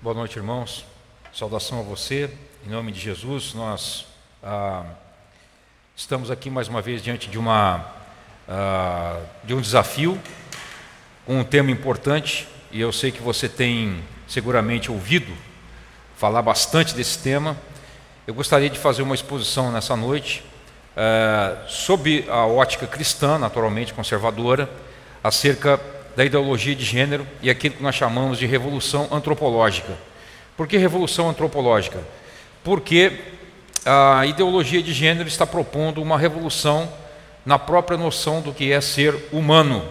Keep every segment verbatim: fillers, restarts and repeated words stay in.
Boa noite, irmãos. Saudação a você, em nome de Jesus. Nós ah, estamos aqui mais uma vez diante de, uma, ah, de um desafio, com um tema importante, e eu sei que você tem seguramente ouvido falar bastante desse tema. Eu gostaria de fazer uma exposição nessa noite, ah, sob a ótica cristã, naturalmente conservadora, acerca da ideologia de gênero e aquilo que nós chamamos de revolução antropológica. Por que revolução antropológica? Porque a ideologia de gênero está propondo uma revolução na própria noção do que é ser humano.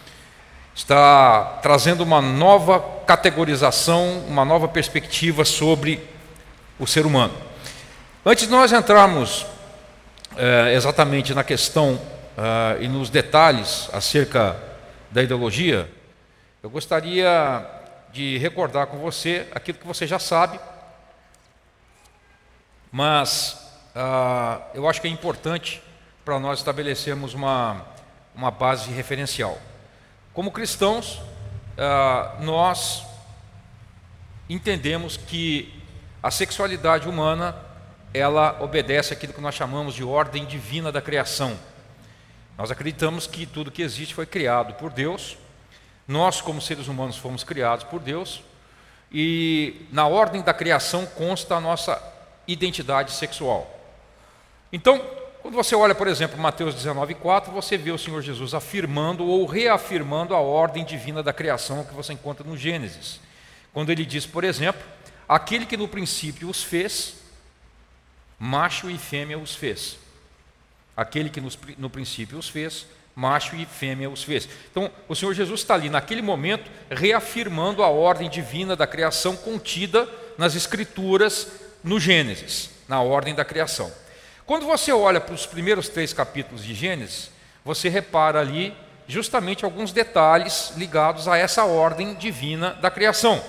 Está trazendo uma nova categorização, uma nova perspectiva sobre o ser humano. Antes de nós entrarmos é, exatamente na questão é, e nos detalhes acerca da ideologia, eu gostaria de recordar com você aquilo que você já sabe, mas ah, eu acho que é importante para nós estabelecermos uma, uma base referencial. Como cristãos, ah, nós entendemos que a sexualidade humana, ela obedece àquilo que nós chamamos de ordem divina da criação. Nós acreditamos que tudo que existe foi criado por Deus. Nós, como seres humanos, fomos criados por Deus. E na ordem da criação consta a nossa identidade sexual. Então, quando você olha, por exemplo, Mateus dezenove, quatro, você vê o Senhor Jesus afirmando ou reafirmando a ordem divina da criação que você encontra no Gênesis. Quando ele diz, por exemplo, aquele que no princípio os fez, macho e fêmea os fez. Aquele que nos, no princípio os fez, macho e fêmea os fez. Então, o Senhor Jesus está ali, naquele momento, reafirmando a ordem divina da criação contida nas Escrituras, no Gênesis, na ordem da criação. Quando você olha para os primeiros três capítulos de Gênesis, você repara ali justamente alguns detalhes ligados a essa ordem divina da criação.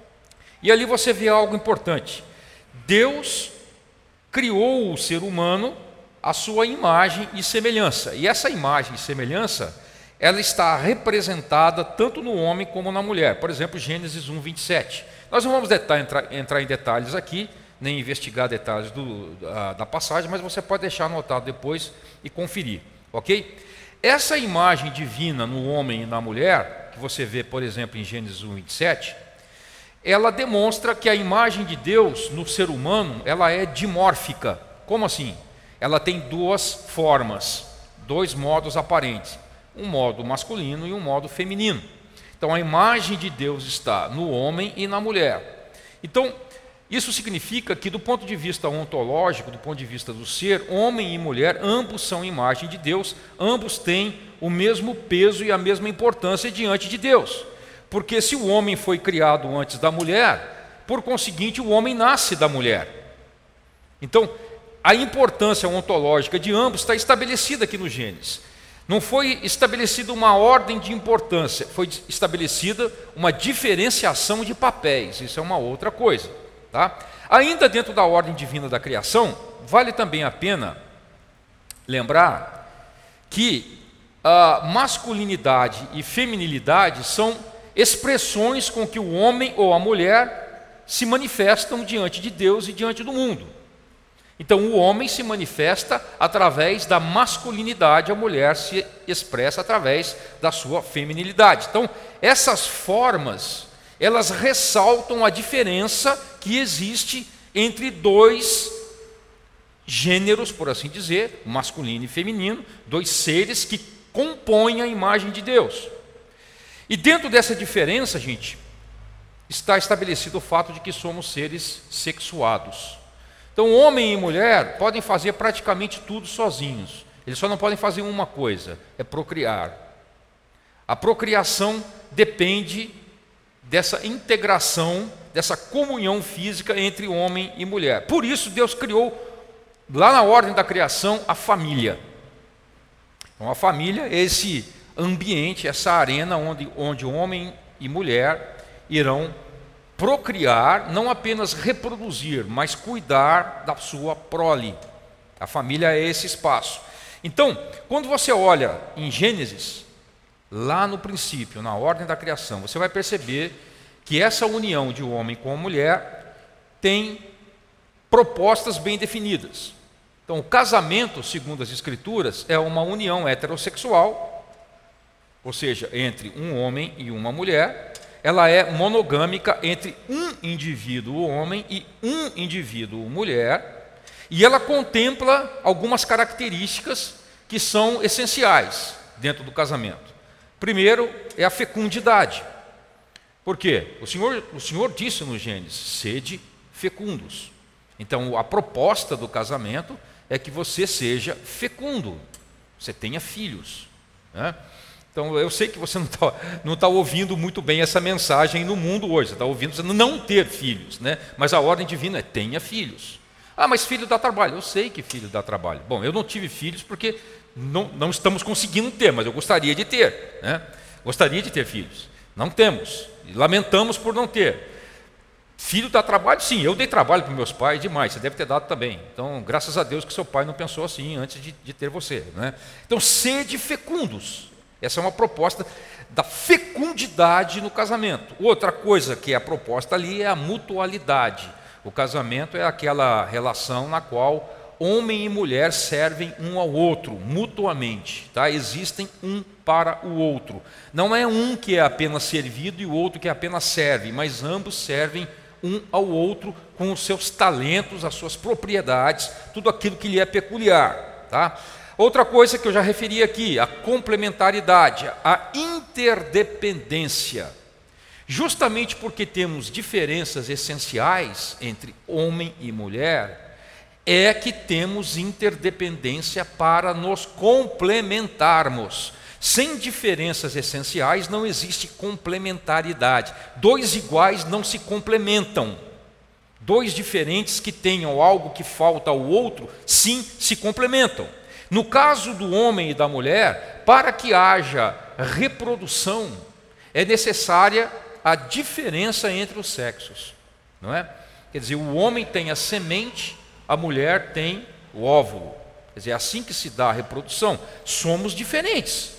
E ali você vê algo importante. Deus criou o ser humano a sua imagem e semelhança. E essa imagem e semelhança, ela está representada tanto no homem como na mulher. Por exemplo, Gênesis um, vinte e sete. Nós não vamos detalhe, entrar, entrar em detalhes aqui, nem investigar detalhes do, da, da passagem, mas você pode deixar anotado depois e conferir, ok? Essa imagem divina no homem e na mulher, que você vê, por exemplo, em Gênesis um, vinte e sete, ela demonstra que a imagem de Deus no ser humano, ela é dimórfica. Como assim? Ela tem duas formas, dois modos aparentes, um modo masculino e um modo feminino. Então a imagem de Deus está no homem e na mulher. Então isso significa que do ponto de vista ontológico, do ponto de vista do ser, homem e mulher, ambos são imagem de Deus, ambos têm o mesmo peso e a mesma importância diante de Deus. Porque se o homem foi criado antes da mulher, por conseguinte o homem nasce da mulher. Então, a importância ontológica de ambos está estabelecida aqui no Gênesis. Não foi estabelecida uma ordem de importância, foi estabelecida uma diferenciação de papéis. Isso é uma outra coisa, tá? Ainda dentro da ordem divina da criação, vale também a pena lembrar que a masculinidade e feminilidade são expressões com que o homem ou a mulher se manifestam diante de Deus e diante do mundo. Então, o homem se manifesta através da masculinidade, a mulher se expressa através da sua feminilidade. Então, essas formas, elas ressaltam a diferença que existe entre dois gêneros, por assim dizer, masculino e feminino, dois seres que compõem a imagem de Deus. E dentro dessa diferença, gente, está estabelecido o fato de que somos seres sexuados. Então, homem e mulher podem fazer praticamente tudo sozinhos. Eles só não podem fazer uma coisa, é procriar. A procriação depende dessa integração, dessa comunhão física entre homem e mulher. Por isso, Deus criou, lá na ordem da criação, a família. Então, a família é esse ambiente, essa arena onde, onde homem e mulher irão procriar, não apenas reproduzir, mas cuidar da sua prole. A família é esse espaço. Então, quando você olha em Gênesis, lá no princípio, na ordem da criação, você vai perceber que essa união de um homem com a mulher tem propostas bem definidas. Então, o casamento, segundo as Escrituras, é uma união heterossexual, ou seja, entre um homem e uma mulher. Ela é monogâmica entre um indivíduo homem e um indivíduo mulher, e ela contempla algumas características que são essenciais dentro do casamento. Primeiro é a fecundidade. Por quê? O Senhor, o Senhor disse no Gênesis: sede fecundos. Então, a proposta do casamento é que você seja fecundo, você tenha filhos, né? Então, eu sei que você não está não tá ouvindo muito bem essa mensagem no mundo hoje, você está ouvindo você não ter filhos, né? Mas a ordem divina é: tenha filhos. Ah, mas filho dá trabalho. Eu sei que filho dá trabalho. Bom, eu não tive filhos porque não, não estamos conseguindo ter, mas eu gostaria de ter, né? Gostaria de ter filhos. Não temos, e lamentamos por não ter. Filho dá trabalho? Sim, eu dei trabalho para meus pais demais, você deve ter dado também. Então, graças a Deus que seu pai não pensou assim antes de, de ter você, né? Então, sede fecundos. Essa é uma proposta da fecundidade no casamento. Outra coisa que é a proposta ali é a mutualidade. O casamento é aquela relação na qual homem e mulher servem um ao outro, mutuamente, tá? Existem um para o outro. Não é um que é apenas servido e o outro que apenas serve, mas ambos servem um ao outro com os seus talentos, as suas propriedades, tudo aquilo que lhe é peculiar, tá? Outra coisa que eu já referi aqui, a complementaridade, a interdependência. Justamente porque temos diferenças essenciais entre homem e mulher, é que temos interdependência para nos complementarmos. Sem diferenças essenciais não existe complementaridade. Dois iguais não se complementam. Dois diferentes que tenham algo que falta ao outro, sim, se complementam. No caso do homem e da mulher, para que haja reprodução, é necessária a diferença entre os sexos, não é? Quer dizer, o homem tem a semente, a mulher tem o óvulo. Quer dizer, é assim que se dá a reprodução. Somos diferentes,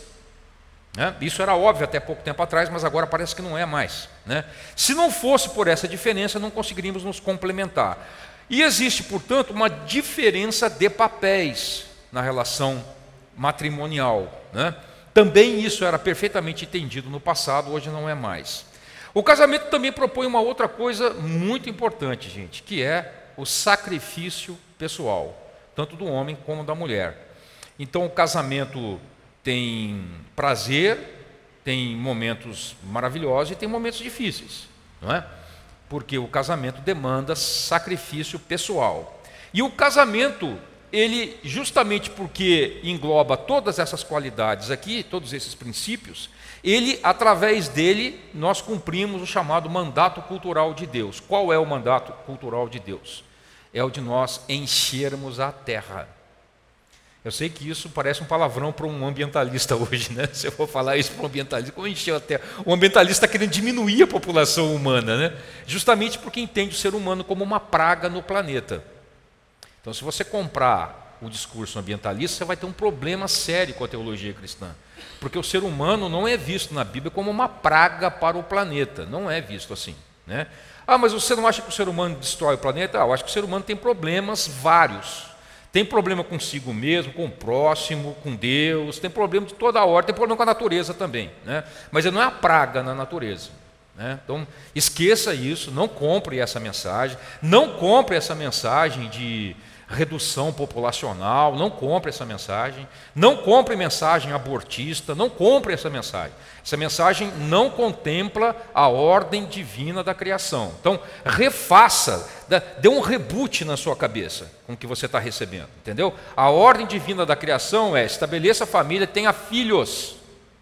né? Isso era óbvio até pouco tempo atrás, mas agora parece que não é mais, né? Se não fosse por essa diferença, não conseguiríamos nos complementar. E existe, portanto, uma diferença de papéis na relação matrimonial, né? Também isso era perfeitamente entendido no passado, hoje não é mais. O casamento também propõe uma outra coisa muito importante, gente, que é o sacrifício pessoal, tanto do homem como da mulher. Então, o casamento tem prazer, tem momentos maravilhosos e tem momentos difíceis, não é? Porque o casamento demanda sacrifício pessoal. E o casamento, ele, justamente porque engloba todas essas qualidades aqui, todos esses princípios, ele, através dele, nós cumprimos o chamado mandato cultural de Deus. Qual é o mandato cultural de Deus? É o de nós enchermos a terra. Eu sei que isso parece um palavrão para um ambientalista hoje, né? Se eu for falar isso para um ambientalista, como encher a terra? O ambientalista está querendo diminuir a população humana, né? Justamente porque entende o ser humano como uma praga no planeta. Então, se você comprar o discurso ambientalista, você vai ter um problema sério com a teologia cristã. Porque o ser humano não é visto na Bíblia como uma praga para o planeta. Não é visto assim, né? Ah, mas você não acha que o ser humano destrói o planeta? Ah, eu acho que o ser humano tem problemas vários. Tem problema consigo mesmo, com o próximo, com Deus, tem problema de toda a ordem, tem problema com a natureza também, né? Mas ele não é a praga na natureza, né? Então, esqueça isso, não compre essa mensagem, não compre essa mensagem de redução populacional, não compre essa mensagem, não compre mensagem abortista, não compre essa mensagem. Essa mensagem não contempla a ordem divina da criação. Então, refaça, dê um reboot na sua cabeça com o que você está recebendo, entendeu? A ordem divina da criação é: estabeleça a família, tenha filhos,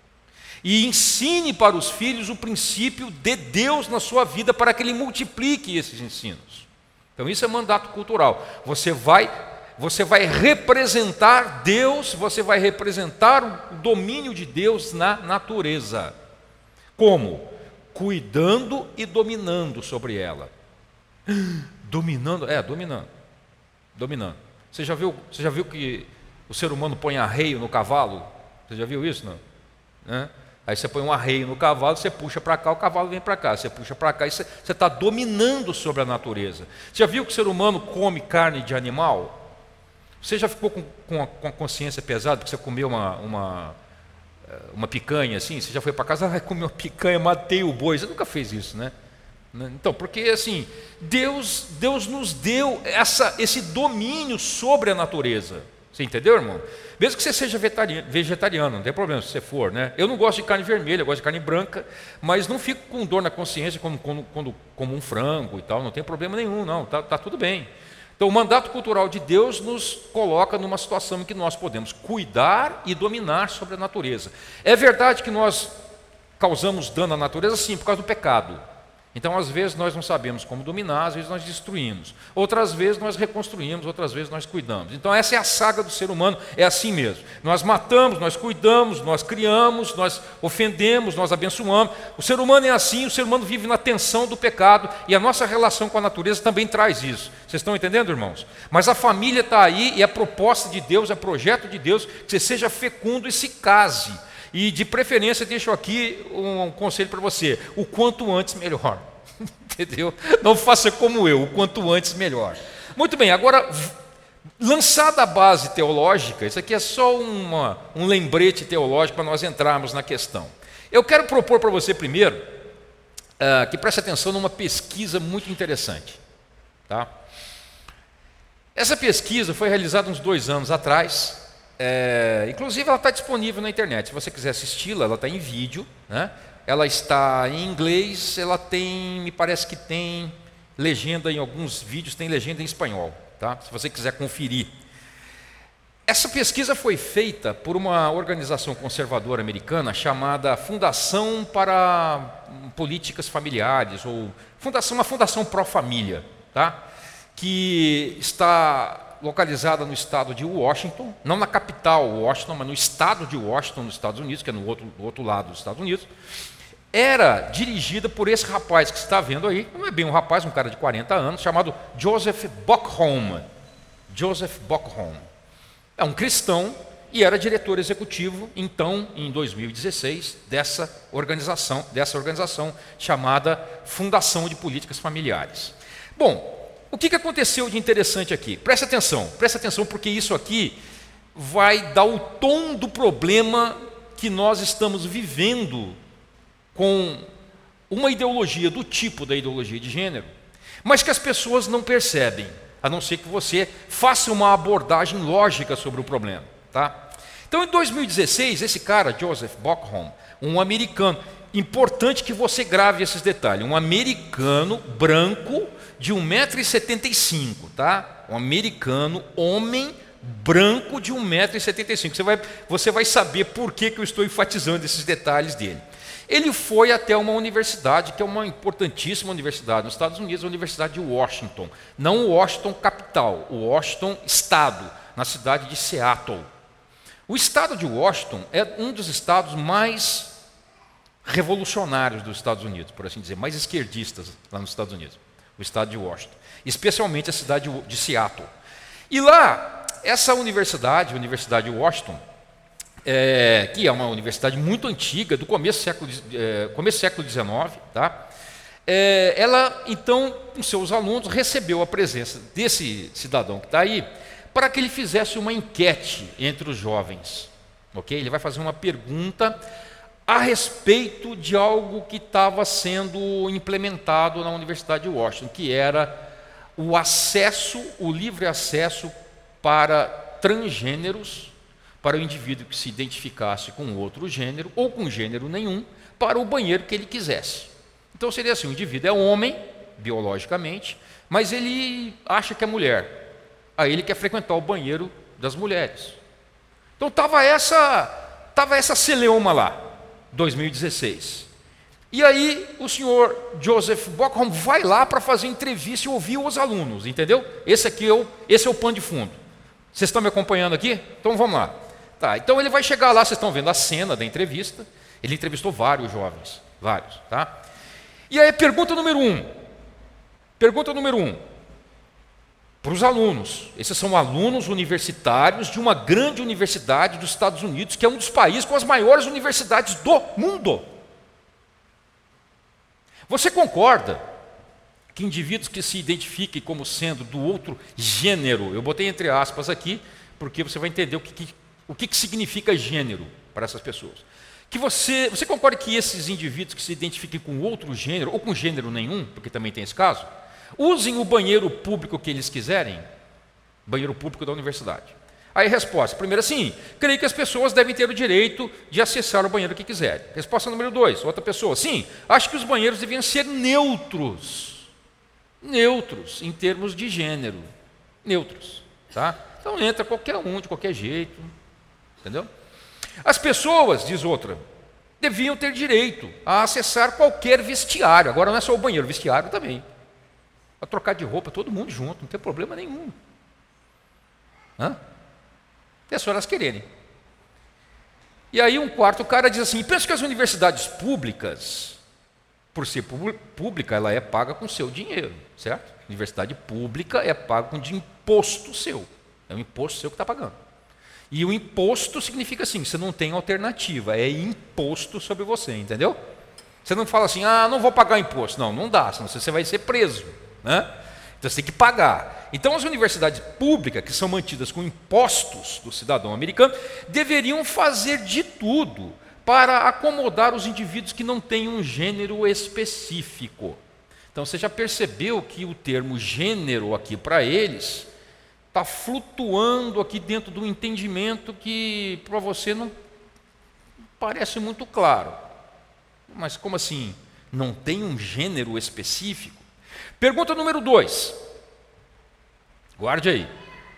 e ensine para os filhos o princípio de Deus na sua vida, para que Ele multiplique esses ensinos. Então, isso é mandato cultural. Você vai, você vai representar Deus, você vai representar o domínio de Deus na natureza. Como? Cuidando e dominando sobre ela. Dominando? É, dominando. Dominando. Você já viu, você já viu que o ser humano põe arreio no cavalo? Você já viu isso, não? É? Aí você põe um arreio no cavalo, você puxa para cá, o cavalo vem para cá. Você puxa para cá e você está dominando sobre a natureza. Você já viu que o ser humano come carne de animal? Você já ficou com, com, a, com a consciência pesada porque você comeu uma, uma, uma picanha assim? Você já foi para casa, ah, comeu uma picanha, matei o boi. Você nunca fez isso, né? Então, porque assim, Deus, Deus nos deu essa, esse domínio sobre a natureza. Você entendeu, irmão? Mesmo que você seja vegetariano, não tem problema se você for, né? Eu não gosto de carne vermelha, eu gosto de carne branca, mas não fico com dor na consciência como, como, como, como um frango e tal, não tem problema nenhum, não, tá, tá tudo bem. Então, o mandato cultural de Deus nos coloca numa situação em que nós podemos cuidar e dominar sobre a natureza. É verdade que nós causamos dano à natureza, sim, por causa do pecado. Então, às vezes, nós não sabemos como dominar, às vezes nós destruímos. Outras vezes nós reconstruímos, outras vezes nós cuidamos. Então, essa é a saga do ser humano, é assim mesmo. Nós matamos, nós cuidamos, nós criamos, nós ofendemos, nós abençoamos. O ser humano é assim, o ser humano vive na tensão do pecado e a nossa relação com a natureza também traz isso. Vocês estão entendendo, irmãos? Mas a família está aí e é proposta de Deus, é projeto de Deus, que você seja fecundo e se case. E de preferência, deixo aqui um conselho para você: o quanto antes melhor. Entendeu? Não faça como eu, o quanto antes melhor. Muito bem, agora, lançada a base teológica, isso aqui é só uma, um lembrete teológico para nós entrarmos na questão. Eu quero propor para você primeiro uh, que preste atenção numa pesquisa muito interessante. Tá? Essa pesquisa foi realizada uns dois anos atrás. É, inclusive ela está disponível na internet, se você quiser assisti-la, ela está em vídeo, né? Ela está em inglês, ela tem, me parece que tem legenda em alguns vídeos, tem legenda em espanhol, tá? Se você quiser conferir. Essa pesquisa foi feita por uma organização conservadora americana chamada Fundação para Políticas Familiares, ou fundação, uma fundação pró-família, tá? Que está localizada no estado de Washington, não na capital Washington, mas no estado de Washington, nos Estados Unidos, que é no outro, do outro lado dos Estados Unidos. Era dirigida por esse rapaz que você está vendo aí, não é bem um rapaz, um cara de quarenta anos, chamado Joseph Bockham. Joseph Bockham. É um cristão e era diretor executivo, então, em dois mil e dezesseis, dessa organização, dessa organização chamada Fundação de Políticas Familiares. Bom, o que aconteceu de interessante aqui? Presta atenção, presta atenção, porque isso aqui vai dar o tom do problema que nós estamos vivendo com uma ideologia do tipo da ideologia de gênero, mas que as pessoas não percebem, a não ser que você faça uma abordagem lógica sobre o problema. Tá? Então, em dois mil e dezesseis, esse cara, Joseph Bockham, um americano, importante que você grave esses detalhes, um americano branco de um metro e setenta e cinco, tá? Um americano, homem branco de um metro e setenta e cinco. Você vai, você vai saber por que, que eu estou enfatizando esses detalhes dele. Ele foi até uma universidade, que é uma importantíssima universidade nos Estados Unidos, a Universidade de Washington. Não Washington capital, o Washington estado, na cidade de Seattle. O estado de Washington é um dos estados mais revolucionários dos Estados Unidos, por assim dizer, mais esquerdistas lá nos Estados Unidos, o estado de Washington, especialmente a cidade de Seattle. E lá, essa universidade, a Universidade de Washington, é, que é uma universidade muito antiga, do começo do século, é, começo do século dezenove, tá? É, ela, então, com seus alunos, recebeu a presença desse cidadão que está aí, para que ele fizesse uma enquete entre os jovens. Okay? Ele vai fazer uma pergunta a respeito de algo que estava sendo implementado na Universidade de Washington, que era o acesso, o livre acesso para transgêneros, para o indivíduo que se identificasse com outro gênero, ou com gênero nenhum, para o banheiro que ele quisesse. Então seria assim, o indivíduo é homem, biologicamente, mas ele acha que é mulher. Aí ele quer frequentar o banheiro das mulheres. Então estava essa, estava essa celeuma lá, dois mil e dezesseis. E aí o senhor Joseph Bockham vai lá para fazer entrevista e ouvir os alunos, entendeu? Esse aqui é o, esse é o pano de fundo. Vocês estão me acompanhando aqui? Então vamos lá. Tá, então ele vai chegar lá, vocês estão vendo a cena da entrevista. Ele entrevistou vários jovens, vários, tá? E aí pergunta número um. Pergunta número um. para os alunos. Esses são alunos universitários de uma grande universidade dos Estados Unidos, que é um dos países com as maiores universidades do mundo. Você concorda que indivíduos que se identifiquem como sendo do outro gênero, eu botei entre aspas aqui, porque você vai entender o que, que, o que, que significa gênero para essas pessoas. Que você, você concorda que esses indivíduos que se identifiquem com outro gênero, ou com gênero nenhum, porque também tem esse caso, usem o banheiro público que eles quiserem? Banheiro público da universidade. Aí resposta, primeiro sim, creio que as pessoas devem ter o direito de acessar o banheiro que quiserem. Resposta número dois, outra pessoa, sim, acho que os banheiros deviam ser neutros. Neutros, em termos de gênero. Neutros, tá? Então entra qualquer um, de qualquer jeito, entendeu? As pessoas, diz outra, deviam ter direito a acessar qualquer vestiário. Agora não é só o banheiro, o vestiário também. A trocar de roupa, todo mundo junto, não tem problema nenhum. Hã? É só elas quererem. E aí um quarto cara diz assim, penso que as universidades públicas, por ser pública, ela é paga com seu dinheiro, certo? Universidade pública é paga com de imposto seu. É um imposto seu que está pagando. E o imposto significa assim, você não tem alternativa, é imposto sobre você, entendeu? Você não fala assim, ah, não vou pagar imposto. Não, não dá, senão você vai ser preso, né? Então você tem que pagar. Então as universidades públicas, que são mantidas com impostos do cidadão americano, deveriam fazer de tudo para acomodar os indivíduos que não têm um gênero específico. Então você já percebeu que o termo gênero aqui para eles está flutuando aqui dentro do entendimento que para você não parece muito claro. Mas como assim? Não tem um gênero específico? Pergunta número dois. Guarde aí.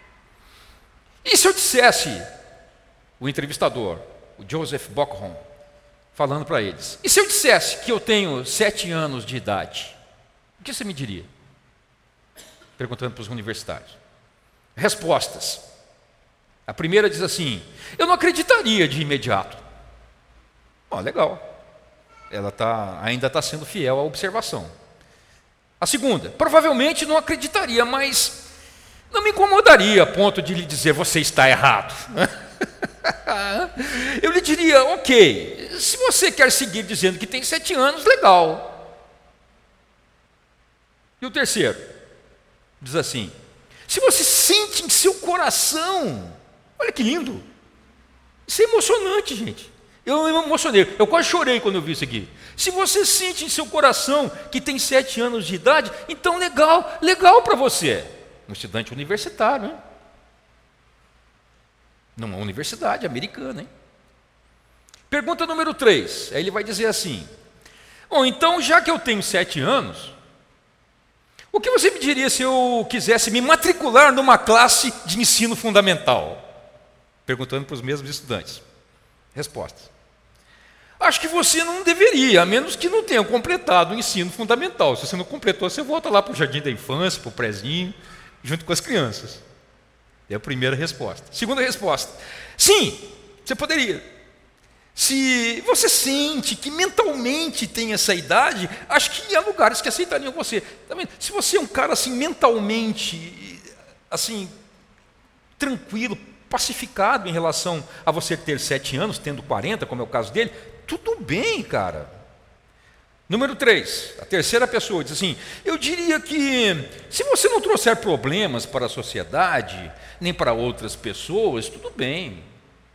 E se eu dissesse, o entrevistador, o Joseph Bockham, falando para eles, e se eu dissesse que eu tenho sete anos de idade, o que você me diria? Perguntando para os universitários. Respostas. A primeira diz assim, eu não acreditaria de imediato. Ó, legal. Ela tá, ainda está sendo fiel à observação. A segunda, provavelmente não acreditaria, mas não me incomodaria a ponto de lhe dizer, você está errado. Eu lhe diria, ok, se você quer seguir dizendo que tem sete anos, legal. E o terceiro, diz assim, se você sente em seu coração, olha que lindo, isso é emocionante, gente. Eu me emocionei, eu quase chorei quando eu vi isso aqui. Se você sente em seu coração que tem sete anos de idade, então legal, legal para você. Um estudante universitário, hein? Numa universidade americana, hein? Pergunta número três, aí ele vai dizer assim, bom, então já que eu tenho sete anos, o que você me diria se eu quisesse me matricular numa classe de ensino fundamental? Perguntando para os mesmos estudantes. Resposta. Acho que você não deveria, a menos que não tenha completado o ensino fundamental. Se você não completou, você volta lá para o jardim da infância, para o prézinho, junto com as crianças. É a primeira resposta. Segunda resposta. Sim, você poderia. Se você sente que mentalmente tem essa idade, acho que há lugares que aceitariam você. Também, se você é um cara assim mentalmente assim tranquilo, pacificado em relação a você ter sete anos, tendo quarenta, como é o caso dele, tudo bem, cara. Número três, a terceira pessoa diz assim, eu diria que se você não trouxer problemas para a sociedade, nem para outras pessoas, tudo bem.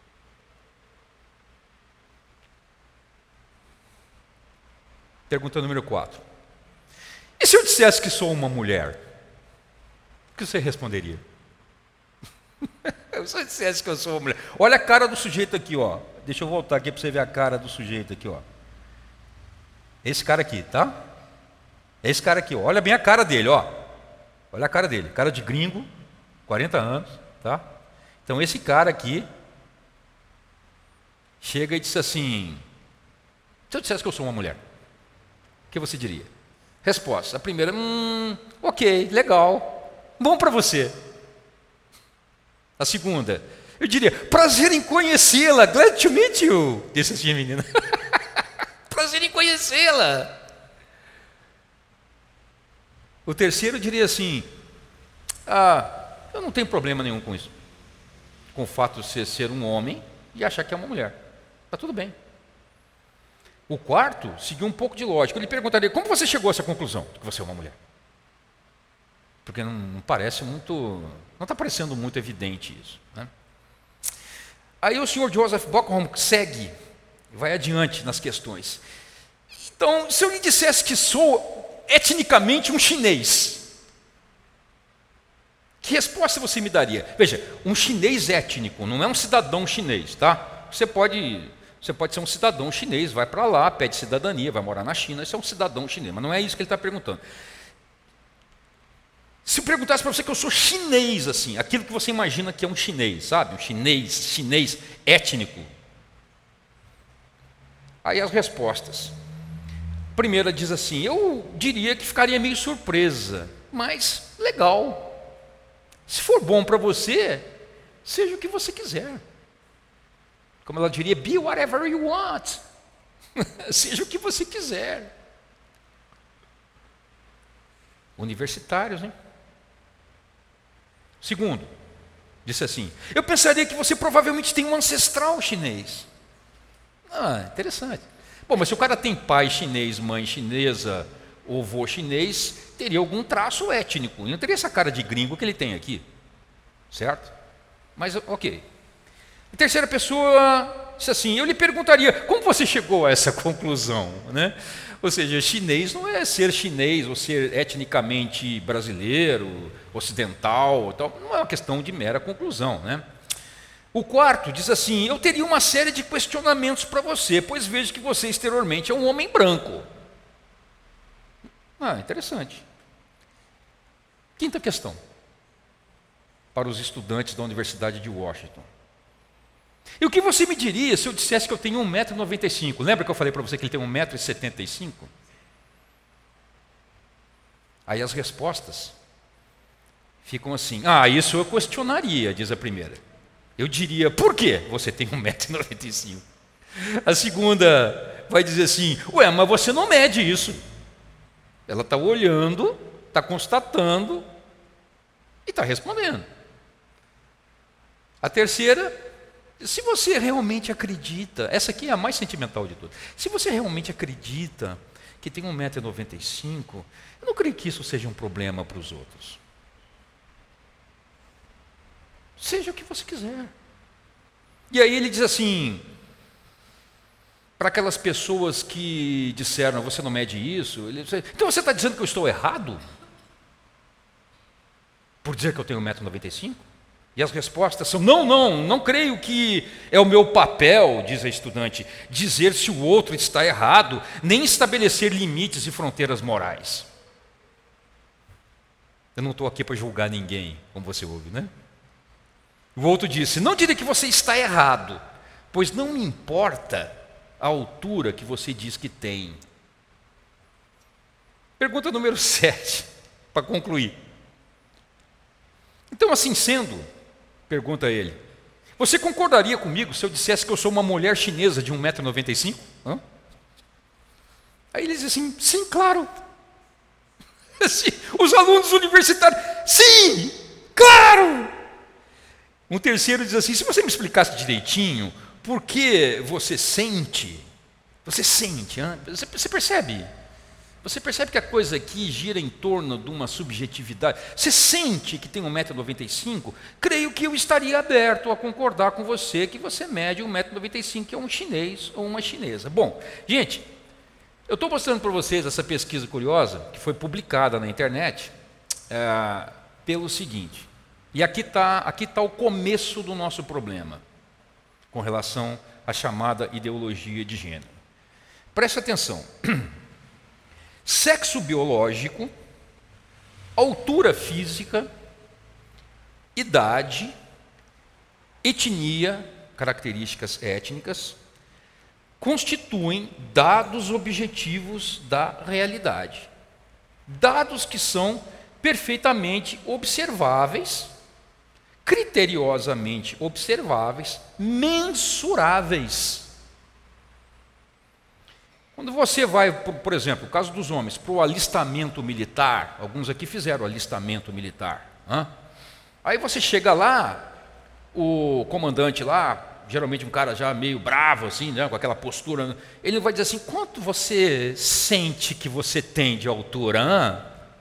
Pergunta número quatro. E se eu dissesse que sou uma mulher? O que você responderia? Se eu dissesse que eu sou uma mulher. Olha a cara do sujeito aqui, ó. Deixa eu voltar aqui para você ver a cara do sujeito aqui, ó. Esse cara aqui, tá? Esse cara aqui, ó. Olha bem a cara dele, ó. Olha a cara dele, cara de gringo, quarenta anos, tá? Então esse cara aqui chega e diz assim: se eu dissesse que eu sou uma mulher, o que você diria? Resposta: a primeira, hum, ok, legal, bom para você. A segunda, eu diria, prazer em conhecê-la, glad to meet you, disse assim a menina. Prazer em conhecê-la. O terceiro diria assim: Ah, eu não tenho problema nenhum com isso, com o fato de você ser um homem e achar que é uma mulher. Está tudo bem. O quarto seguiu um pouco de lógica. Ele perguntaria, como você chegou a essa conclusão de que você é uma mulher? Porque não, não parece muito, não está parecendo muito evidente isso, né? Aí o senhor Joseph Bockham segue, vai adiante nas questões. Então, se eu lhe dissesse que sou etnicamente um chinês, que resposta você me daria? Veja, um chinês étnico, não é um cidadão chinês, tá? Você pode, você pode ser um cidadão chinês, vai para lá, pede cidadania, vai morar na China, isso é um cidadão chinês, mas não é isso que ele está perguntando. Se eu perguntasse para você que eu sou chinês, assim, aquilo que você imagina que é um chinês, sabe? Um chinês, chinês étnico. Aí as respostas. A primeira diz assim, eu diria que ficaria meio surpresa, mas legal. Se for bom para você, seja o que você quiser. Como ela diria, be whatever you want. Seja o que você quiser. Universitários, hein? Segundo, disse assim, eu pensaria que você provavelmente tem um ancestral chinês. Ah, interessante. Bom, mas se o cara tem pai chinês, mãe chinesa, ou avô chinês, teria algum traço étnico. E não teria essa cara de gringo que ele tem aqui. Certo? Mas, ok. A terceira pessoa disse assim, eu lhe perguntaria, como você chegou a essa conclusão? Né? Ou seja, chinês não é ser chinês ou ser etnicamente brasileiro, ocidental, tal. Não é uma questão de mera conclusão, né? O quarto diz assim, eu teria uma série de questionamentos para você, pois vejo que você exteriormente é um homem branco. Ah, interessante. Quinta questão, para os estudantes da Universidade de Washington. E o que você me diria se eu dissesse que eu tenho um metro e noventa e cinco? Lembra que eu falei para você que ele tem um metro e setenta e cinco? Aí as respostas ficam assim, ah, isso eu questionaria, diz a primeira. Eu diria, por quê você tem um metro e noventa e cinco? A segunda vai dizer assim, ué, mas você não mede isso. Ela está olhando, está constatando e está respondendo. A terceira, se você realmente acredita, essa aqui é a mais sentimental de todas, se você realmente acredita que tem um metro e noventa e cinco, eu não creio que isso seja um problema para os outros. Seja o que você quiser. E aí ele diz assim, para aquelas pessoas que disseram, você não mede isso, ele diz, então você está dizendo que eu estou errado? Por dizer que eu tenho um metro e noventa e cinco? E as respostas são, não, não, não creio que é o meu papel, diz a estudante, dizer se o outro está errado, nem estabelecer limites e fronteiras morais. Eu não estou aqui para julgar ninguém, como você ouve, né? O outro disse, não diria que você está errado, pois não me importa a altura que você diz que tem. Pergunta número sete, para concluir. Então, assim sendo, pergunta ele, você concordaria comigo se eu dissesse que eu sou uma mulher chinesa de um metro e noventa e cinco? Hã? Aí ele diz assim, sim, claro. Assim, os alunos universitários, sim, claro. Um terceiro diz assim, se você me explicasse direitinho, por que você sente, você sente, hein? Você, você percebe? Você percebe que a coisa aqui gira em torno de uma subjetividade? Você sente que tem um metro e noventa e cinco? Creio que eu estaria aberto a concordar com você que você mede um metro e noventa e cinco, que é um chinês ou uma chinesa. Bom, gente, eu estou mostrando para vocês essa pesquisa curiosa, que foi publicada na internet, é, pelo seguinte, e aqui está aqui tá o começo do nosso problema, com relação à chamada ideologia de gênero. Preste atenção. Sexo biológico, altura física, idade, etnia, características étnicas, constituem dados objetivos da realidade. Dados que são perfeitamente observáveis, criteriosamente observáveis, mensuráveis. Quando você vai, por, por exemplo, no caso dos homens, para o alistamento militar, alguns aqui fizeram alistamento militar, Hã? Aí você chega lá, o comandante lá, geralmente um cara já meio bravo, assim, né, com aquela postura, ele vai dizer assim: quanto você sente que você tem de altura? Hã?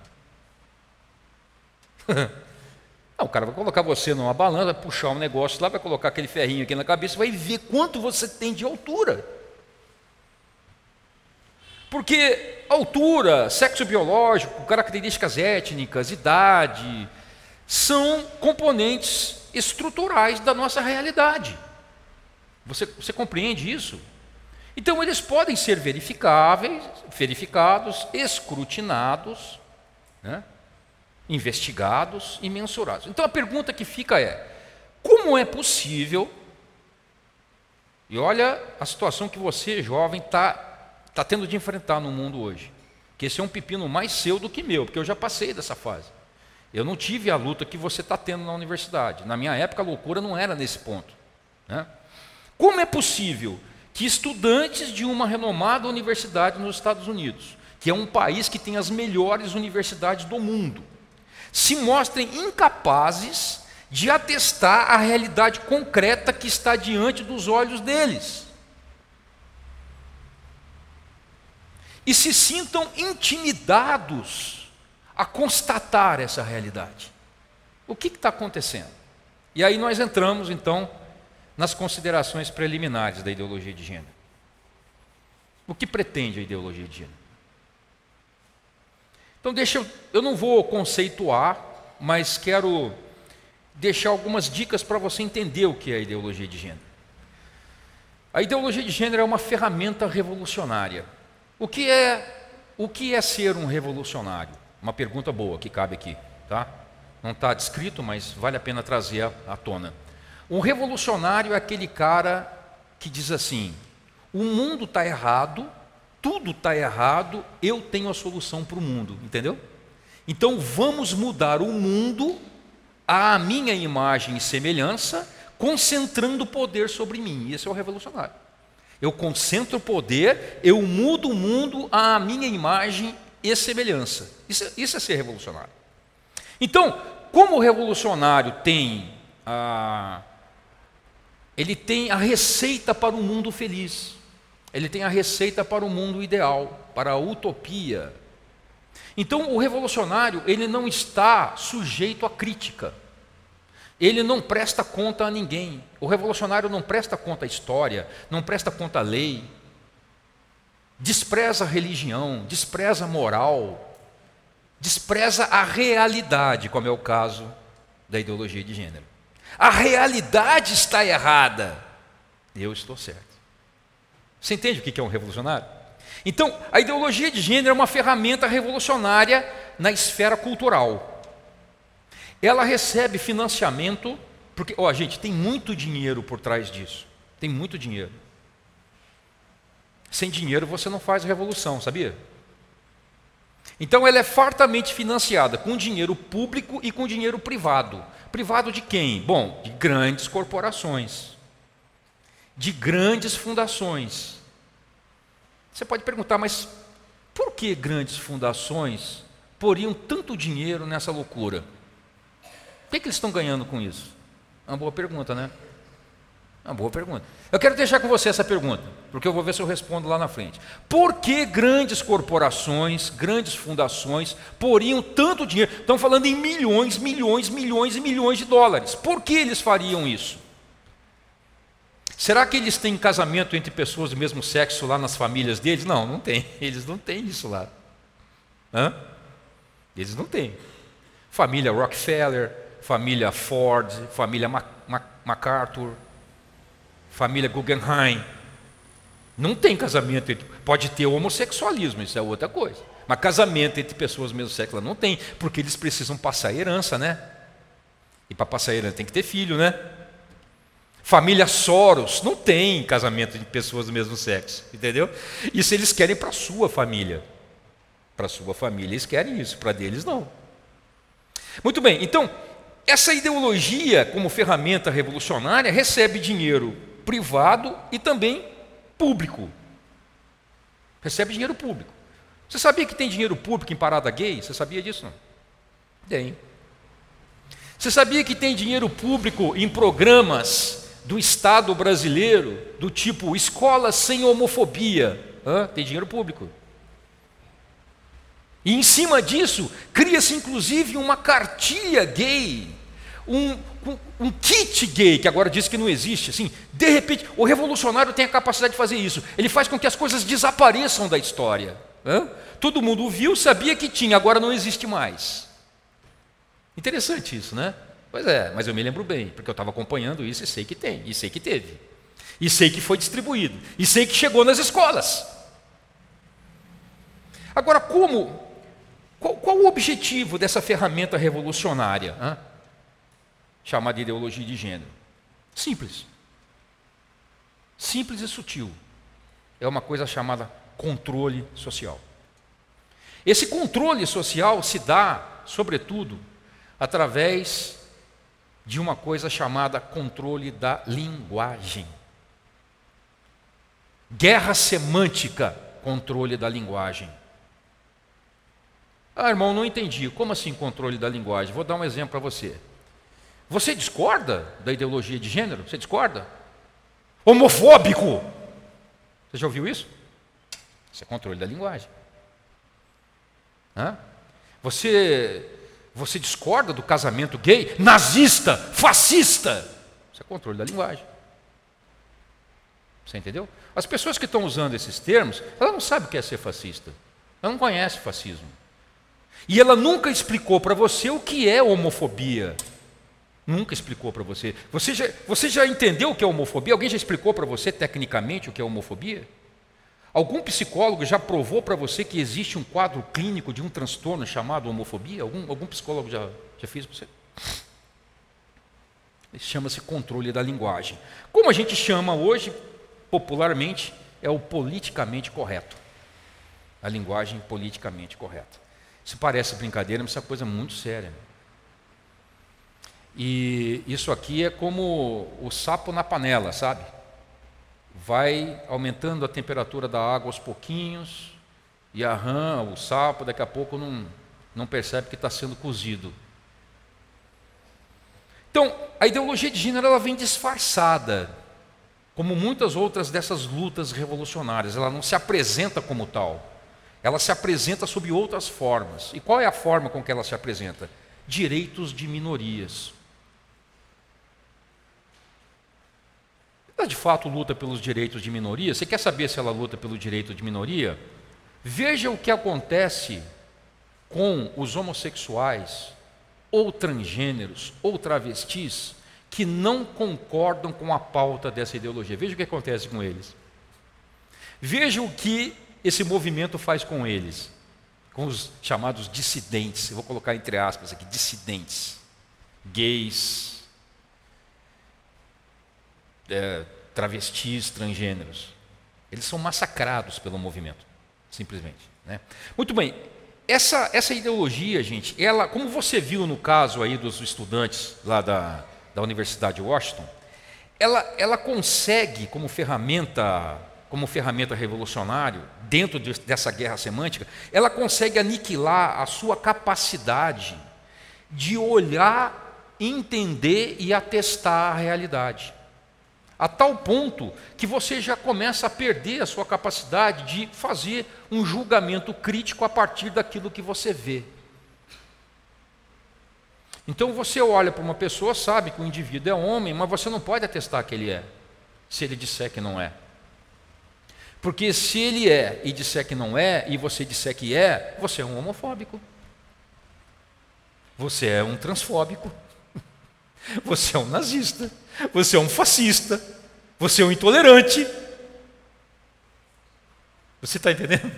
Não, o cara vai colocar você numa balança, vai puxar um negócio lá, vai colocar aquele ferrinho aqui na cabeça, vai ver quanto você tem de altura. Porque altura, sexo biológico, características étnicas, idade, são componentes estruturais da nossa realidade. Você, você compreende isso? Então eles podem ser verificáveis, verificados, escrutinados, né? Investigados e mensurados. Então a pergunta que fica é: como é possível, e olha a situação que você, jovem, está tá tendo de enfrentar no mundo hoje, que esse é um pepino mais seu do que meu, porque eu já passei dessa fase. Eu não tive a luta que você está tendo na universidade. Na minha época a loucura não era nesse ponto, né? Como é possível que estudantes de uma renomada universidade nos Estados Unidos, que é um país que tem as melhores universidades do mundo, se mostrem incapazes de atestar a realidade concreta que está diante dos olhos deles? E se sintam intimidados a constatar essa realidade. O que está acontecendo? E aí nós entramos, então, nas considerações preliminares da ideologia de gênero. O que pretende a ideologia de gênero? Então, deixa eu, eu não vou conceituar, mas quero deixar algumas dicas para você entender o que é a ideologia de gênero. A ideologia de gênero é uma ferramenta revolucionária. O que é, o que é ser um revolucionário? Uma pergunta boa que cabe aqui, tá? Não está descrito, mas vale a pena trazer à, à tona. Um revolucionário é aquele cara que diz assim: o mundo está errado, tudo está errado, eu tenho a solução para o mundo, entendeu? Então vamos mudar o mundo à minha imagem e semelhança, concentrando o poder sobre mim. Esse é o revolucionário. Eu concentro o poder, eu mudo o mundo à minha imagem e semelhança. Isso, é, isso é ser revolucionário. Então, como o revolucionário tem a, ele tem a receita para o mundo feliz, ele tem a receita para o mundo ideal, para a utopia. Então, o revolucionário, ele não está sujeito à crítica. Ele não presta conta a ninguém. O revolucionário não presta conta à história, não presta conta à lei, despreza a religião, despreza a moral, despreza a realidade, como é o caso da ideologia de gênero. A realidade está errada, eu estou certo. Você entende o que é um revolucionário? Então, a ideologia de gênero é uma ferramenta revolucionária na esfera cultural. Ela recebe financiamento, porque, ó, gente, tem muito dinheiro por trás disso. Tem muito dinheiro. Sem dinheiro você não faz revolução, sabia? Então ela é fartamente financiada com dinheiro público e com dinheiro privado. Privado de quem? Bom, de grandes corporações, de grandes fundações. Você pode perguntar, mas por que grandes fundações poriam tanto dinheiro nessa loucura? O que, é que eles estão ganhando com isso? É uma boa pergunta, né? É uma boa pergunta. Eu quero deixar com você essa pergunta, porque eu vou ver se eu respondo lá na frente. Por que grandes corporações, grandes fundações poriam tanto dinheiro? Estão falando em milhões, milhões, milhões e milhões de dólares. Por que eles fariam isso? Será que eles têm casamento entre pessoas do mesmo sexo lá nas famílias deles? Não, não tem. Eles não têm isso lá. Hã? Eles não têm. Família Rockefeller, família Ford, família Mac Mac MacArthur, família Guggenheim. Não tem casamento entre... Pode ter homossexualismo, isso é outra coisa. Mas casamento entre pessoas do mesmo sexo não tem, porque eles precisam passar herança, né? E para passar herança tem que ter filho, né? Família Soros, não tem casamento entre pessoas do mesmo sexo, entendeu? Isso eles querem para a sua família. Para a sua família eles querem isso, para deles não. Muito bem, então, essa ideologia como ferramenta revolucionária recebe dinheiro privado e também público. Recebe dinheiro público. Você sabia que tem dinheiro público em parada gay? Você sabia disso? Não? Tem. Você sabia que tem dinheiro público em programas do Estado brasileiro, do tipo escola sem homofobia? Hã? Tem dinheiro público. E em cima disso, cria-se inclusive uma cartilha gay, um, um, um kit gay, que agora diz que não existe. Assim, de repente, o revolucionário tem a capacidade de fazer isso. Ele faz com que as coisas desapareçam da história. Hã? Todo mundo viu, sabia que tinha, agora não existe mais. Interessante isso, né? Pois é, mas eu me lembro bem, porque eu estava acompanhando isso e sei que tem, e sei que teve. E sei que foi distribuído, e sei que chegou nas escolas. Agora, como... Qual, qual o objetivo dessa ferramenta revolucionária, hein? Chamada ideologia de gênero? Simples. Simples e sutil. É uma coisa chamada controle social. Esse controle social se dá, sobretudo, através de uma coisa chamada controle da linguagem. Guerra semântica, controle da linguagem. Ah, irmão, não entendi. Como assim controle da linguagem? Vou dar um exemplo para você. Você discorda da ideologia de gênero? Você discorda? Homofóbico! Você já ouviu isso? Isso é controle da linguagem. Hã? Você, você discorda do casamento gay? Nazista, fascista! Isso é controle da linguagem. Você entendeu? As pessoas que estão usando esses termos, ela não sabe o que é ser fascista. Ela não conhece fascismo. E ela nunca explicou para você o que é homofobia. Nunca explicou para você. Você já, você já entendeu o que é homofobia? Alguém já explicou para você tecnicamente o que é homofobia? Algum psicólogo já provou para você que existe um quadro clínico de um transtorno chamado homofobia? Algum, algum psicólogo já, já fez para você? Isso chama-se controle da linguagem. Como a gente chama hoje, popularmente, é o politicamente correto. A linguagem politicamente correta. Isso parece brincadeira, mas isso é uma coisa muito séria. E isso aqui é como o sapo na panela, sabe? Vai aumentando a temperatura da água aos pouquinhos, e a rã, o sapo, daqui a pouco não, não percebe que está sendo cozido. Então, a ideologia de gênero ela vem disfarçada, como muitas outras dessas lutas revolucionárias. Ela não se apresenta como tal. Ela se apresenta sob outras formas. E qual é a forma com que ela se apresenta? Direitos de minorias. Ela de fato luta pelos direitos de minoria? Você quer saber se ela luta pelo direito de minoria? Veja o que acontece com os homossexuais, ou transgêneros, ou travestis, que não concordam com a pauta dessa ideologia. Veja o que acontece com eles. Veja o que esse movimento faz com eles, com os chamados dissidentes. Eu vou colocar entre aspas aqui, dissidentes, gays, é, travestis, transgêneros. Eles são massacrados pelo movimento, simplesmente, né? Muito bem, essa, essa ideologia, gente, ela, como você viu no caso aí dos estudantes lá da, da Universidade de Washington, ela, ela consegue, como ferramenta, como ferramenta revolucionária, dentro de, dessa guerra semântica, ela consegue aniquilar a sua capacidade de olhar, entender e atestar a realidade. A tal ponto que você já começa a perder a sua capacidade de fazer um julgamento crítico a partir daquilo que você vê. Então você olha para uma pessoa, sabe que o indivíduo é homem, mas você não pode atestar que ele é, se ele disser que não é. Porque se ele é e disser que não é, e você disser que é, você é um homofóbico. Você é um transfóbico. Você é um nazista. Você é um fascista. Você é um intolerante. Você está entendendo?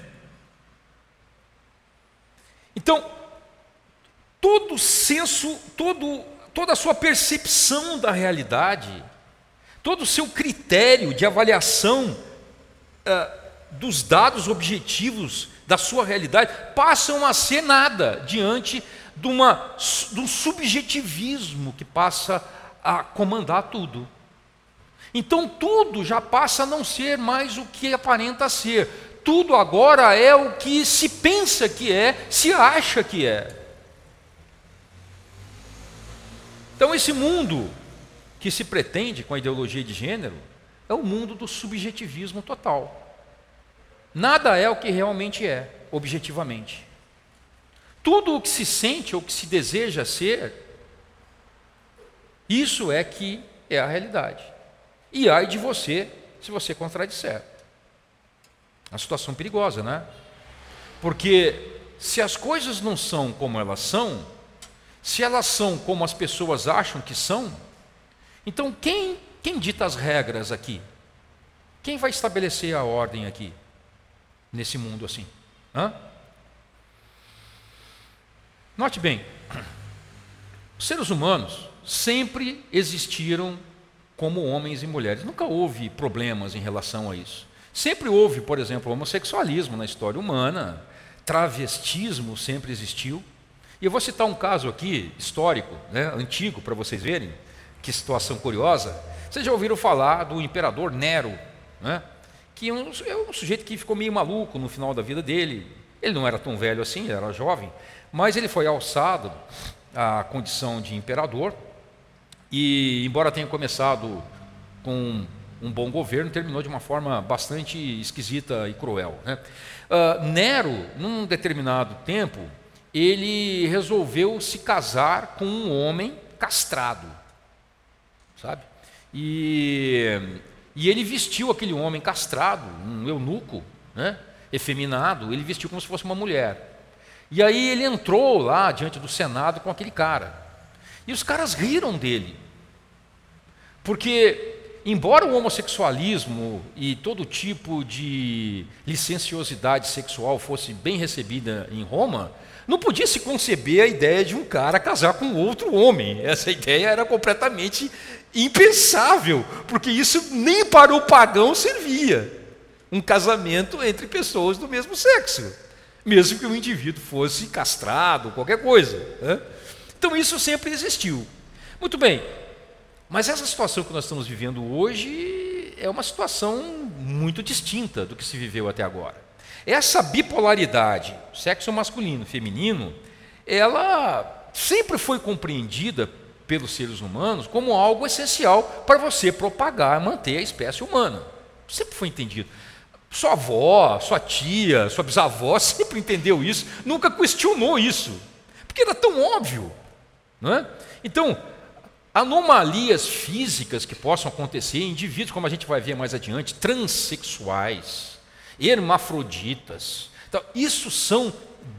Então, todo o senso, todo, toda a sua percepção da realidade, todo o seu critério de avaliação uh, dos dados objetivos da sua realidade passam a ser nada diante de, uma, de um subjetivismo que passa a comandar tudo. Então tudo já passa a não ser mais o que aparenta ser. Tudo agora é o que se pensa que é, se acha que é. Então, esse mundo que se pretende com a ideologia de gênero é o mundo do subjetivismo total. Nada é o que realmente é, objetivamente. Tudo o que se sente ou que se deseja ser, isso é que é a realidade. E ai de você se você contradisser. Uma situação perigosa, né? Porque se as coisas não são como elas são, se elas são como as pessoas acham que são, então quem, quem dita as regras aqui? Quem vai estabelecer a ordem aqui, nesse mundo assim? Hã? Note bem, os seres humanos sempre existiram como homens e mulheres. Nunca houve problemas em relação a isso. Sempre houve, por exemplo, homossexualismo na história humana, travestismo sempre existiu. E eu vou citar um caso aqui, histórico, né, antigo, para vocês verem, que situação curiosa. Vocês já ouviram falar do imperador Nero, né, que é um, é um sujeito que ficou meio maluco no final da vida dele. Ele não era tão velho assim, ele era jovem, mas ele foi alçado à condição de imperador e, embora tenha começado com um bom governo, terminou de uma forma bastante esquisita e cruel, né? Uh, Nero, num determinado tempo, ele resolveu se casar com um homem castrado, sabe? E, e ele vestiu aquele homem castrado, um eunuco, né, efeminado, ele vestiu como se fosse uma mulher. E aí ele entrou lá diante do Senado com aquele cara. E os caras riram dele, porque embora o homossexualismo e todo tipo de licenciosidade sexual fosse bem recebida em Roma, não podia se conceber a ideia de um cara casar com outro homem. Essa ideia era completamente impensável, porque isso nem para o pagão servia. Um casamento entre pessoas do mesmo sexo, mesmo que o indivíduo fosse castrado, qualquer coisa, né? Então isso sempre existiu. Muito bem, mas essa situação que nós estamos vivendo hoje é uma situação muito distinta do que se viveu até agora. Essa bipolaridade, sexo masculino, feminino, ela sempre foi compreendida pelos seres humanos como algo essencial para você propagar, manter a espécie humana. Sempre foi entendido. Sua avó, sua tia, sua bisavó sempre entendeu isso, nunca questionou isso, porque era tão óbvio, não é? Então, anomalias físicas que possam acontecer em indivíduos, como a gente vai ver mais adiante, transexuais, hermafroditas, então, isso são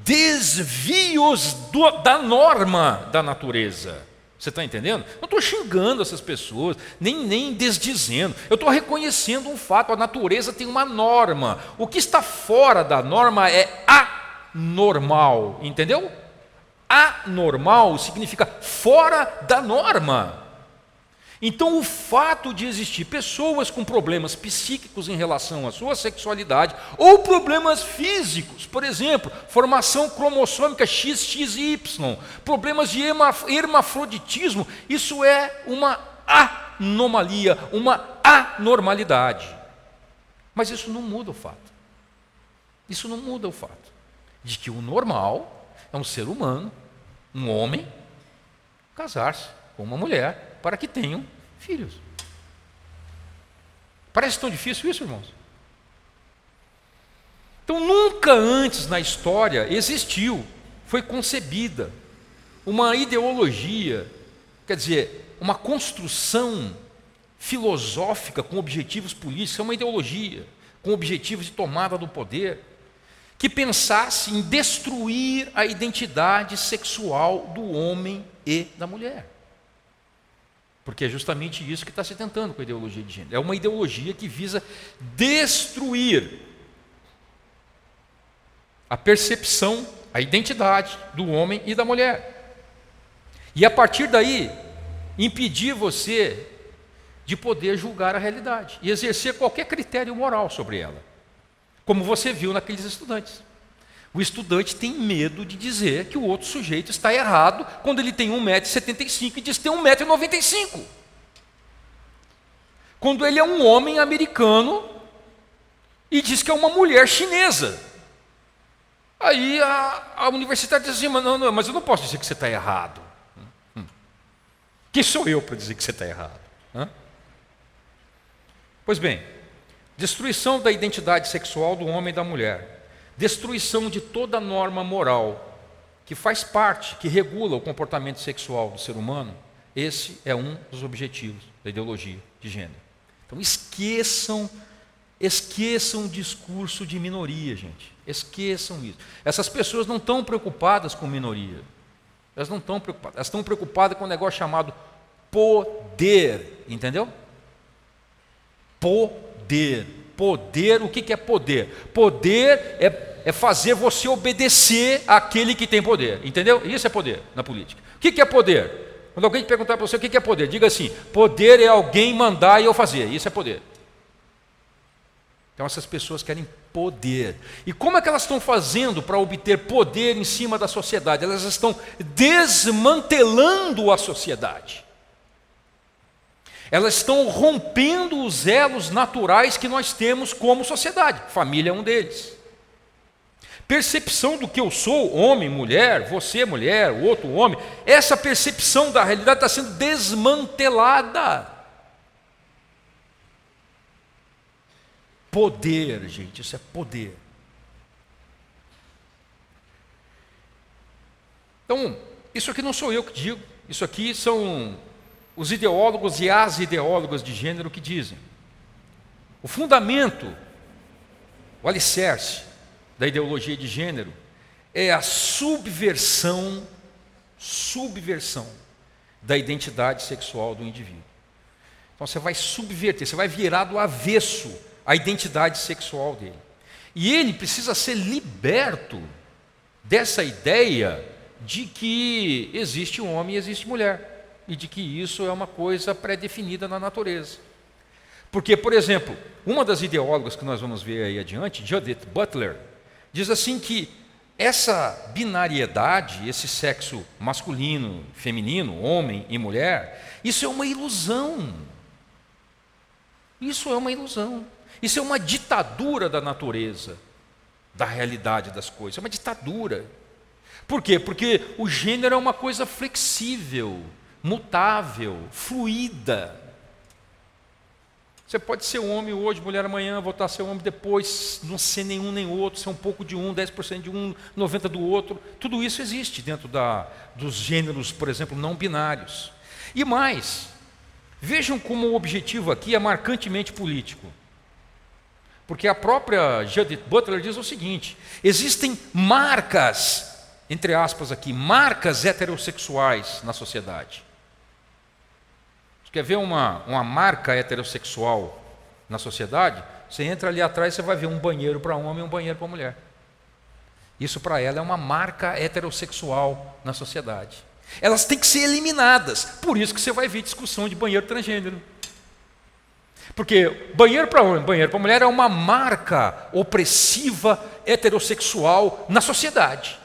desvios do, da norma da natureza. Você está entendendo? Não estou xingando essas pessoas, nem, nem desdizendo. Eu estou reconhecendo um fato, a natureza tem uma norma. O que está fora da norma é anormal, entendeu? Anormal significa fora da norma. Então, o fato de existir pessoas com problemas psíquicos em relação à sua sexualidade, ou problemas físicos, por exemplo, formação cromossômica X X Y, problemas de hermafroditismo, isso é uma anomalia, uma anormalidade. Mas isso não muda o fato. Isso não muda o fato de que o normal é um ser humano, um homem, casar-se com uma mulher, para que tenham filhos. Parece tão difícil isso, irmãos? Então, nunca antes na história existiu, foi concebida uma ideologia, quer dizer, uma construção filosófica com objetivos políticos, é uma ideologia com objetivos de tomada do poder, que pensasse em destruir a identidade sexual do homem e da mulher. Porque é justamente isso que está se tentando com a ideologia de gênero. É uma ideologia que visa destruir a percepção, a identidade do homem e da mulher. E a partir daí, impedir você de poder julgar a realidade e exercer qualquer critério moral sobre ela. Como você viu naqueles estudantes. O estudante tem medo de dizer que o outro sujeito está errado quando ele tem um metro e setenta e cinco e diz que tem um metro e noventa e cinco. Quando ele é um homem americano e diz que é uma mulher chinesa. Aí a, a universidade diz assim, mas, não, não, mas eu não posso dizer que você está errado. Hum. Quem sou eu para dizer que você está errado? Hã? Pois bem, destruição da identidade sexual do homem e da mulher, destruição de toda norma moral que faz parte, que regula o comportamento sexual do ser humano. Esse é um dos objetivos da ideologia de gênero. Então esqueçam, esqueçam o discurso de minoria, gente. Esqueçam isso. Essas pessoas não estão preocupadas com minoria. Elas não estão preocupadas. Elas estão preocupadas com um negócio chamado poder. Entendeu? Poder. Poder, o que é poder? Poder é, é fazer você obedecer àquele que tem poder. Entendeu? Isso é poder na política. O que é poder? Quando alguém te perguntar para você o que é poder, diga assim: poder é alguém mandar e eu fazer. Isso é poder. Então essas pessoas querem poder. E como é que elas estão fazendo para obter poder em cima da sociedade? Elas estão desmantelando a sociedade. Elas estão rompendo os elos naturais que nós temos como sociedade. Família é um deles. Percepção do que eu sou, homem, mulher, você, mulher, o outro homem, essa percepção da realidade está sendo desmantelada. Poder, gente, isso é poder. Então, isso aqui não sou eu que digo, isso aqui são os ideólogos e as ideólogas de gênero que dizem. O fundamento, o alicerce da ideologia de gênero é a subversão, subversão da identidade sexual do indivíduo. Então você vai subverter, você vai virar do avesso a identidade sexual dele. E ele precisa ser liberto dessa ideia de que existe um homem e existe mulher, e de que isso é uma coisa pré-definida na natureza. Porque, por exemplo, uma das ideólogas que nós vamos ver aí adiante, Judith Butler, diz assim que essa binariedade, esse sexo masculino, feminino, homem e mulher, isso é uma ilusão. Isso é uma ilusão. Isso é uma ditadura da natureza, da realidade das coisas. É uma ditadura. Por quê? Porque o gênero é uma coisa flexível, mutável, fluida. Você pode ser homem hoje, mulher amanhã, voltar a ser homem depois, não ser nenhum nem outro, ser um pouco de um, dez por cento de um, noventa por cento do outro. Tudo isso existe dentro da, dos gêneros, por exemplo, não binários. E mais, vejam como o objetivo aqui é marcantemente político. Porque a própria Judith Butler diz o seguinte: existem marcas, entre aspas aqui, marcas heterossexuais na sociedade. Quer ver uma, uma marca heterossexual na sociedade? Você entra ali atrás, você vai ver um banheiro para homem e um banheiro para mulher. Isso para ela é uma marca heterossexual na sociedade. Elas têm que ser eliminadas. Por isso que você vai ver discussão de banheiro transgênero. Porque banheiro para homem, banheiro para mulher é uma marca opressiva heterossexual na sociedade.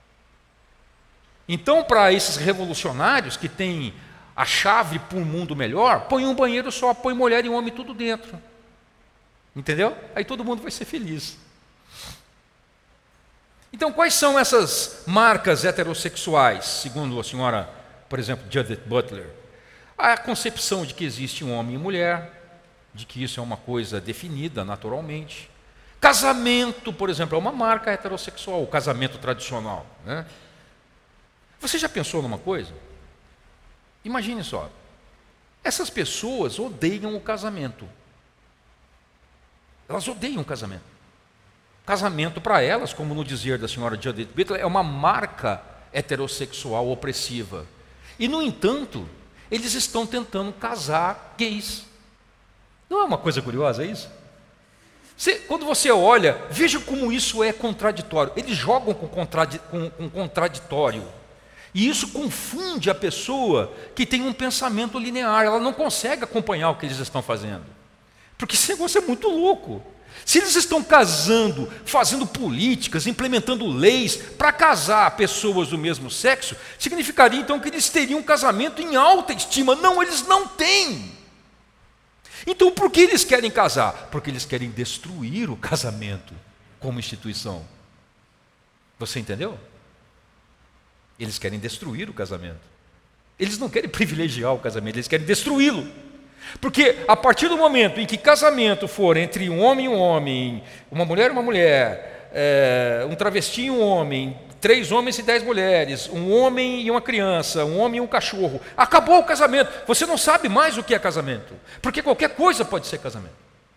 Então, para esses revolucionários que têm a chave para um mundo melhor, põe um banheiro só, põe mulher e homem tudo dentro. Entendeu? Aí todo mundo vai ser feliz. Então, quais são essas marcas heterossexuais, segundo a senhora, por exemplo, Judith Butler? A concepção de que existe um homem e mulher, de que isso é uma coisa definida naturalmente. Casamento, por exemplo, é uma marca heterossexual, o casamento tradicional, né? Você já pensou numa coisa? Imagine só, essas pessoas odeiam o casamento. Elas odeiam o casamento. Casamento para elas, como no dizer da senhora Judith Butler, é uma marca heterossexual opressiva. E, no entanto, eles estão tentando casar gays. Não é uma coisa curiosa isso? Você, quando você olha, veja como isso é contraditório. Eles jogam com, contradi, com, com contraditório. E isso confunde a pessoa que tem um pensamento linear. Ela não consegue acompanhar o que eles estão fazendo. Porque esse negócio é muito louco. Se eles estão casando, fazendo políticas, implementando leis para casar pessoas do mesmo sexo, significaria então que eles teriam um casamento em alta estima. Não, eles não têm. Então por que eles querem casar? Porque eles querem destruir o casamento como instituição. Você entendeu? Eles querem destruir o casamento. Eles não querem privilegiar o casamento, eles querem destruí-lo. Porque a partir do momento em que casamento for entre um homem e um homem, uma mulher e uma mulher, é, um travesti e um homem, três homens e dez mulheres, um homem e uma criança, um homem e um cachorro, acabou o casamento. Você não sabe mais o que é casamento, porque qualquer coisa pode ser casamento.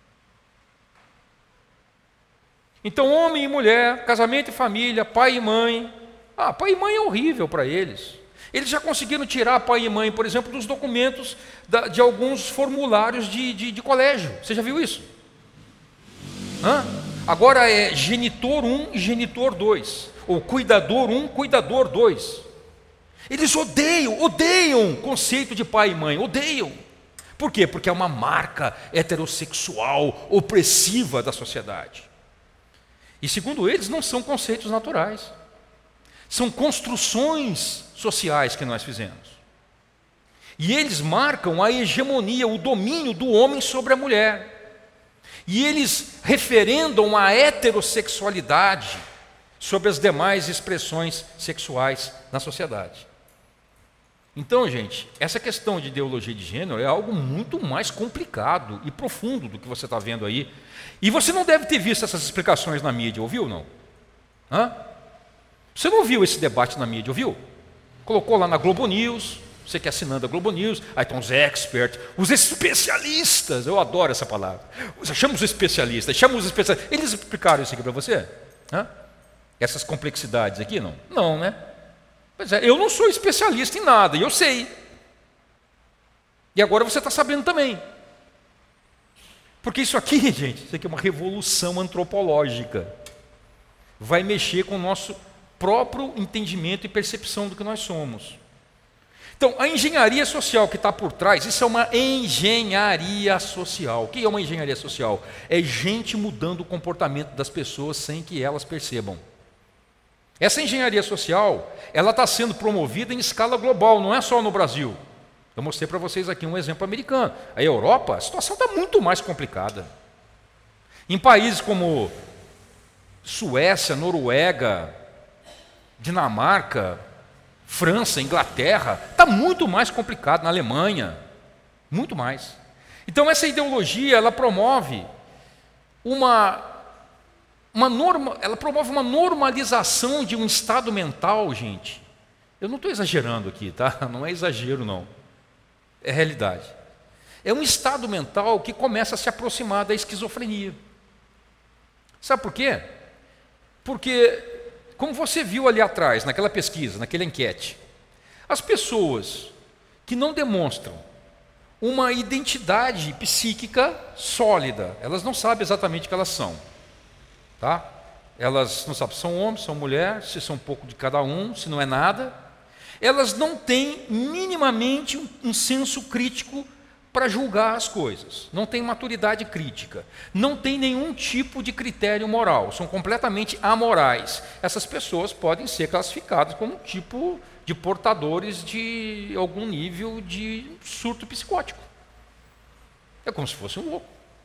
Então, homem e mulher, casamento e família, pai e mãe. Ah, pai e mãe é horrível para eles. Eles já conseguiram tirar pai e mãe, por exemplo, dos documentos da, de alguns formulários de, de, de colégio. Você já viu isso? Hã? Agora é genitor um e genitor dois. Ou cuidador um, cuidador dois. Eles odeiam, odeiam o conceito de pai e mãe, odeiam. Por quê? Porque é uma marca heterossexual, opressiva da sociedade. E segundo eles, não são conceitos naturais. São construções sociais que nós fizemos. E eles marcam a hegemonia, o domínio do homem sobre a mulher. E eles referendam a heterossexualidade sobre as demais expressões sexuais na sociedade. Então, gente, essa questão de ideologia de gênero é algo muito mais complicado e profundo do que você está vendo aí. E você não deve ter visto essas explicações na mídia, ouviu ou não? Hã? Você não viu esse debate na mídia, ouviu? Colocou lá na Globo News, você que é assinando a Globo News, aí estão os experts, os especialistas, eu adoro essa palavra. Chama os especialistas, chama os especialistas. Eles explicaram isso aqui para você? Hã? Essas complexidades aqui, não? Não, né? Pois é, eu não sou especialista em nada, e eu sei. E agora você está sabendo também. Porque isso aqui, gente, isso aqui é uma revolução antropológica. Vai mexer com o nosso próprio entendimento e percepção do que nós somos. Então, a engenharia social que está por trás, isso é uma engenharia social. O que é uma engenharia social? É gente mudando o comportamento das pessoas sem que elas percebam. Essa engenharia social, ela está sendo promovida em escala global, não é só no Brasil. Eu mostrei para vocês aqui um exemplo americano. A Europa, a situação está muito mais complicada. Em países como Suécia, Noruega, Dinamarca, França, Inglaterra, está muito mais complicado, na Alemanha, muito mais. Então essa ideologia, ela promove uma, uma norma, ela promove uma normalização de um estado mental, gente. Eu não estou exagerando aqui, tá? Não é exagero não, é realidade. É um estado mental que começa a se aproximar da esquizofrenia. Sabe por quê? Porque como você viu ali atrás, naquela pesquisa, naquela enquete, as pessoas que não demonstram uma identidade psíquica sólida, elas não sabem exatamente o que elas são. Tá? Elas não sabem se são homens, são mulheres, se são um pouco de cada um, se não é nada. Elas não têm minimamente um, um senso crítico para julgar as coisas, não tem maturidade crítica, não tem nenhum tipo de critério moral, são completamente amorais. Essas pessoas podem ser classificadas como um tipo de portadores de algum nível de surto psicótico. É como se fosse um louco.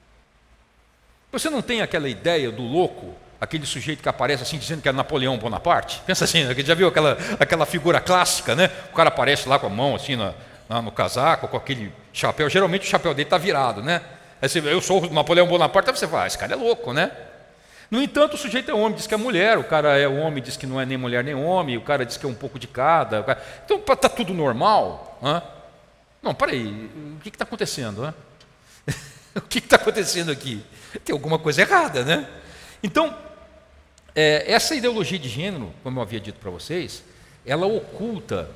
Você não tem aquela ideia do louco, aquele sujeito que aparece assim dizendo que é Napoleão Bonaparte? Pensa assim, já viu aquela, aquela figura clássica, né? O cara aparece lá com a mão assim na no casaco, com aquele chapéu, geralmente o chapéu dele está virado, né? Aí você, eu sou o Napoleão Bonaparte, aí você fala, ah, esse cara é louco, né? No entanto, o sujeito é homem, diz que é mulher, o cara é homem, diz que não é nem mulher nem homem, o cara diz que é um pouco de cada. Cara... Então, está tudo normal? Hã? Não, peraí, o que está acontecendo? Hã? O que está acontecendo aqui? Tem alguma coisa errada, né? Então, é, essa ideologia de gênero, como eu havia dito para vocês, ela oculta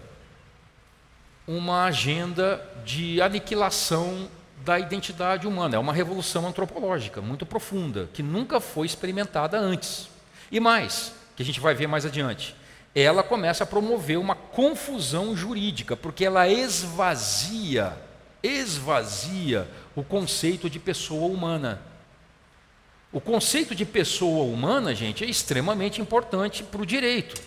uma agenda de aniquilação da identidade humana. É uma revolução antropológica muito profunda, que nunca foi experimentada antes. E mais, que a gente vai ver mais adiante, ela começa a promover uma confusão jurídica, porque ela esvazia, esvazia o conceito de pessoa humana. O conceito de pessoa humana, gente, é extremamente importante para o direito.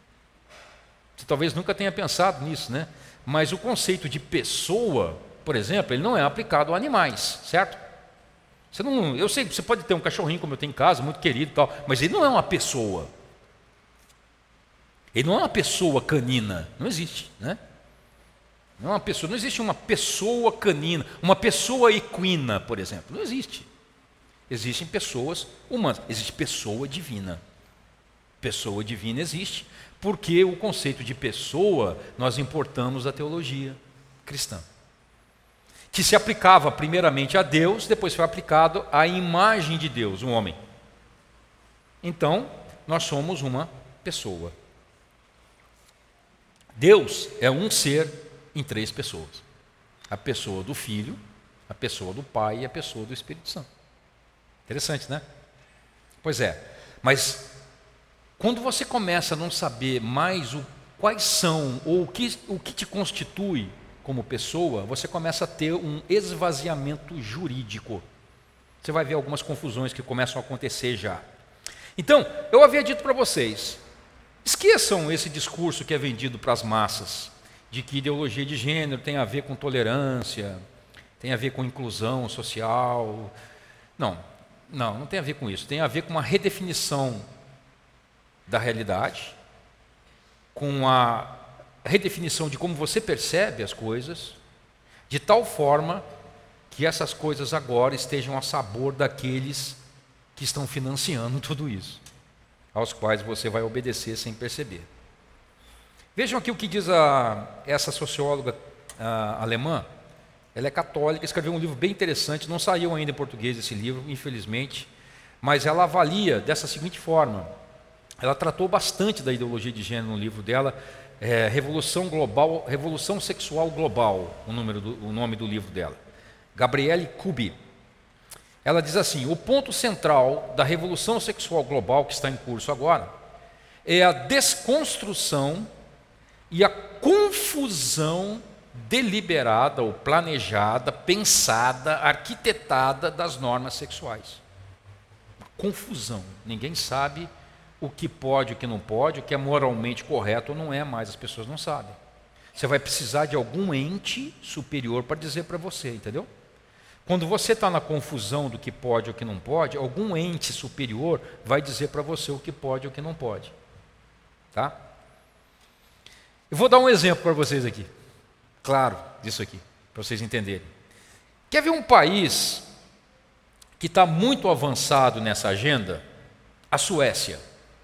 Você talvez nunca tenha pensado nisso, né? Mas o conceito de pessoa, por exemplo, ele não é aplicado a animais, certo? Você não, eu sei que você pode ter um cachorrinho como eu tenho em casa, muito querido e tal, mas ele não é uma pessoa. Ele não é uma pessoa canina, não existe, né? Não é uma pessoa, não existe uma pessoa canina, uma pessoa equina, por exemplo. Não existe. Existem pessoas humanas, existe pessoa divina. Pessoa divina existe, porque o conceito de pessoa nós importamos da teologia cristã, que se aplicava primeiramente a Deus, depois foi aplicado à imagem de Deus, o homem. Então, nós somos uma pessoa. Deus é um ser em três pessoas: a pessoa do Filho, a pessoa do Pai e a pessoa do Espírito Santo. Interessante, né? Pois é, mas quando você começa a não saber mais o, quais são ou o que, o que te constitui como pessoa, você começa a ter um esvaziamento jurídico. Você vai ver algumas confusões que começam a acontecer já. Então, eu havia dito para vocês, esqueçam esse discurso que é vendido para as massas, de que ideologia de gênero tem a ver com tolerância, tem a ver com inclusão social. Não, não, não tem a ver com isso. Tem a ver com uma redefinição da realidade, com a redefinição de como você percebe as coisas, de tal forma que essas coisas agora estejam a sabor daqueles que estão financiando tudo isso, aos quais você vai obedecer sem perceber. Vejam aqui o que diz a, essa socióloga a, alemã. Ela é católica, escreveu um livro bem interessante, não saiu ainda em português esse livro, infelizmente, mas ela avalia dessa seguinte forma. Ela tratou bastante da ideologia de gênero no livro dela, é, Revolução Global, Revolução Sexual Global, o, número do, o nome do livro dela. Gabriele Kubi. Ela diz assim: o ponto central da revolução sexual global que está em curso agora é a desconstrução e a confusão deliberada ou planejada, pensada, arquitetada das normas sexuais. Confusão. Ninguém sabe o que pode, o que não pode, o que é moralmente correto ou não é mais, as pessoas não sabem. Você vai precisar de algum ente superior para dizer para você, entendeu? Quando você está na confusão do que pode e o que não pode, algum ente superior vai dizer para você o que pode e o que não pode. Tá? Eu vou dar um exemplo para vocês aqui, claro, disso aqui, para vocês entenderem. Quer ver um país que está muito avançado nessa agenda? A Suécia.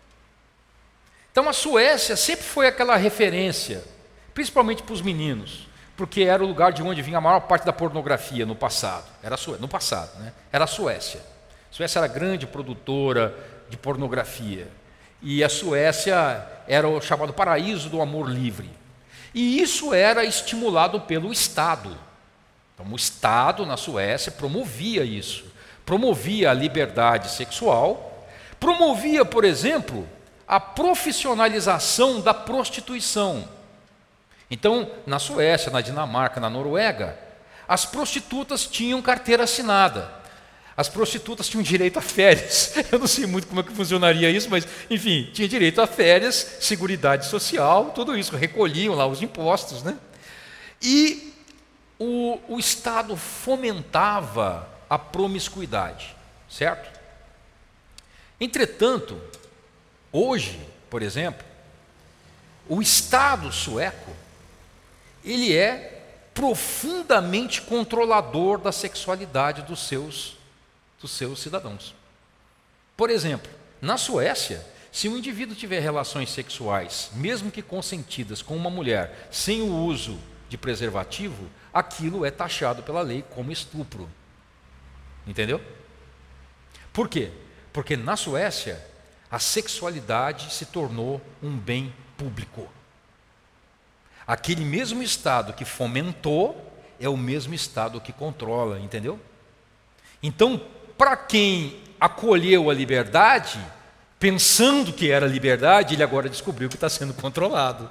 Então a Suécia sempre foi aquela referência, principalmente para os meninos, porque era o lugar de onde vinha a maior parte da pornografia no passado. Era a Suécia, no passado, né? Era a Suécia. A Suécia era grande produtora de pornografia. E a Suécia era o chamado paraíso do amor livre. E isso era estimulado pelo Estado. Então o Estado na Suécia promovia isso. Promovia a liberdade sexual, promovia, por exemplo, a profissionalização da prostituição. Então, na Suécia, na Dinamarca, na Noruega, as prostitutas tinham carteira assinada. As prostitutas tinham direito a férias. Eu não sei muito como é que funcionaria isso, mas, enfim, tinha direito a férias, seguridade social, tudo isso. Recolhiam lá os impostos, né? E o, o Estado fomentava a promiscuidade, certo? Entretanto, hoje, por exemplo, o Estado sueco, ele é profundamente controlador da sexualidade dos seus, dos seus cidadãos. Por exemplo, na Suécia, se um indivíduo tiver relações sexuais, mesmo que consentidas, com uma mulher, sem o uso de preservativo, aquilo é taxado pela lei como estupro. Entendeu? Por quê? Porque na Suécia, a sexualidade se tornou um bem público. Aquele mesmo Estado que fomentou é o mesmo Estado que controla, entendeu? Então, para quem acolheu a liberdade, pensando que era liberdade, ele agora descobriu que está sendo controlado.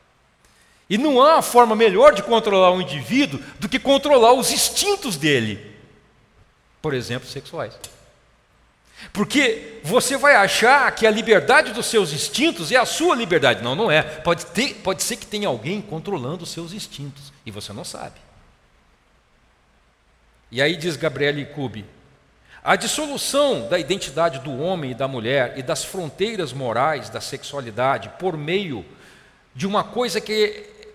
E não há forma melhor de controlar um indivíduo do que controlar os instintos dele, por exemplo, sexuais. Porque você vai achar que a liberdade dos seus instintos é a sua liberdade. Não, não é. Pode ter, pode ser que tenha alguém controlando os seus instintos e você não sabe. E aí diz Gabriele Kubi: a dissolução da identidade do homem e da mulher e das fronteiras morais da sexualidade por meio de uma coisa que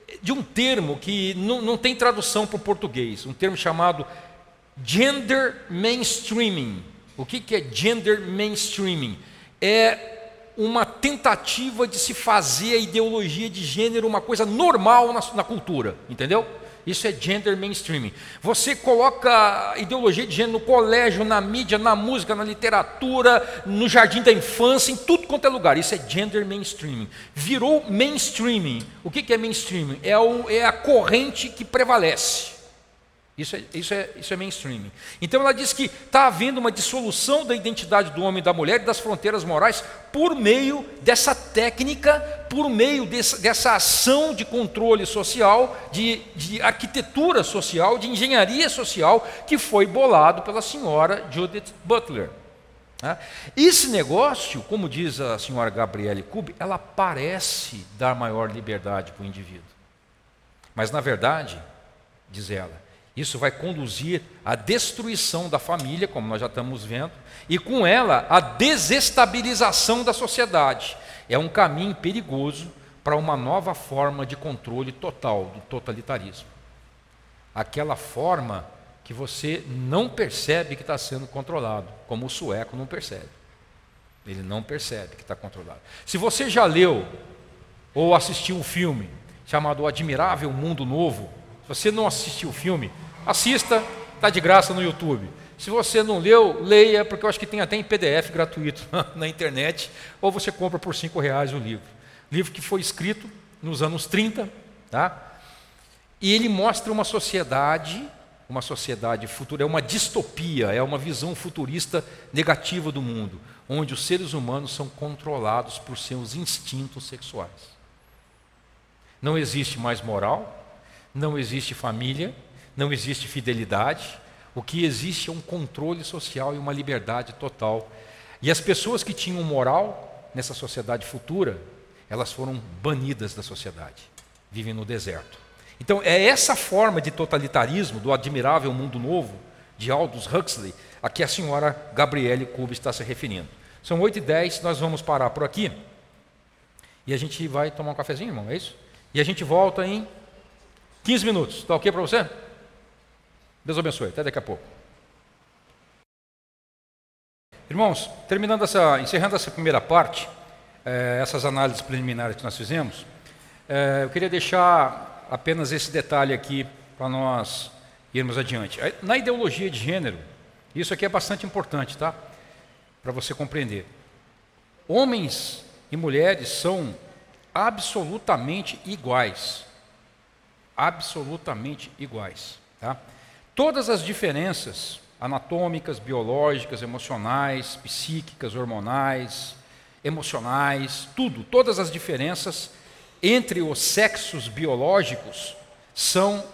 de um termo que não, não tem tradução para o português, um termo chamado gender mainstreaming. O que, que é gender mainstreaming? É uma tentativa de se fazer a ideologia de gênero uma coisa normal na, na cultura, entendeu? Isso é gender mainstreaming. Você coloca a ideologia de gênero no colégio, na mídia, na música, na literatura, no jardim da infância, em tudo quanto é lugar. Isso é gender mainstreaming. Virou mainstreaming. O que é mainstreaming? É, o, é a corrente que prevalece. Isso é, isso, é, isso é mainstreaming. Então ela diz que está havendo uma dissolução da identidade do homem e da mulher e das fronteiras morais por meio dessa técnica, por meio dessa, dessa ação de controle social, de, de arquitetura social, de engenharia social, que foi bolado pela senhora Judith Butler. Esse negócio, como diz a senhora Gabrielle Kubi, ela parece dar maior liberdade para o indivíduo. Mas, na verdade, diz ela, isso vai conduzir à destruição da família, como nós já estamos vendo, e com ela a desestabilização da sociedade. É um caminho perigoso para uma nova forma de controle total do totalitarismo. Aquela forma que você não percebe que está sendo controlado, como o sueco não percebe. Ele não percebe que está controlado. Se você já leu ou assistiu um filme chamado O Admirável Mundo Novo, se você não assistiu o filme, assista, está de graça no YouTube. Se você não leu, leia, porque eu acho que tem até em P D F gratuito na internet, ou você compra por cinco reais o livro. Livro que foi escrito nos anos trinta, tá? E ele mostra uma sociedade, uma sociedade futura, é uma distopia, é uma visão futurista negativa do mundo, onde os seres humanos são controlados por seus instintos sexuais. Não existe mais moral, não existe família, não existe fidelidade, o que existe é um controle social e uma liberdade total. E as pessoas que tinham moral nessa sociedade futura, elas foram banidas da sociedade, vivem no deserto. Então é essa forma de totalitarismo, do Admirável Mundo Novo, de Aldous Huxley, a que a senhora Gabrielle Kubi está se referindo. São oito e dez, nós vamos parar por aqui, e a gente vai tomar um cafezinho, irmão, é isso? E a gente volta em quinze minutos, está ok para você? Deus abençoe, até daqui a pouco. Irmãos, terminando essa, encerrando essa primeira parte, eh, essas análises preliminares que nós fizemos, eh, eu queria deixar apenas esse detalhe aqui para nós irmos adiante. Na ideologia de gênero, isso aqui é bastante importante, tá? Para você compreender. Homens e mulheres são absolutamente iguais. Absolutamente iguais, tá? Todas as diferenças anatômicas, biológicas, emocionais, psíquicas, hormonais, emocionais, tudo, todas as diferenças entre os sexos biológicos são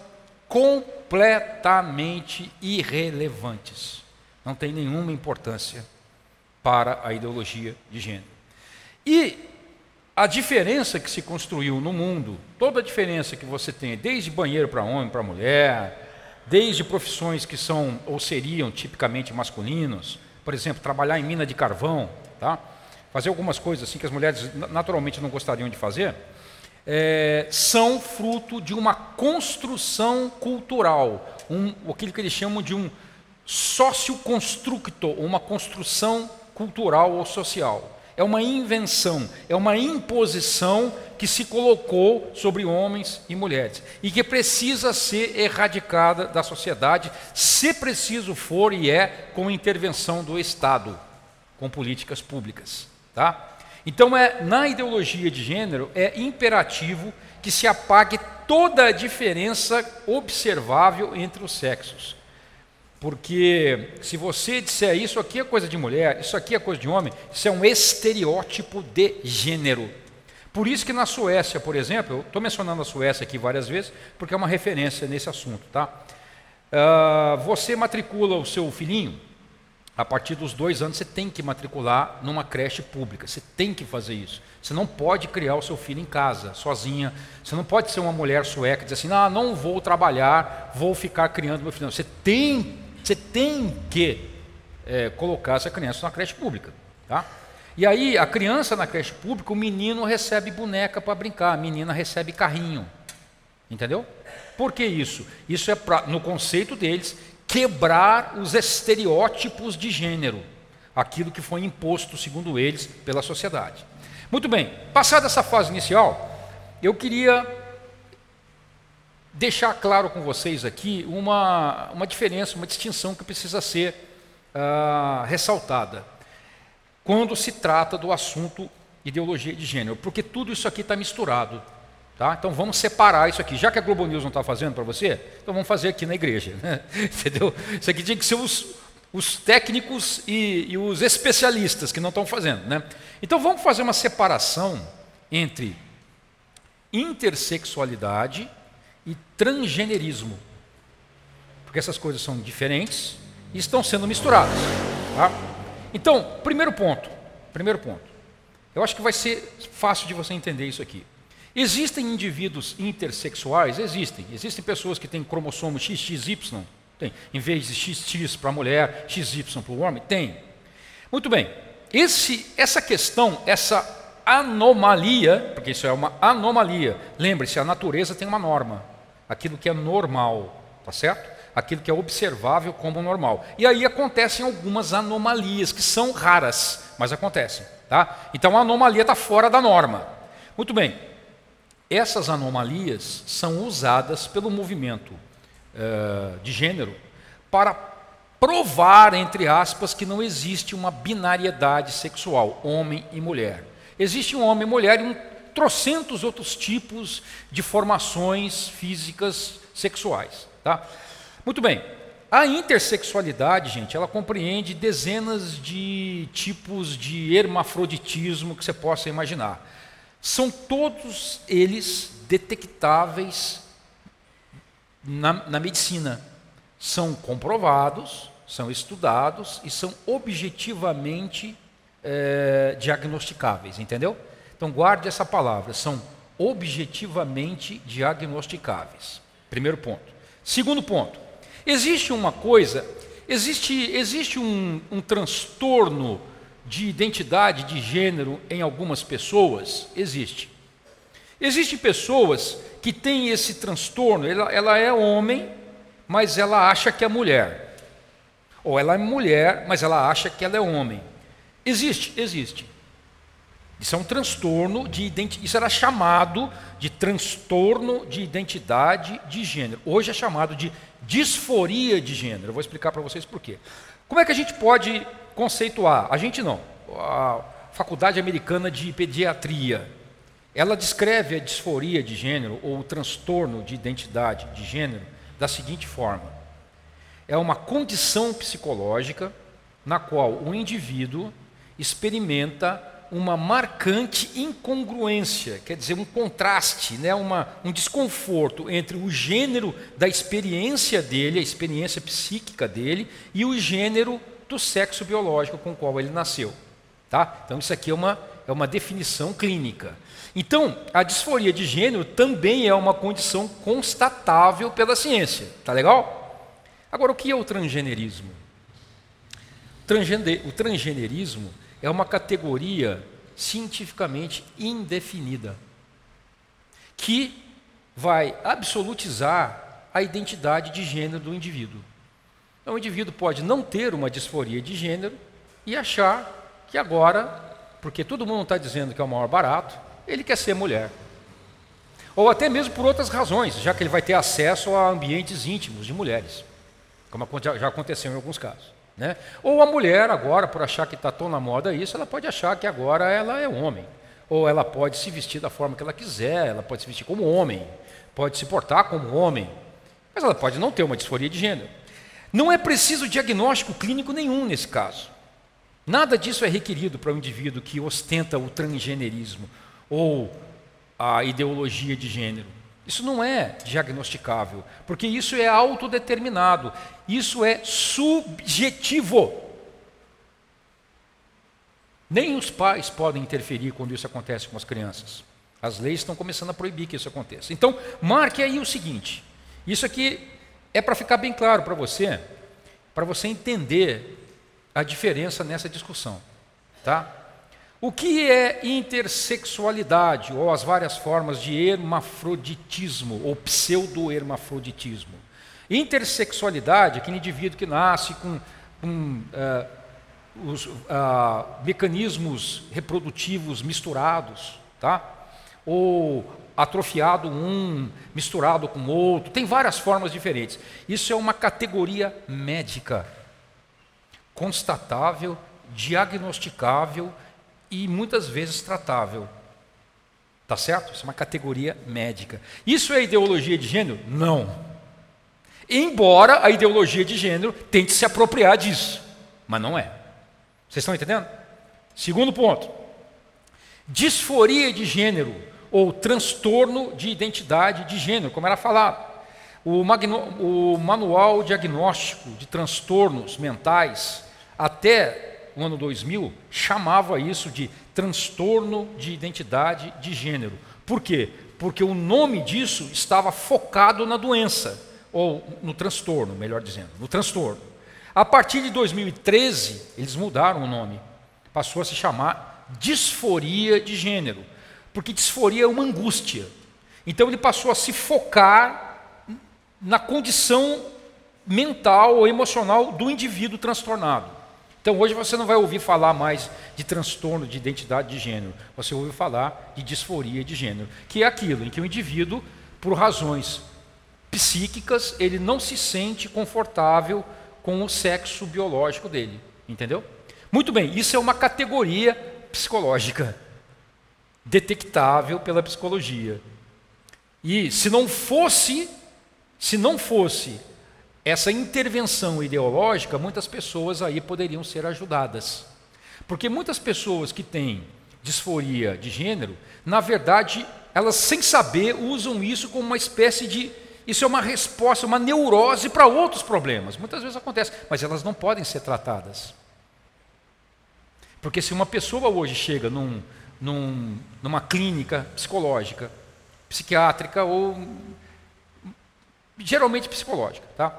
completamente irrelevantes. Não tem nenhuma importância para a ideologia de gênero. E a diferença que se construiu no mundo, toda a diferença que você tem, desde banheiro para homem, para mulher, desde profissões que são ou seriam tipicamente masculinos, por exemplo, trabalhar em mina de carvão, tá? Fazer algumas coisas assim que as mulheres naturalmente não gostariam de fazer, é, são fruto de uma construção cultural, um, aquilo que eles chamam de um socioconstructo, uma construção cultural ou social. É uma invenção, é uma imposição que se colocou sobre homens e mulheres e que precisa ser erradicada da sociedade, se preciso for e é, com intervenção do Estado, com políticas públicas, tá? Então, é, na ideologia de gênero, é imperativo que se apague toda a diferença observável entre os sexos. Porque se você disser isso aqui é coisa de mulher, isso aqui é coisa de homem, isso é um estereótipo de gênero. Por isso que na Suécia, por exemplo, eu estou mencionando a Suécia aqui várias vezes, porque é uma referência nesse assunto, tá? Uh, você matricula o seu filhinho, a partir dos dois anos você tem que matricular numa creche pública, você tem que fazer isso. Você não pode criar o seu filho em casa, sozinha. Você não pode ser uma mulher sueca e dizer assim, ah, não vou trabalhar, vou ficar criando meu filho. Não, você tem Você tem que é, colocar essa criança na creche pública, tá? E aí, a criança na creche pública, o menino recebe boneca para brincar, a menina recebe carrinho, Entendeu? Por que isso? Isso é, pra, no conceito deles, quebrar os estereótipos de gênero, aquilo que foi imposto, segundo eles, pela sociedade. Muito bem, passada essa fase inicial, eu queria deixar claro com vocês aqui uma, uma diferença, uma distinção que precisa ser uh, ressaltada quando se trata do assunto ideologia de gênero, porque tudo isso aqui está misturado. Tá? Então vamos separar isso aqui. Já que a Globo News não está fazendo para você, então vamos fazer aqui na igreja. Né? Entendeu? Isso aqui tinha que ser os, os técnicos e, e os especialistas que não estão fazendo. Né? Então vamos fazer uma separação entre intersexualidade e transgenerismo. Porque essas coisas são diferentes e estão sendo misturadas. Tá? Então, primeiro ponto. Primeiro ponto. Eu acho que vai ser fácil de você entender isso aqui. Existem indivíduos intersexuais? Existem. Existem pessoas que têm cromossomo X X Y? Tem. Em vez de X X para a mulher, X Y para o homem? Tem. Muito bem. Esse, essa questão, essa anomalia, porque isso é uma anomalia, lembre-se, a natureza tem uma norma. Aquilo que é normal, tá certo? Aquilo que é observável como normal. E aí acontecem algumas anomalias, que são raras, mas acontecem. Tá? Então a anomalia está fora da norma. Muito bem. Essas anomalias são usadas pelo movimento uh, de gênero para provar, entre aspas, que não existe uma binariedade sexual, homem e mulher. Existe um homem e mulher e um trocentos outros tipos de formações físicas sexuais. Tá? Muito bem. A intersexualidade, gente, ela compreende dezenas de tipos de hermafroditismo que você possa imaginar. São todos eles detectáveis na, na medicina. São comprovados, são estudados e são objetivamente é, diagnosticáveis, entendeu? Então guarde essa palavra, são objetivamente diagnosticáveis. Primeiro ponto. Segundo ponto, existe uma coisa, existe, existe um, um transtorno de identidade de gênero em algumas pessoas? Existe. Existem pessoas que têm esse transtorno, ela, ela é homem, mas ela acha que é mulher. Ou ela é mulher, mas ela acha que ela é homem. Existe? Existe. Isso é um transtorno de identidade, isso era chamado de transtorno de identidade de gênero. Hoje é chamado de disforia de gênero. Eu vou explicar para vocês por quê. Como é que a gente pode conceituar? A gente não. A Faculdade Americana de Pediatria, ela descreve a disforia de gênero ou o transtorno de identidade de gênero da seguinte forma: é uma condição psicológica na qual o indivíduo experimenta uma marcante incongruência, quer dizer, um contraste, né? uma, um desconforto entre o gênero da experiência dele, a experiência psíquica dele, e o gênero do sexo biológico com o qual ele nasceu. Tá? Então isso aqui é uma, é uma definição clínica. Então, a disforia de gênero também é uma condição constatável pela ciência. Tá legal? Agora, o que é o transgenerismo? O transgenerismo é uma categoria cientificamente indefinida, que vai absolutizar a identidade de gênero do indivíduo. Então, o indivíduo pode não ter uma disforia de gênero e achar que agora, porque todo mundo está dizendo que é o maior barato, ele quer ser mulher. Ou até mesmo por outras razões, já que ele vai ter acesso a ambientes íntimos de mulheres, como já aconteceu em alguns casos. Né? Ou a mulher agora, por achar que está tão na moda isso, ela pode achar que agora ela é homem. Ou ela pode se vestir da forma que ela quiser, ela pode se vestir como homem, pode se portar como homem, mas ela pode não ter uma disforia de gênero. Não é preciso diagnóstico clínico nenhum nesse caso. Nada disso é requerido para o indivíduo que ostenta o transgenerismo ou a ideologia de gênero. Isso não é diagnosticável, porque isso é autodeterminado, isso é subjetivo. Nem os pais podem interferir quando isso acontece com as crianças. As leis estão começando a proibir que isso aconteça. Então, marque aí o seguinte, isso aqui é para ficar bem claro para você, para você entender a diferença nessa discussão. Tá? O que é intersexualidade, ou as várias formas de hermafroditismo, ou pseudo-hermafroditismo? Intersexualidade é aquele indivíduo que nasce com, com uh, os uh, mecanismos reprodutivos misturados, tá? Ou atrofiado um, misturado com outro, tem várias formas diferentes. Isso é uma categoria médica, constatável, diagnosticável e muitas vezes tratável. Tá certo? Isso é uma categoria médica. Isso é ideologia de gênero? Não. Embora a ideologia de gênero tente se apropriar disso, mas não é. Vocês estão entendendo? Segundo ponto. Disforia de gênero ou transtorno de identidade de gênero, como era falado. O, magno, o Manual Diagnóstico de Transtornos Mentais, até o ano dois mil, chamava isso de transtorno de identidade de gênero. Por quê? Porque o nome disso estava focado na doença, ou no transtorno, melhor dizendo, no transtorno. A partir de dois mil e treze, eles mudaram o nome, passou a se chamar disforia de gênero, porque disforia é uma angústia. Então ele passou a se focar na condição mental ou emocional do indivíduo transtornado. Então hoje você não vai ouvir falar mais de transtorno de identidade de gênero, você ouve falar de disforia de gênero, que é aquilo em que o indivíduo, por razões psíquicas, ele não se sente confortável com o sexo biológico dele, entendeu? Muito bem, isso é uma categoria psicológica, detectável pela psicologia. E se não fosse, se não fosse essa intervenção ideológica, muitas pessoas aí poderiam ser ajudadas. Porque muitas pessoas que têm disforia de gênero, na verdade, elas sem saber usam isso como uma espécie de, isso é uma resposta, uma neurose para outros problemas. Muitas vezes acontece, mas elas não podem ser tratadas. Porque se uma pessoa hoje chega num Num, numa clínica psicológica, psiquiátrica ou geralmente psicológica, tá?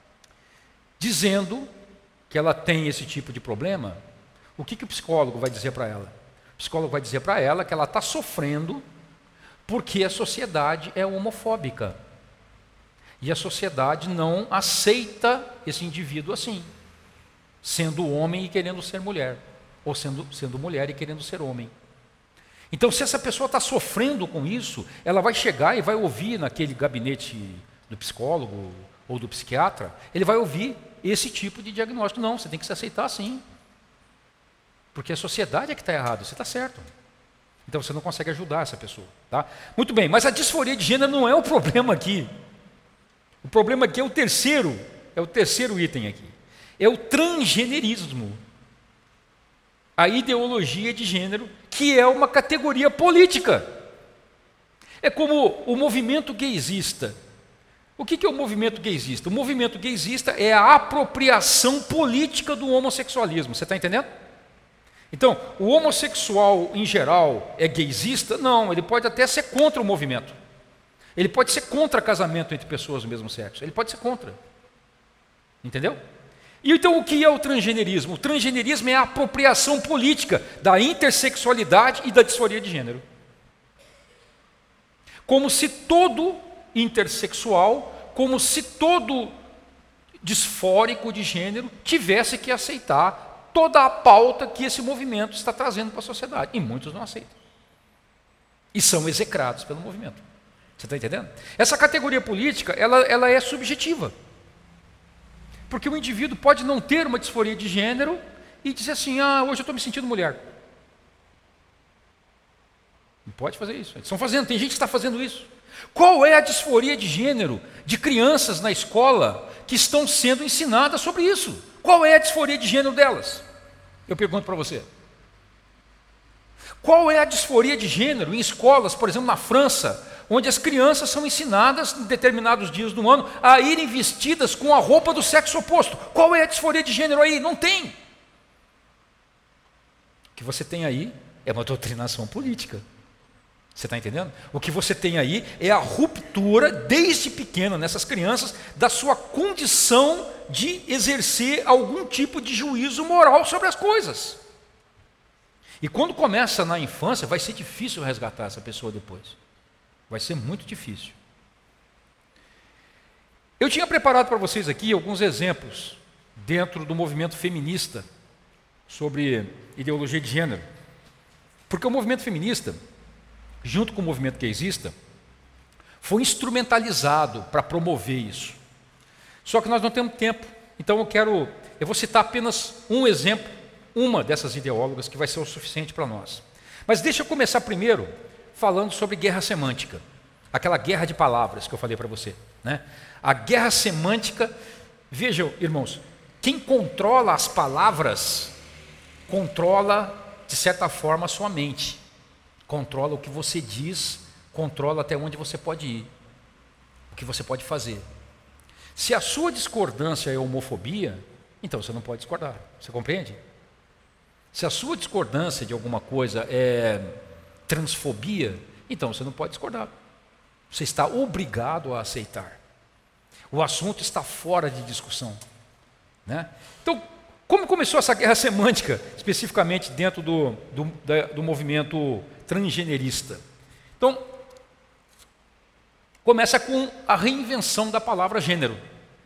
Dizendo que ela tem esse tipo de problema, o que, que o psicólogo vai dizer para ela? O psicólogo vai dizer para ela que ela está sofrendo porque a sociedade é homofóbica e a sociedade não aceita esse indivíduo assim, sendo homem e querendo ser mulher, ou sendo, sendo mulher e querendo ser homem. Então, se essa pessoa está sofrendo com isso, ela vai chegar e vai ouvir naquele gabinete do psicólogo ou do psiquiatra, ele vai ouvir esse tipo de diagnóstico. Não, você tem que se aceitar assim. Porque a sociedade é que está errada, você está certo. Então, você não consegue ajudar essa pessoa. Tá? Muito bem, mas a disforia de gênero não é o problema aqui. O problema aqui é o terceiro, é o terceiro item aqui. É o transgenerismo. A ideologia de gênero, que é uma categoria política. É como o movimento gaysista. O que é o movimento gaysista? O movimento gaysista é a apropriação política do homossexualismo. Você está entendendo? Então, o homossexual em geral é gaysista? Não, ele pode até ser contra o movimento. Ele pode ser contra casamento entre pessoas do mesmo sexo. Ele pode ser contra. Entendeu? E então o que é o transgenerismo? O transgenerismo é a apropriação política da intersexualidade e da disforia de gênero. Como se todo intersexual, como se todo disfórico de gênero tivesse que aceitar toda a pauta que esse movimento está trazendo para a sociedade. E muitos não aceitam. E são execrados pelo movimento. Você está entendendo? Essa categoria política, ela, ela é subjetiva. Porque o indivíduo pode não ter uma disforia de gênero e dizer assim, ah, hoje eu estou me sentindo mulher. Não pode fazer isso. Eles estão fazendo, tem gente que está fazendo isso. Qual é a disforia de gênero de crianças na escola que estão sendo ensinadas sobre isso? Qual é a disforia de gênero delas? Eu pergunto para você. Qual é a disforia de gênero em escolas, por exemplo, na França, onde as crianças são ensinadas em determinados dias do ano a irem vestidas com a roupa do sexo oposto? Qual é a disforia de gênero aí? Não tem. O que você tem aí é uma doutrinação política. Você está entendendo? O que você tem aí é a ruptura, desde pequena, nessas crianças, da sua condição de exercer algum tipo de juízo moral sobre as coisas. E quando começa na infância, vai ser difícil resgatar essa pessoa depois. Vai ser muito difícil. Eu tinha preparado para vocês aqui alguns exemplos dentro do movimento feminista sobre ideologia de gênero. Porque o movimento feminista, junto com o movimento gaysista, foi instrumentalizado para promover isso. Só que nós não temos tempo. Então eu quero, eu vou citar apenas um exemplo, uma dessas ideólogas que vai ser o suficiente para nós. Mas deixa eu começar primeiro falando sobre guerra semântica. Aquela guerra de palavras que eu falei para você, né? A guerra semântica, vejam, irmãos, quem controla as palavras, controla, de certa forma, a sua mente. Controla o que você diz, controla até onde você pode ir, o que você pode fazer. Se a sua discordância é homofobia, então você não pode discordar, você compreende? Se a sua discordância de alguma coisa é transfobia, então você não pode discordar. Você está obrigado a aceitar. O assunto está fora de discussão, né? Então, como começou essa guerra semântica, especificamente dentro do, do, da, do movimento transgenerista? Então, começa com a reinvenção da palavra gênero.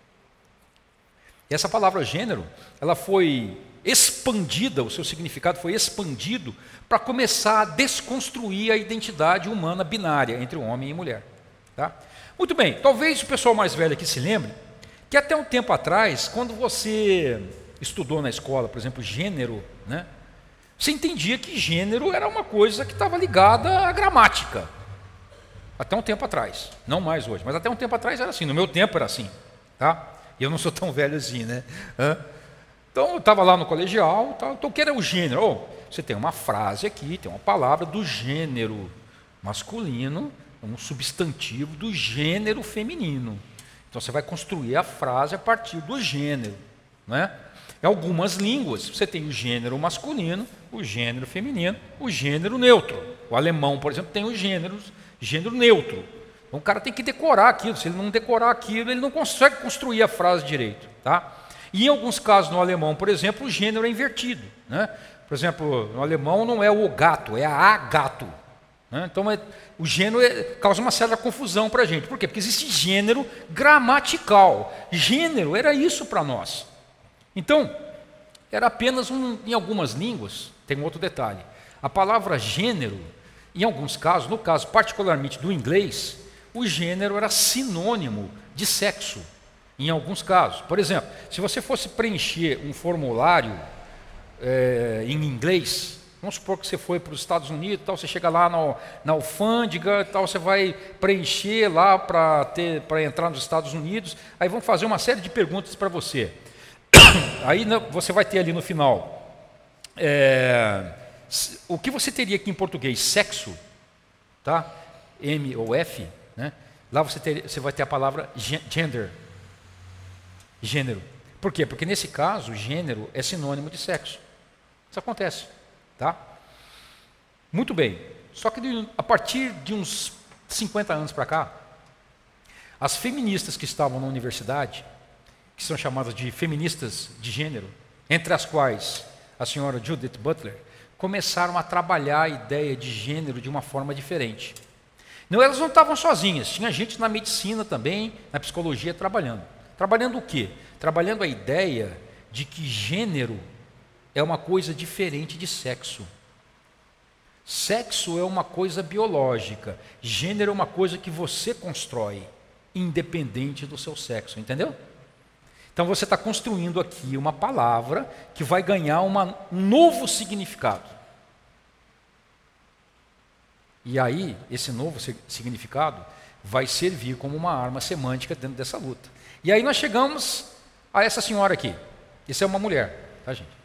Essa palavra gênero, ela foi expandida, o seu significado foi expandido para começar a desconstruir a identidade humana binária entre o homem e mulher. Tá? Muito bem, talvez o pessoal mais velho aqui se lembre que até um tempo atrás, quando você estudou na escola, por exemplo, gênero, né, você entendia que gênero era uma coisa que estava ligada à gramática. Até um tempo atrás, não mais hoje, mas até um tempo atrás era assim, no meu tempo era assim. Tá? E eu não sou tão velho assim, né? Então eu estava lá no colegial, tá? Então o que era o gênero? Oh, você tem uma frase aqui, tem uma palavra do gênero masculino, um substantivo do gênero feminino. Então você vai construir a frase a partir do gênero, né? Em algumas línguas você tem o gênero masculino, o gênero feminino, o gênero neutro. O alemão, por exemplo, tem os gêneros, gênero neutro. Então o cara tem que decorar aquilo. Se ele não decorar aquilo, ele não consegue construir a frase direito, tá? E em alguns casos no alemão, por exemplo, o gênero é invertido, né? Por exemplo, no alemão não é o gato, é a gato. Então, é, o gênero é, causa uma certa confusão para a gente. Por quê? Porque existe gênero gramatical. Gênero era isso para nós. Então, era apenas um, em algumas línguas, tem um outro detalhe. A palavra gênero, em alguns casos, no caso particularmente do inglês, o gênero era sinônimo de sexo, em alguns casos. Por exemplo, se você fosse preencher um formulário é, em inglês, vamos supor que você foi para os Estados Unidos, tal, você chega lá na, na alfândega, tal, você vai preencher lá para ter para entrar nos Estados Unidos, aí vão fazer uma série de perguntas para você. Aí você vai ter ali no final, é, o que você teria aqui em português? Sexo, tá? M ou F, né? Lá você, ter, você vai ter a palavra gender, gênero. Por quê? Porque nesse caso, gênero é sinônimo de sexo. Isso acontece. Tá? Muito bem, só que de, a partir de uns cinquenta anos para cá, as feministas que estavam na universidade, que são chamadas de feministas de gênero, entre as quais a senhora Judith Butler, começaram a trabalhar a ideia de gênero de uma forma diferente. Não, elas não estavam sozinhas, tinha gente na medicina também, na psicologia trabalhando. Trabalhando o quê? Trabalhando a ideia de que gênero é uma coisa diferente de sexo. Sexo é uma coisa biológica, gênero é uma coisa que você constrói, independente do seu sexo, entendeu? Então você está construindo aqui uma palavra que vai ganhar uma, um novo significado. E aí, esse novo significado vai servir como uma arma semântica dentro dessa luta. E aí nós chegamos a essa senhora aqui. Isso é uma mulher, tá, gente?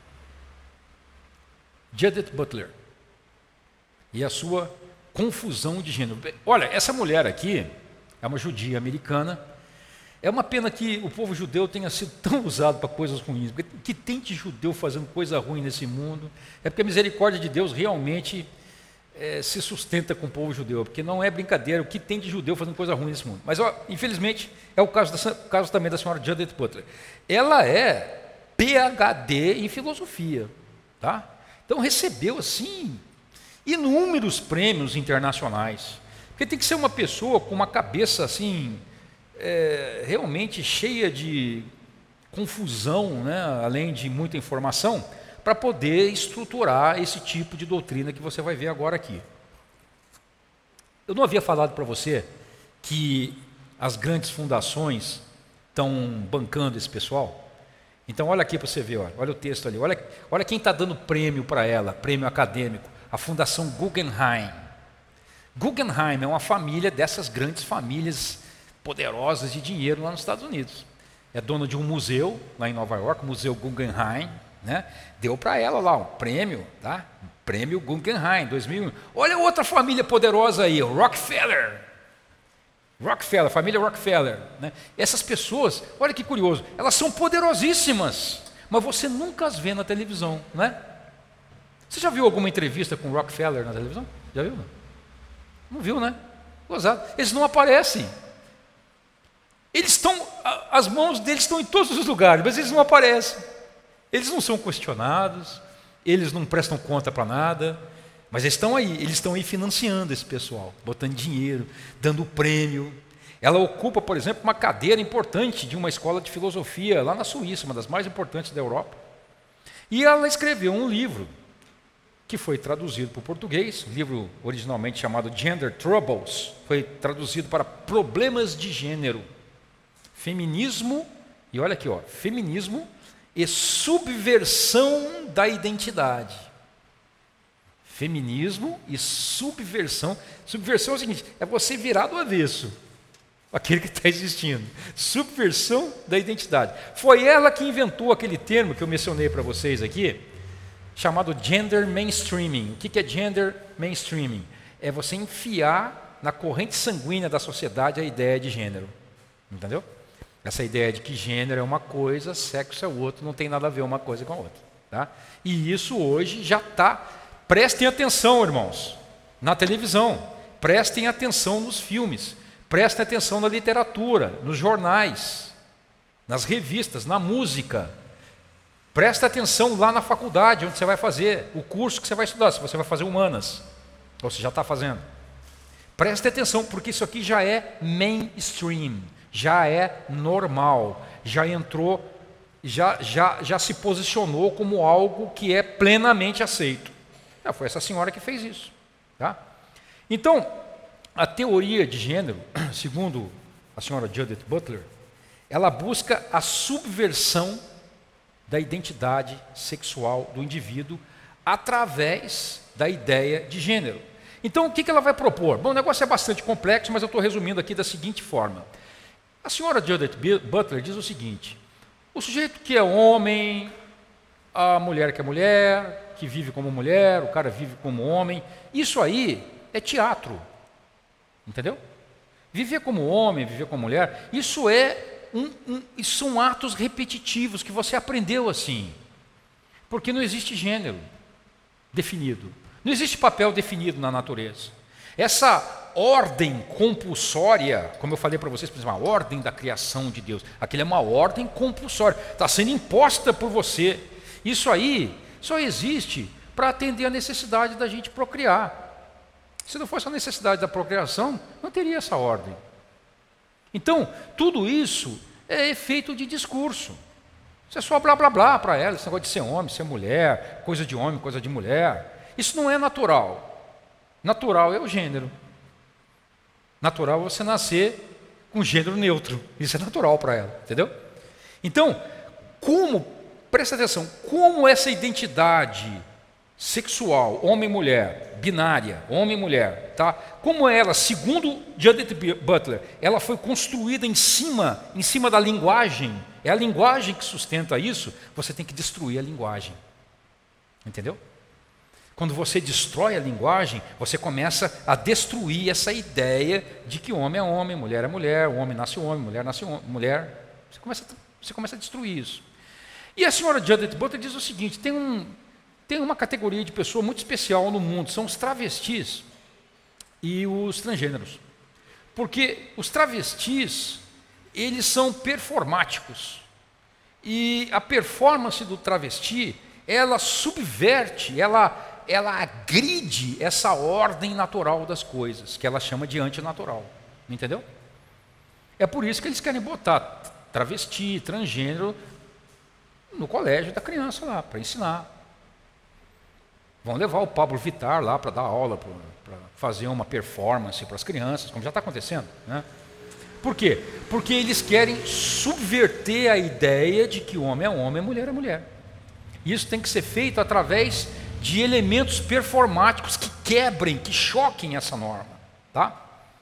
Judith Butler e a sua confusão de gênero. Olha, essa mulher aqui é uma judia americana. É uma pena que o povo judeu tenha sido tão usado para coisas ruins, porque que tem de judeu fazendo coisa ruim nesse mundo, é porque a misericórdia de Deus realmente é, se sustenta com o povo judeu, porque não é brincadeira o que tem de judeu fazendo coisa ruim nesse mundo. Mas, ó, infelizmente, é o caso, dessa, o caso também da senhora Judith Butler. Ela é P H D em filosofia, tá? Então recebeu assim inúmeros prêmios internacionais. Porque tem que ser uma pessoa com uma cabeça assim, é, realmente cheia de confusão, né? Além de muita informação, para poder estruturar esse tipo de doutrina que você vai ver agora aqui. Eu não havia falado para você que as grandes fundações estão bancando esse pessoal? Então olha aqui para você ver, olha, olha o texto ali, olha, olha quem está dando prêmio para ela, prêmio acadêmico, a Fundação Guggenheim. Guggenheim é uma família dessas grandes famílias poderosas de dinheiro lá nos Estados Unidos. É dona de um museu lá em Nova York, o Museu Guggenheim, né? Deu para ela lá um prêmio, tá? Prêmio Guggenheim, dois mil e um. Olha outra família poderosa aí, Rockefeller. Rockefeller, família Rockefeller, né? Essas pessoas, olha que curioso, elas são poderosíssimas, mas você nunca as vê na televisão, né? Você já viu alguma entrevista com Rockefeller na televisão? Já viu? Não, não viu, né? Gozado. Eles não aparecem. Eles estão, as mãos deles estão em todos os lugares, mas eles não aparecem. Eles não são questionados, eles não prestam conta para nada. Mas eles estão aí, eles estão aí financiando esse pessoal, botando dinheiro, dando prêmio. Ela ocupa, por exemplo, uma cadeira importante de uma escola de filosofia lá na Suíça, uma das mais importantes da Europa. E ela escreveu um livro que foi traduzido para o português, livro originalmente chamado Gender Troubles, foi traduzido para Problemas de Gênero, Feminismo, e olha aqui, ó, Feminismo e Subversão da Identidade. Feminismo e subversão. Subversão é o seguinte, é você virar do avesso aquele que está existindo. Subversão da identidade. Foi ela que inventou aquele termo que eu mencionei para vocês aqui, chamado gender mainstreaming. O que é gender mainstreaming? É você enfiar na corrente sanguínea da sociedade a ideia de gênero. Entendeu? Essa ideia de que gênero é uma coisa, sexo é outra, não tem nada a ver uma coisa com a outra. Tá? E isso hoje já está... Prestem atenção, irmãos, na televisão, prestem atenção nos filmes, prestem atenção na literatura, nos jornais, nas revistas, na música. Prestem atenção lá na faculdade, onde você vai fazer o curso que você vai estudar, se você vai fazer humanas, ou você já está fazendo. Prestem atenção, porque isso aqui já é mainstream, já é normal, já entrou, já, já, já se posicionou como algo que é plenamente aceito. Ah, foi essa senhora que fez isso. Tá? Então, a teoria de gênero, segundo a senhora Judith Butler, ela busca a subversão da identidade sexual do indivíduo através da ideia de gênero. Então, o que ela vai propor? Bom, o negócio é bastante complexo, mas eu estou resumindo aqui da seguinte forma. A senhora Judith Butler diz o seguinte: o sujeito que é homem, a mulher que é mulher, que vive como mulher, o cara vive como homem, isso aí é teatro, entendeu? Viver como homem, viver como mulher, isso é um, um, isso são atos repetitivos que você aprendeu assim, porque não existe gênero definido, não existe papel definido na natureza. Essa ordem compulsória, como eu falei para vocês, por exemplo, a ordem da criação de Deus, aquilo é uma ordem compulsória, está sendo imposta por você. Isso aí só existe para atender a necessidade da gente procriar. Se não fosse a necessidade da procriação, não teria essa ordem. Então, tudo isso é efeito de discurso. Isso é só blá blá blá para ela, esse negócio de ser homem, ser mulher, coisa de homem, coisa de mulher. Isso não é natural. Natural é o gênero. Natural é você nascer com gênero neutro. Isso é natural para ela, entendeu? Então, como... Presta atenção, como essa identidade sexual, homem e mulher, binária, homem e mulher, tá? Como ela, segundo Judith Butler, ela foi construída em cima, em cima da linguagem, é a linguagem que sustenta isso, você tem que destruir a linguagem. Entendeu? Quando você destrói a linguagem, você começa a destruir essa ideia de que homem é homem, mulher é mulher, o homem nasce homem, mulher nasce homem, mulher. Você começa, você começa a destruir isso. E a senhora Judith Butler diz o seguinte: tem, um, tem uma categoria de pessoa muito especial no mundo, são os travestis e os transgêneros. Porque os travestis, eles são performáticos. E a performance do travesti ela subverte, ela, ela agride essa ordem natural das coisas, que ela chama de antinatural. Entendeu? É por isso que eles querem botar travesti, transgênero no colégio da criança lá, para ensinar. Vão levar o Pablo Vittar lá para dar aula, para fazer uma performance para as crianças, como já está acontecendo, né? Por quê? Porque eles querem subverter a ideia de que homem é homem, mulher é mulher. Isso tem que ser feito através de elementos performáticos que quebrem, que choquem essa norma, tá?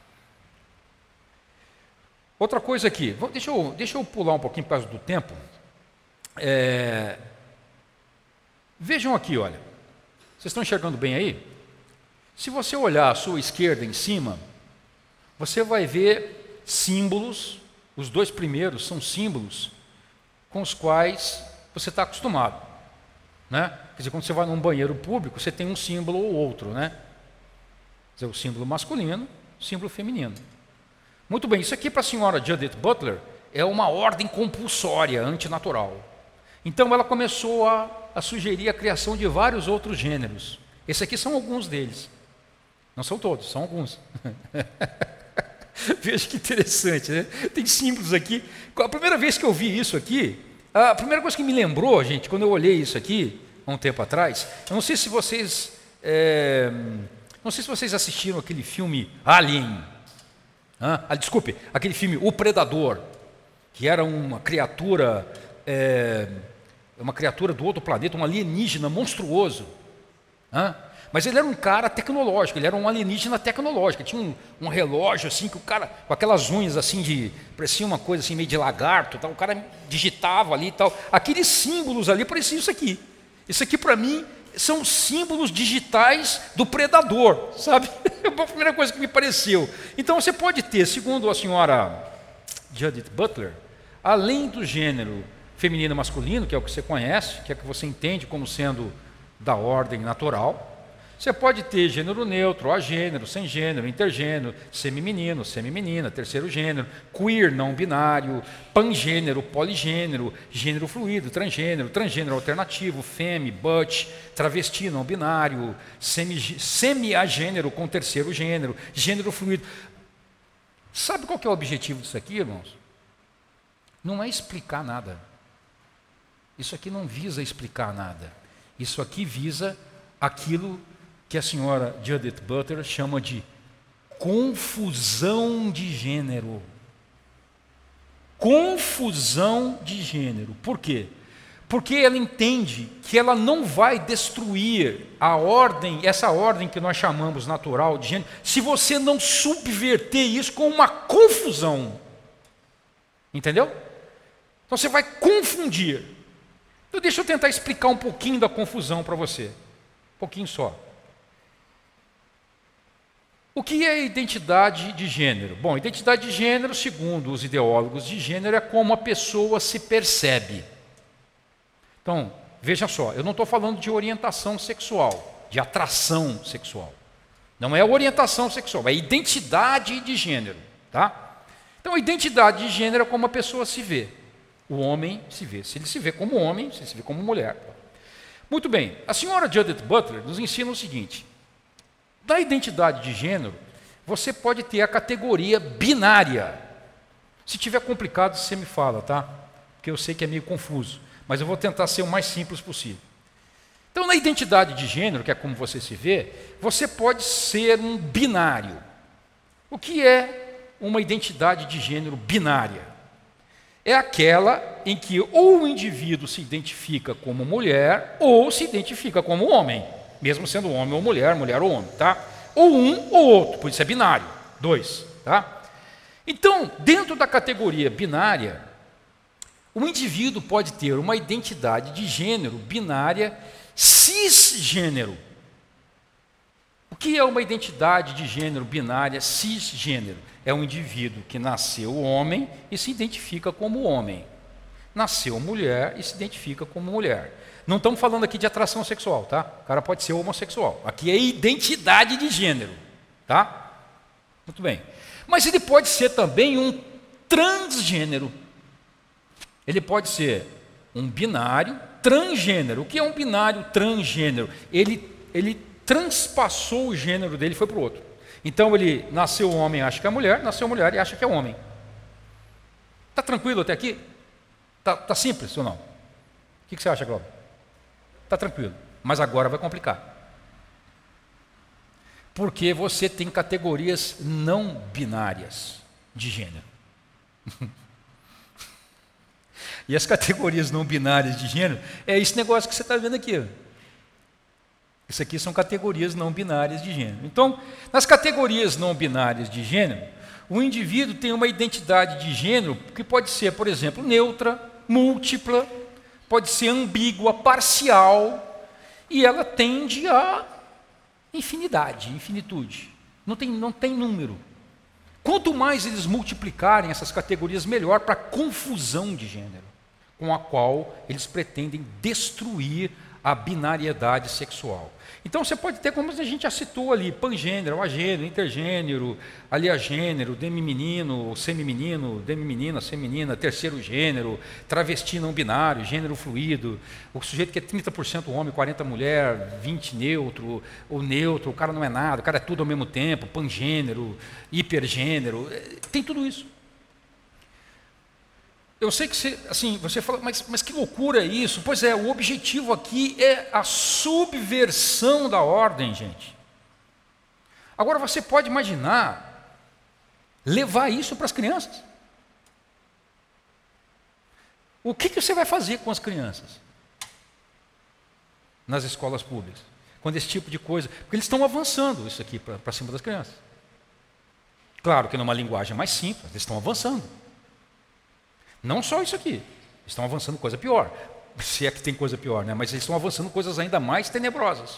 Outra coisa aqui, deixa eu, deixa eu pular um pouquinho por causa do tempo. É, vejam aqui, olha. Vocês estão enxergando bem aí? Se você olhar à sua esquerda em cima, você vai ver símbolos, os dois primeiros são símbolos com os quais você está acostumado, né? Quer dizer, quando você vai num banheiro público, você tem um símbolo ou outro, né? Quer dizer, o símbolo masculino, o símbolo feminino. Muito bem, isso aqui para a senhora Judith Butler é uma ordem compulsória, antinatural. Então ela começou a, a sugerir a criação de vários outros gêneros. Esses aqui são alguns deles. Não são todos, são alguns. Veja que interessante, né? Tem símbolos aqui. A primeira vez que eu vi isso aqui, a primeira coisa que me lembrou, gente, quando eu olhei isso aqui, há um tempo atrás, eu não sei se vocês, é, não sei se vocês assistiram aquele filme Alien. Ah, desculpe, aquele filme O Predador, que era uma criatura, é, uma criatura do outro planeta, um alienígena monstruoso. Ah, mas ele era um cara tecnológico, ele era um alienígena tecnológico. Tinha um, um relógio assim, que o cara, com aquelas unhas assim de, parecia uma coisa assim meio de lagarto, tal, o cara digitava ali e tal. Aqueles símbolos ali pareciam isso aqui. Isso aqui para mim são símbolos digitais do predador, sabe? É a primeira coisa que me pareceu. Então você pode ter, segundo a senhora Judith Butler, além do gênero feminino e masculino, que é o que você conhece, que é o que você entende como sendo da ordem natural, você pode ter gênero neutro, agênero, sem gênero, intergênero, semi-menino, semi-menina, terceiro gênero, queer, não binário, pangênero, poligênero, gênero fluido, transgênero, transgênero alternativo, femme, butch, travesti, não binário, semi, semi-agênero com terceiro gênero, gênero fluido. Sabe qual que é o objetivo disso aqui, irmãos? Não é explicar nada. Isso aqui não visa explicar nada. Isso aqui visa aquilo que a senhora Judith Butler chama de confusão de gênero. Confusão de gênero. Por quê? Porque ela entende que ela não vai destruir a ordem, essa ordem que nós chamamos natural de gênero, se você não subverter isso com uma confusão. Entendeu? Então você vai confundir. Então deixa eu tentar explicar um pouquinho da confusão para você. Um pouquinho só. O que é identidade de gênero? Bom, identidade de gênero, segundo os ideólogos de gênero, é como a pessoa se percebe. Então, veja só, eu não estou falando de orientação sexual, de atração sexual. Não é orientação sexual, é identidade de gênero, tá? Então, a identidade de gênero é como a pessoa se vê. O homem se vê. Se ele se vê como homem, se ele se vê como mulher. Muito bem, a senhora Judith Butler nos ensina o seguinte: da identidade de gênero, você pode ter a categoria binária. Se tiver complicado, você me fala, tá? Porque eu sei que é meio confuso, mas eu vou tentar ser o mais simples possível. Então, na identidade de gênero, que é como você se vê, você pode ser um binário. O que é uma identidade de gênero binária? É aquela em que ou o indivíduo se identifica como mulher ou se identifica como homem, mesmo sendo homem ou mulher, mulher ou homem, tá? Ou um ou outro, por isso é binário, dois, tá? Então, dentro da categoria binária, o indivíduo pode ter uma identidade de gênero binária cisgênero. O que é uma identidade de gênero binária cisgênero? É um indivíduo que nasceu homem e se identifica como homem. Nasceu mulher e se identifica como mulher. Não estamos falando aqui de atração sexual, tá? O cara pode ser homossexual. Aqui é identidade de gênero, tá? Muito bem. Mas ele pode ser também um transgênero. Ele pode ser um binário transgênero. O que é um binário transgênero? Ele, ele transpassou o gênero dele e foi para o outro. Então ele nasceu homem e acha que é mulher, nasceu mulher e acha que é homem. Está tranquilo até aqui? Está tá simples ou não? O que, que você acha, Glauber? Está tranquilo, mas agora vai complicar. Porque você tem categorias não binárias de gênero. E as categorias não binárias de gênero é esse negócio que você está vendo aqui. Ó. Isso aqui são categorias não binárias de gênero. Então, nas categorias não binárias de gênero, o indivíduo tem uma identidade de gênero que pode ser, por exemplo, neutra, múltipla, pode ser ambígua, parcial, e ela tende a infinidade, infinitude. Não tem, não tem número. Quanto mais eles multiplicarem essas categorias, melhor para a confusão de gênero, com a qual eles pretendem destruir a binariedade sexual. Então você pode ter, como a gente já citou ali, pangênero, agênero, intergênero, aliagênero, demimenino, semimenino, demimenina, seminina, terceiro gênero, travesti não binário, gênero fluido, o sujeito que é trinta por cento homem, quarenta por cento mulher, vinte por cento neutro, ou neutro, o cara não é nada, o cara é tudo ao mesmo tempo, pangênero, hipergênero, tem tudo isso. Eu sei que você, assim, você fala, mas, mas que loucura é isso? Pois é, o objetivo aqui é a subversão da ordem, gente. Agora você pode imaginar levar isso para as crianças. O que, que você vai fazer com as crianças nas escolas públicas? Quando esse tipo de coisa... Porque eles estão avançando isso aqui para cima das crianças. Claro que numa linguagem mais simples, eles estão avançando. Não só isso aqui, estão avançando coisa pior, se é que tem coisa pior, né? Mas eles estão avançando coisas ainda mais tenebrosas.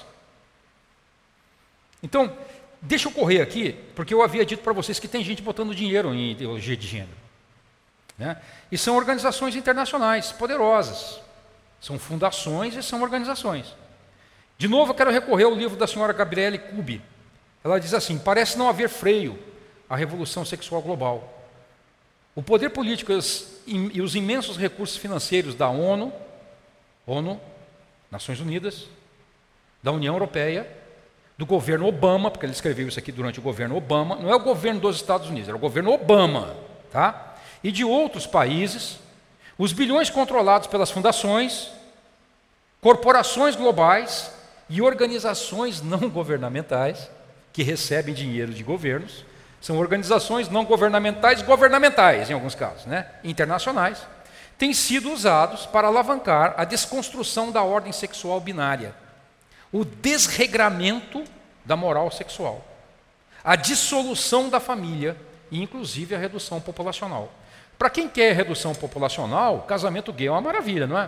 Então, deixa eu correr aqui, porque eu havia dito para vocês que tem gente botando dinheiro em ideologia de gênero. Né? E são organizações internacionais poderosas, são fundações e são organizações. De novo, eu quero recorrer ao livro da senhora Gabriele Kubi. Ela diz assim: parece não haver freio à revolução sexual global. O poder político e os imensos recursos financeiros da ONU, ONU, Nações Unidas, da União Europeia, do governo Obama, porque ele escreveu isso aqui durante o governo Obama, não é o governo dos Estados Unidos, era o governo Obama, tá? E de outros países, os bilhões controlados pelas fundações, corporações globais e organizações não governamentais que recebem dinheiro de governos. São organizações não governamentais, governamentais em alguns casos, né? Internacionais, têm sido usados para alavancar a desconstrução da ordem sexual binária, o desregramento da moral sexual, a dissolução da família e, inclusive, a redução populacional. Para quem quer redução populacional, casamento gay é uma maravilha, não é?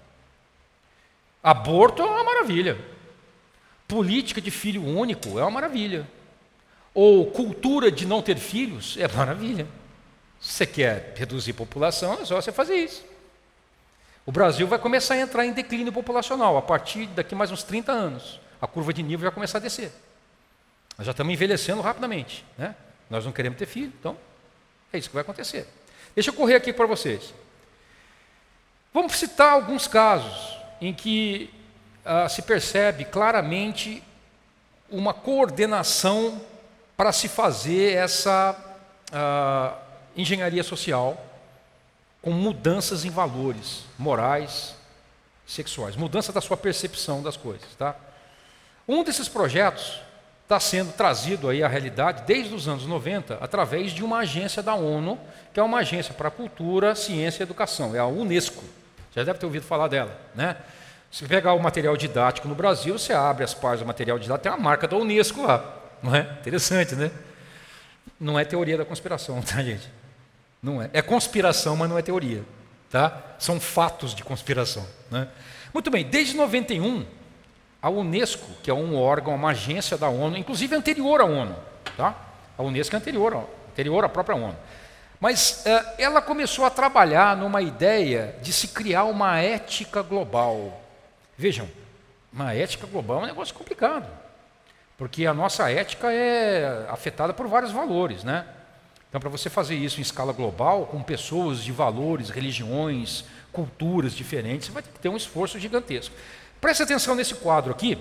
Aborto é uma maravilha. Política de filho único é uma maravilha. Ou cultura de não ter filhos, é maravilha. Se você quer reduzir população, é só você fazer isso. O Brasil vai começar a entrar em declínio populacional a partir daqui mais uns trinta anos. A curva de nível vai começar a descer. Nós já estamos envelhecendo rapidamente, né? Nós não queremos ter filho, então é isso que vai acontecer. Deixa eu correr aqui para vocês. Vamos citar alguns casos em que ah, se percebe claramente uma coordenação para se fazer essa uh, engenharia social com mudanças em valores morais, sexuais, mudança da sua percepção das coisas. Tá? Um desses projetos está sendo trazido aí à realidade desde os anos noventa através de uma agência da ONU, que é uma agência para a cultura, ciência e educação, é a Unesco. Já deve ter ouvido falar dela, né? Se pegar o material didático no Brasil, você abre as páginas do material didático, tem a marca da Unesco lá. Não é? Interessante, né? Não é teoria da conspiração, tá, gente? Não é. É conspiração, mas não é teoria, tá? São fatos de conspiração, né? Muito bem, desde noventa e um, a Unesco, que é um órgão, uma agência da ONU, inclusive anterior à ONU, tá? A Unesco é anterior, anterior à própria ONU. Mas uh, ela começou a trabalhar numa ideia de se criar uma ética global. Vejam, uma ética global é um negócio complicado. Porque a nossa ética é afetada por vários valores, né? Então, para você fazer isso em escala global, com pessoas de valores, religiões, culturas diferentes, você vai ter que ter um esforço gigantesco. Preste atenção nesse quadro aqui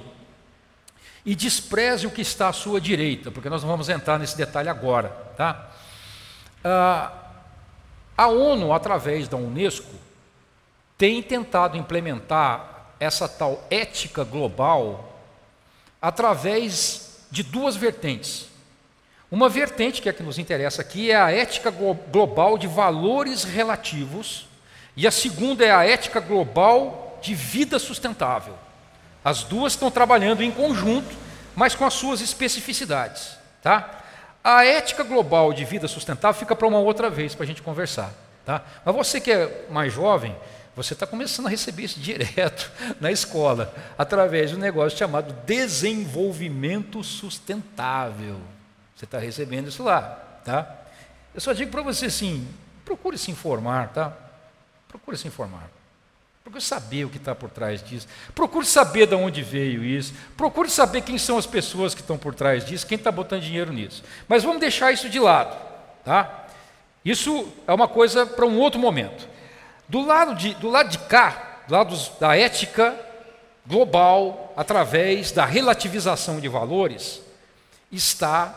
e despreze o que está à sua direita, porque nós não vamos entrar nesse detalhe agora. Tá? Ah, a ONU, através da Unesco, tem tentado implementar essa tal ética global através de duas vertentes. Uma vertente, que é a que nos interessa aqui, é a ética global de valores relativos, e a segunda é a ética global de vida sustentável. As duas estão trabalhando em conjunto, mas com as suas especificidades. Tá? A ética global de vida sustentável fica para uma outra vez, para a gente conversar. Tá? Mas você que é mais jovem, você está começando a receber isso direto na escola, através de um negócio chamado desenvolvimento sustentável. Você está recebendo isso lá, tá? Eu só digo para você assim, procure se informar, tá? Procure se informar. Procure saber o que está por trás disso. Procure saber de onde veio isso. Procure saber quem são as pessoas que estão por trás disso, quem está botando dinheiro nisso. Mas vamos deixar isso de lado, tá? Isso é uma coisa para um outro momento. Do lado de, do lado de cá, do lado da ética global, através da relativização de valores, está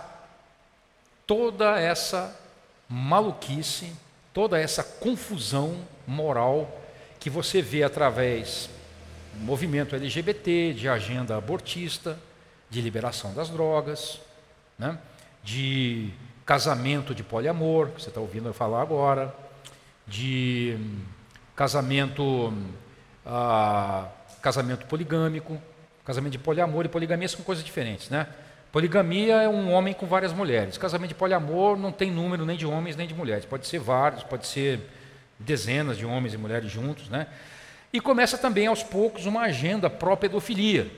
toda essa maluquice, toda essa confusão moral que você vê através do movimento L G B T, de agenda abortista, de liberação das drogas, né? De casamento de poliamor, que você está ouvindo eu falar agora, de casamento, ah, casamento poligâmico, casamento de poliamor e poligamia são coisas diferentes, né? Poligamia é um homem com várias mulheres. Casamento de poliamor não tem número nem de homens nem de mulheres. Pode ser vários, pode ser dezenas de homens e mulheres juntos, né? E começa também aos poucos uma agenda pró-pedofilia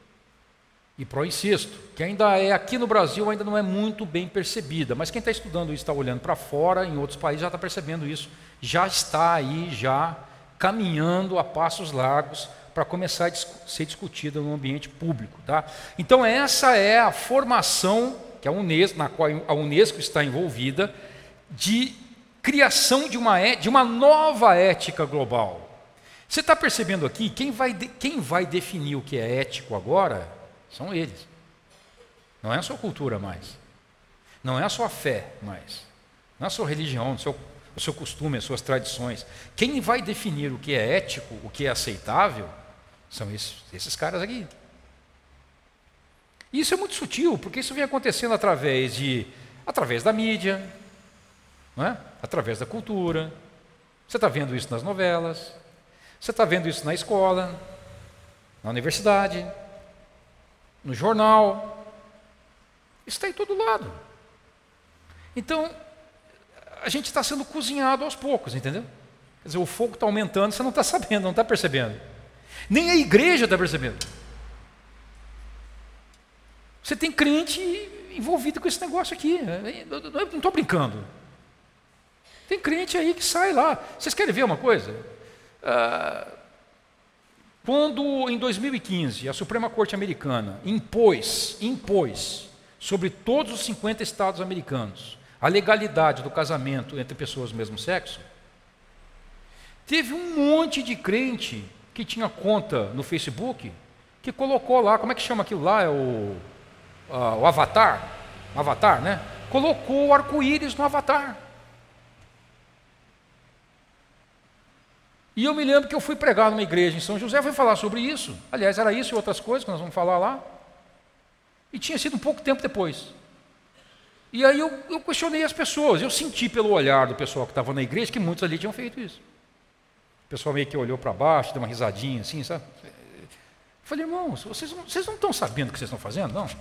e pró-incesto, que ainda é, aqui no Brasil ainda não é muito bem percebida, mas quem está estudando isso, está olhando para fora, em outros países já está percebendo isso, já está aí, já caminhando a passos largos para começar a ser discutida no ambiente público. Tá? Então essa é a formação que a Unesco, na qual a Unesco está envolvida, de criação de uma, de uma nova ética global. Você está percebendo aqui, quem vai, quem vai definir o que é ético agora são eles. Não é a sua cultura mais, não é a sua fé mais, não é a sua religião, o seu, o seu costume, as suas tradições. Quem vai definir o que é ético, o que é aceitável, são esses, esses caras aqui. E isso é muito sutil, porque isso vem acontecendo através, de, através da mídia, não é? Através da cultura. Você está vendo isso nas novelas, você está vendo isso na escola, na universidade, no jornal. Isso está em todo lado. Então, a gente está sendo cozinhado aos poucos, entendeu? Quer dizer, o fogo está aumentando, você não está sabendo, não está percebendo. Nem a igreja está percebendo. Você tem crente envolvido com esse negócio aqui. Não estou brincando. Tem crente aí que sai lá. Vocês querem ver uma coisa? Ah, quando, em dois mil e quinze, a Suprema Corte Americana impôs, impôs sobre todos os cinquenta estados americanos a legalidade do casamento entre pessoas do mesmo sexo, teve um monte de crente que tinha conta no Facebook, que colocou lá, como é que chama aquilo lá? É o, uh, o avatar, o avatar, né? Colocou o arco-íris no avatar. E eu me lembro que eu fui pregar numa igreja em São José, fui falar sobre isso. Aliás, era isso e outras coisas que nós vamos falar lá. E tinha sido um pouco tempo depois. E aí eu, eu questionei as pessoas, eu senti pelo olhar do pessoal que estava na igreja que muitos ali tinham feito isso. O pessoal meio que olhou para baixo, deu uma risadinha assim, sabe? Eu falei, irmãos, vocês não, vocês não estão sabendo o que vocês estão fazendo, não?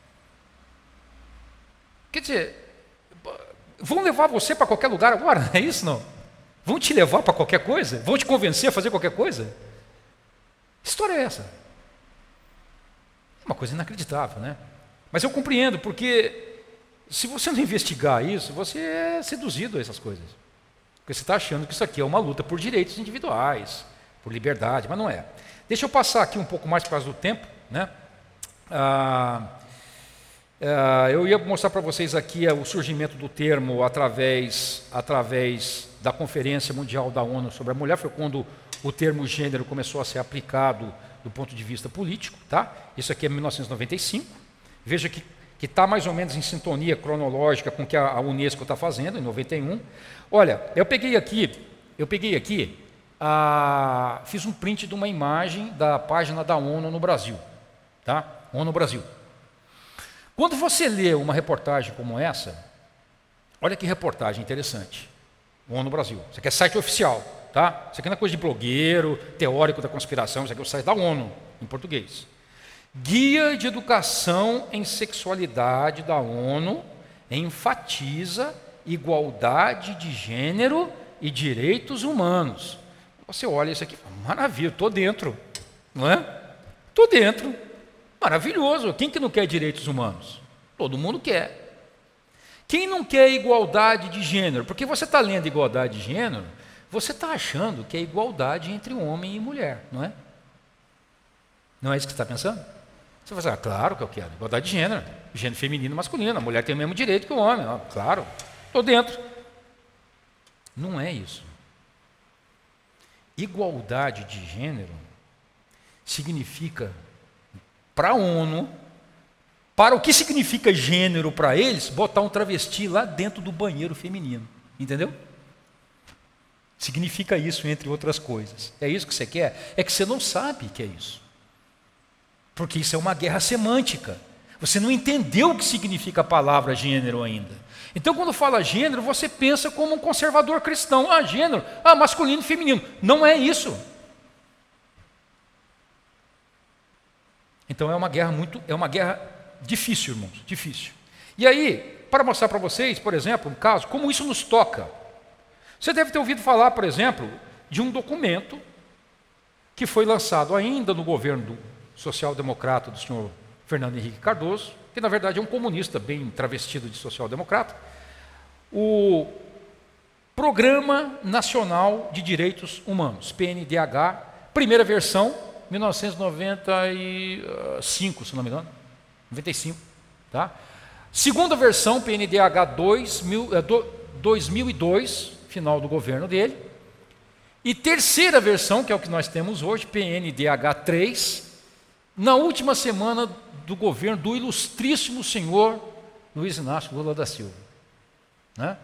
Quer dizer, vão levar você para qualquer lugar agora, não é isso não? Vão te levar para qualquer coisa? Vão te convencer a fazer qualquer coisa? Que história é essa? É uma coisa inacreditável, né? Mas eu compreendo, porque se você não investigar isso, você é seduzido a essas coisas. Porque você está achando que isso aqui é uma luta por direitos individuais, por liberdade, mas não é. Deixa eu passar aqui um pouco mais por causa do tempo, né? Ah, Uh, eu ia mostrar para vocês aqui uh, o surgimento do termo através, através da Conferência Mundial da ONU sobre a Mulher. Foi quando o termo gênero começou a ser aplicado do ponto de vista político. Tá? Isso aqui é mil novecentos e noventa e cinco. Veja que está mais ou menos em sintonia cronológica com o que a, a Unesco está fazendo, em noventa e um. Olha, eu peguei aqui, eu peguei aqui, uh, fiz um print de uma imagem da página da ONU no Brasil. Tá? ONU Brasil. Quando você lê uma reportagem como essa, olha que reportagem interessante. ONU Brasil. Isso aqui é site oficial, tá? Isso aqui não é coisa de blogueiro, teórico da conspiração, isso aqui é o site da ONU, em português. Guia de Educação em Sexualidade da ONU enfatiza igualdade de gênero e direitos humanos. Você olha isso aqui, maravilha, estou dentro, não é? Estou dentro. Maravilhoso. Quem que não quer direitos humanos? Todo mundo quer. Quem não quer igualdade de gênero? Porque você está lendo igualdade de gênero, você está achando que é igualdade entre homem e mulher, não é? Não é isso que você está pensando? Você vai dizer, ah, claro que eu quero. Igualdade de gênero. Gênero feminino e masculino. A mulher tem o mesmo direito que o homem. Ah, claro, estou dentro. Não é isso. Igualdade de gênero significa, para a ONU, para o que significa gênero para eles, botar um travesti lá dentro do banheiro feminino. Entendeu? Significa isso, entre outras coisas. É isso que você quer? É que você não sabe que é isso. Porque isso é uma guerra semântica. Você não entendeu o que significa a palavra gênero ainda. Então, quando fala gênero, você pensa como um conservador cristão. Ah, gênero, ah, masculino e feminino. Não é isso. Então é uma guerra muito, é uma guerra difícil, irmãos, difícil. E aí, para mostrar para vocês, por exemplo, um caso, como isso nos toca. Você deve ter ouvido falar, por exemplo, de um documento que foi lançado ainda no governo social-democrata do senhor Fernando Henrique Cardoso, que na verdade é um comunista bem travestido de social-democrata, o Programa Nacional de Direitos Humanos, P N D H, primeira versão, mil novecentos e noventa e cinco, se não me engano, noventa e cinco, tá? Segunda versão, P N D H dois mil, dois mil e dois, final do governo dele. E terceira versão, que é o que nós temos hoje, P N D H três, na última semana do governo do ilustríssimo senhor Luiz Inácio Lula da Silva, né?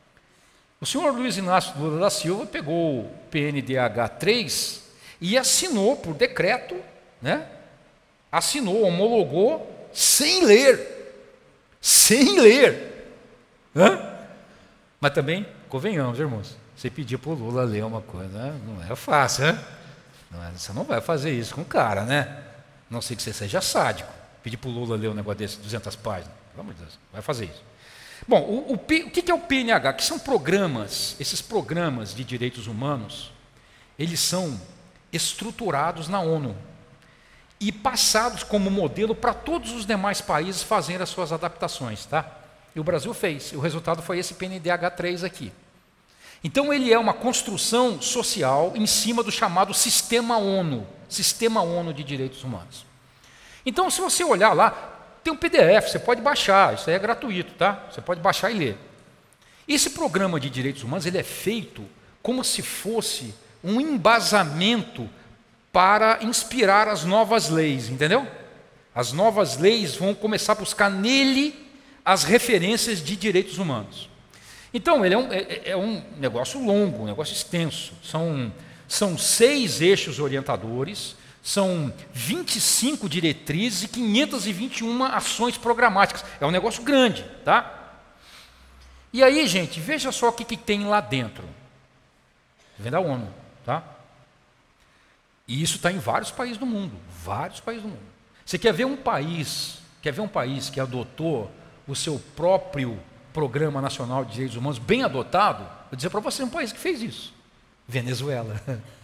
O senhor Luiz Inácio Lula da Silva pegou o P N D H três e assinou por decreto, né? Assinou, homologou, sem ler, sem ler, hã? Mas também, convenhamos, irmãos, você pedir para o Lula ler uma coisa, não é fácil, né? Não é, você não vai fazer isso com o cara, né? Não sei que você seja sádico, pedir para o Lula ler um negócio desse, duzentas páginas, pelo amor de Deus, vai fazer isso. Bom, o, o, o que é o P N H? Que são programas, esses programas de direitos humanos, eles são estruturados na ONU e passados como modelo para todos os demais países fazerem as suas adaptações, tá? E o Brasil fez, e o resultado foi esse P N D H três aqui. Então ele é uma construção social em cima do chamado Sistema ONU, Sistema ONU de Direitos Humanos. Então, se você olhar lá, tem um P D F, você pode baixar, isso aí é gratuito, tá? Você pode baixar e ler. Esse programa de direitos humanos, ele é feito como se fosse um embasamento para inspirar as novas leis, entendeu? As novas leis vão começar a buscar nele as referências de direitos humanos. Então, ele é um, é, é um negócio longo, um negócio extenso. São, são seis eixos orientadores, são vinte e cinco diretrizes e quinhentas e vinte e uma ações programáticas. É um negócio grande, tá? E aí, gente, veja só o que, que tem lá dentro. Vem da ONU, tá? E isso está em vários países do mundo, vários países do mundo. Você quer ver um país, quer ver um país que adotou o seu próprio Programa Nacional de Direitos Humanos bem adotado? Vou dizer para você, um país que fez isso. Venezuela.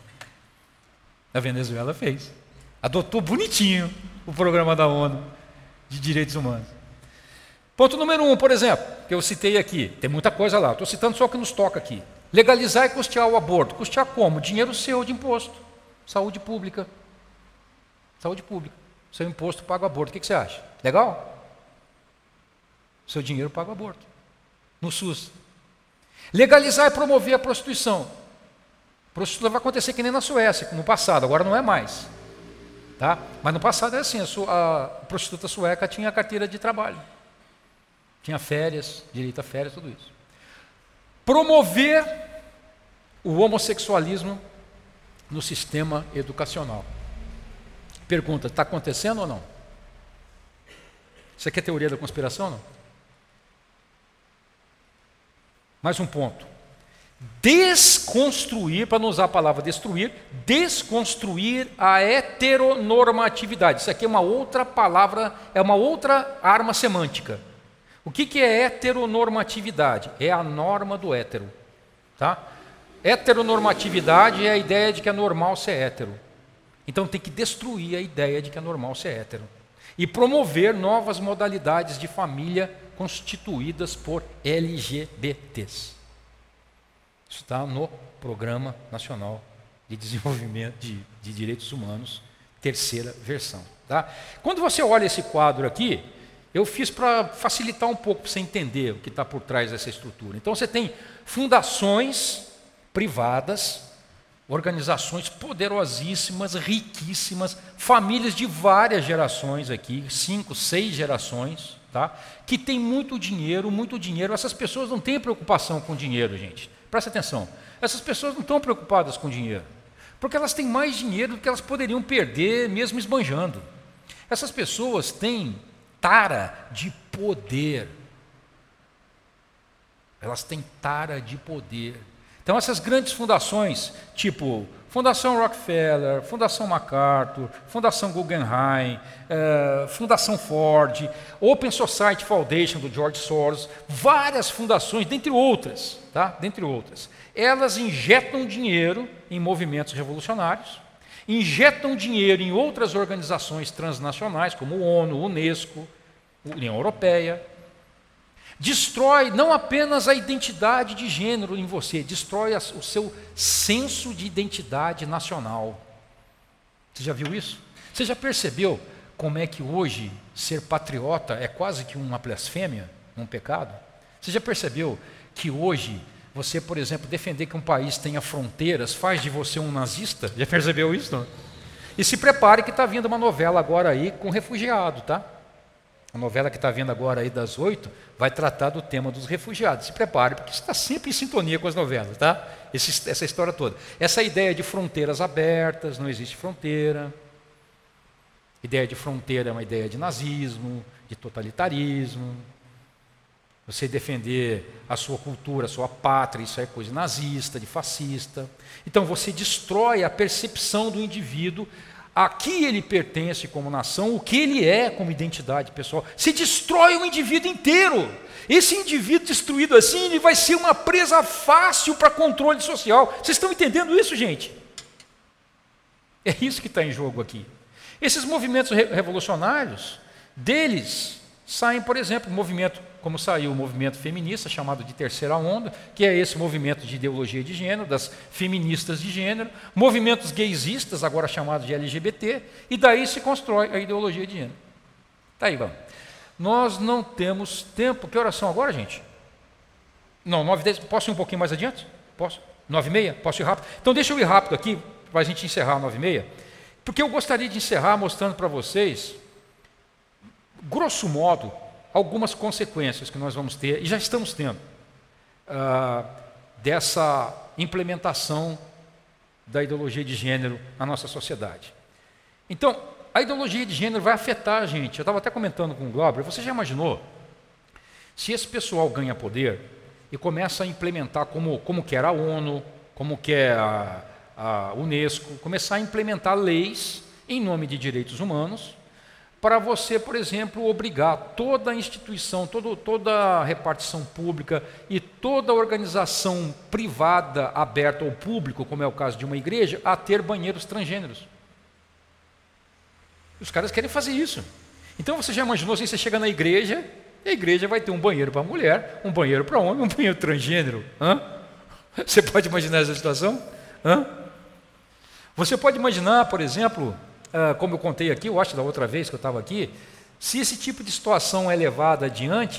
A Venezuela fez. Adotou bonitinho o programa da ONU de Direitos Humanos. Ponto número um, por exemplo, que eu citei aqui. Tem muita coisa lá, estou citando só o que nos toca aqui. Legalizar e custear o aborto. Custear como? Dinheiro seu de imposto. Saúde pública. Saúde pública. Seu imposto paga o aborto. O que, que você acha? Legal? seu dinheiro paga o aborto, no SUS. Legalizar e promover a prostituição. Prostituição vai acontecer que nem na Suécia, no passado, agora não é mais. Tá? Mas no passado era assim, a, su, a prostituta sueca tinha carteira de trabalho. Tinha férias, direito a férias, tudo isso. Promover o homossexualismo no sistema educacional. Pergunta, está acontecendo ou não? Isso aqui é teoria da conspiração ou não? Mais um ponto. Desconstruir, para não usar a palavra destruir, desconstruir a heteronormatividade. Isso aqui é uma outra palavra, é uma outra arma semântica. O que, que é heteronormatividade? É a norma do hétero. Tá? Heteronormatividade é a ideia de que é normal ser hétero. Então tem que destruir a ideia de que é normal ser hétero. E promover novas modalidades de família constituídas por L G B Ts. Isso está no Programa Nacional de Desenvolvimento de, de Direitos Humanos, terceira versão. Tá? Quando você olha esse quadro aqui, eu fiz para facilitar um pouco para você entender o que está por trás dessa estrutura. Então você tem fundações privadas, organizações poderosíssimas, riquíssimas, famílias de várias gerações aqui, cinco, seis gerações, tá? Que tem muito dinheiro, muito dinheiro. Essas pessoas não têm preocupação com dinheiro, gente. Presta atenção. Essas pessoas não estão preocupadas com dinheiro, porque elas têm mais dinheiro do que elas poderiam perder mesmo esbanjando. Essas pessoas têm tara de poder. Elas têm tara de poder. Então essas grandes fundações, tipo Fundação Rockefeller, Fundação MacArthur, Fundação Guggenheim, eh, Fundação Ford, Open Society Foundation do George Soros, várias fundações, dentre outras, tá? Dentre outras, elas injetam dinheiro em movimentos revolucionários, injetam dinheiro em outras organizações transnacionais, como o ONU, a Unesco, a União Europeia. Destrói não apenas a identidade de gênero em você, destrói o seu senso de identidade nacional. Você já viu isso? Você já percebeu como é que hoje ser patriota é quase que uma blasfêmia, um pecado? Você já percebeu que hoje você, por exemplo, defender que um país tenha fronteiras faz de você um nazista? Já percebeu isso? Não? E se prepare que está vindo uma novela agora aí com refugiado, tá? A novela que está vindo agora aí das oito vai tratar do tema dos refugiados. Se prepare, porque isso está sempre em sintonia com as novelas, tá? Esse, essa história toda. Essa ideia de fronteiras abertas, não existe fronteira. Ideia de fronteira é uma ideia de nazismo, de totalitarismo. Você defender a sua cultura, a sua pátria, isso é coisa nazista, de fascista. Então você destrói a percepção do indivíduo, a que ele pertence como nação, o que ele é como identidade pessoal. Se destrói o indivíduo inteiro. Esse indivíduo destruído assim, ele vai ser uma presa fácil para controle social. Vocês estão entendendo isso, gente? É isso que está em jogo aqui. Esses movimentos revolucionários, deles saem, por exemplo, um movimento, como saiu o movimento feminista, chamado de Terceira Onda, que é esse movimento de ideologia de gênero, das feministas de gênero, movimentos gaysistas, agora chamados de L G B T, e daí se constrói a ideologia de gênero. Tá aí, vamos. Nós não temos tempo. Que horas são agora, gente? Não, nove e dez. Posso ir um pouquinho mais adiante? Posso? Nove e meia? Posso ir rápido? Então deixa eu ir rápido aqui, para a gente encerrar nove e meia, porque eu gostaria de encerrar mostrando para vocês, grosso modo, algumas consequências que nós vamos ter, e já estamos tendo, uh, dessa implementação da ideologia de gênero na nossa sociedade. Então, a ideologia de gênero vai afetar a gente. Eu estava até comentando com o Glauber, você já imaginou se esse pessoal ganha poder e começa a implementar, como, como quer a ONU, como quer a, a Unesco, começar a implementar leis em nome de direitos humanos, para você, por exemplo, obrigar toda a instituição, todo, toda a repartição pública e toda a organização privada aberta ao público, como é o caso de uma igreja, a ter banheiros transgêneros. Os caras querem fazer isso. Então você já imaginou se você chega na igreja, e a igreja vai ter um banheiro para mulher, um banheiro para homem, um banheiro transgênero. Hã? Você pode imaginar essa situação? Hã? Você pode imaginar, por exemplo, Uh, como eu contei aqui, eu acho da outra vez que eu estava aqui, se esse tipo de situação é levada adiante,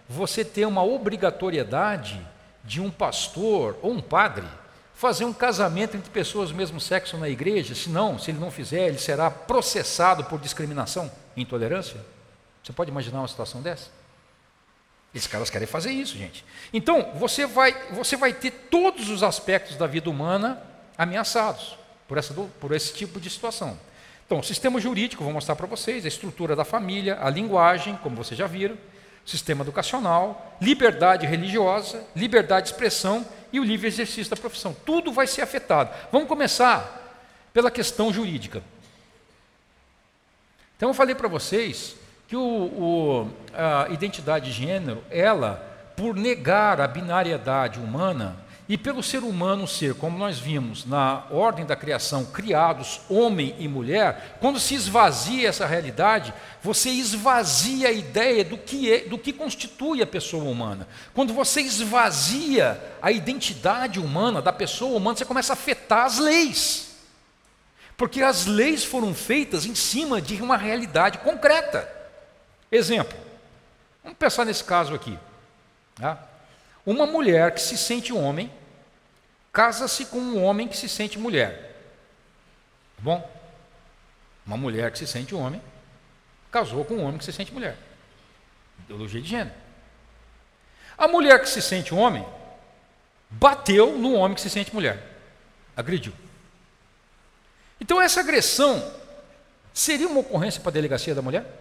você ter uma obrigatoriedade de um pastor ou um padre fazer um casamento entre pessoas do mesmo sexo na igreja, senão, se ele não fizer, ele será processado por discriminação e intolerância? Você pode imaginar uma situação dessa? Esses caras querem fazer isso, gente. Então, você vai, você vai ter todos os aspectos da vida humana ameaçados por, essa, por esse tipo de situação. Então, o sistema jurídico, vou mostrar para vocês, a estrutura da família, a linguagem, como vocês já viram, sistema educacional, liberdade religiosa, liberdade de expressão e o livre exercício da profissão. Tudo vai ser afetado. Vamos começar pela questão jurídica. Então, eu falei para vocês que o, o, a identidade de gênero, ela, por negar a binariedade humana, e pelo ser humano ser, como nós vimos na ordem da criação, criados homem e mulher, quando se esvazia essa realidade, você esvazia a ideia do que, é, do que constitui a pessoa humana. Quando você esvazia a identidade humana, da pessoa humana, você começa a afetar as leis. Porque as leis foram feitas em cima de uma realidade concreta. Exemplo, vamos pensar nesse caso aqui. Tá? Uma mulher que se sente homem, casa-se com um homem que se sente mulher. Tá bom? Uma mulher que se sente homem, casou com um homem que se sente mulher. Ideologia de gênero. A mulher que se sente homem, bateu no homem que se sente mulher. Agrediu. Então essa agressão seria uma ocorrência para a delegacia da mulher?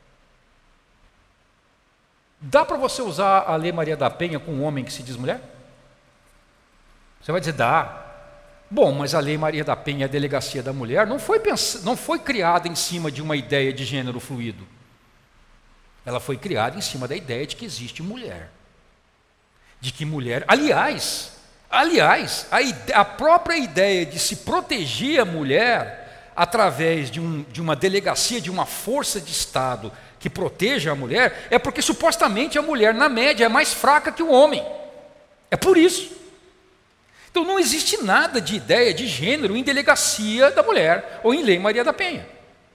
Dá para você usar a Lei Maria da Penha com um homem que se diz mulher? Você vai dizer, dá. Bom, mas a Lei Maria da Penha, a delegacia da mulher, não foi, pens... não foi criada em cima de uma ideia de gênero fluido. Ela foi criada em cima da ideia de que existe mulher. De que mulher... Aliás, aliás, a, ide... a própria ideia de se proteger a mulher através de, um, de uma delegacia, de uma força de Estado que proteja a mulher, é porque supostamente a mulher, na média, é mais fraca que o homem. É por isso. Então não existe nada de ideia de gênero em delegacia da mulher ou em Lei Maria da Penha.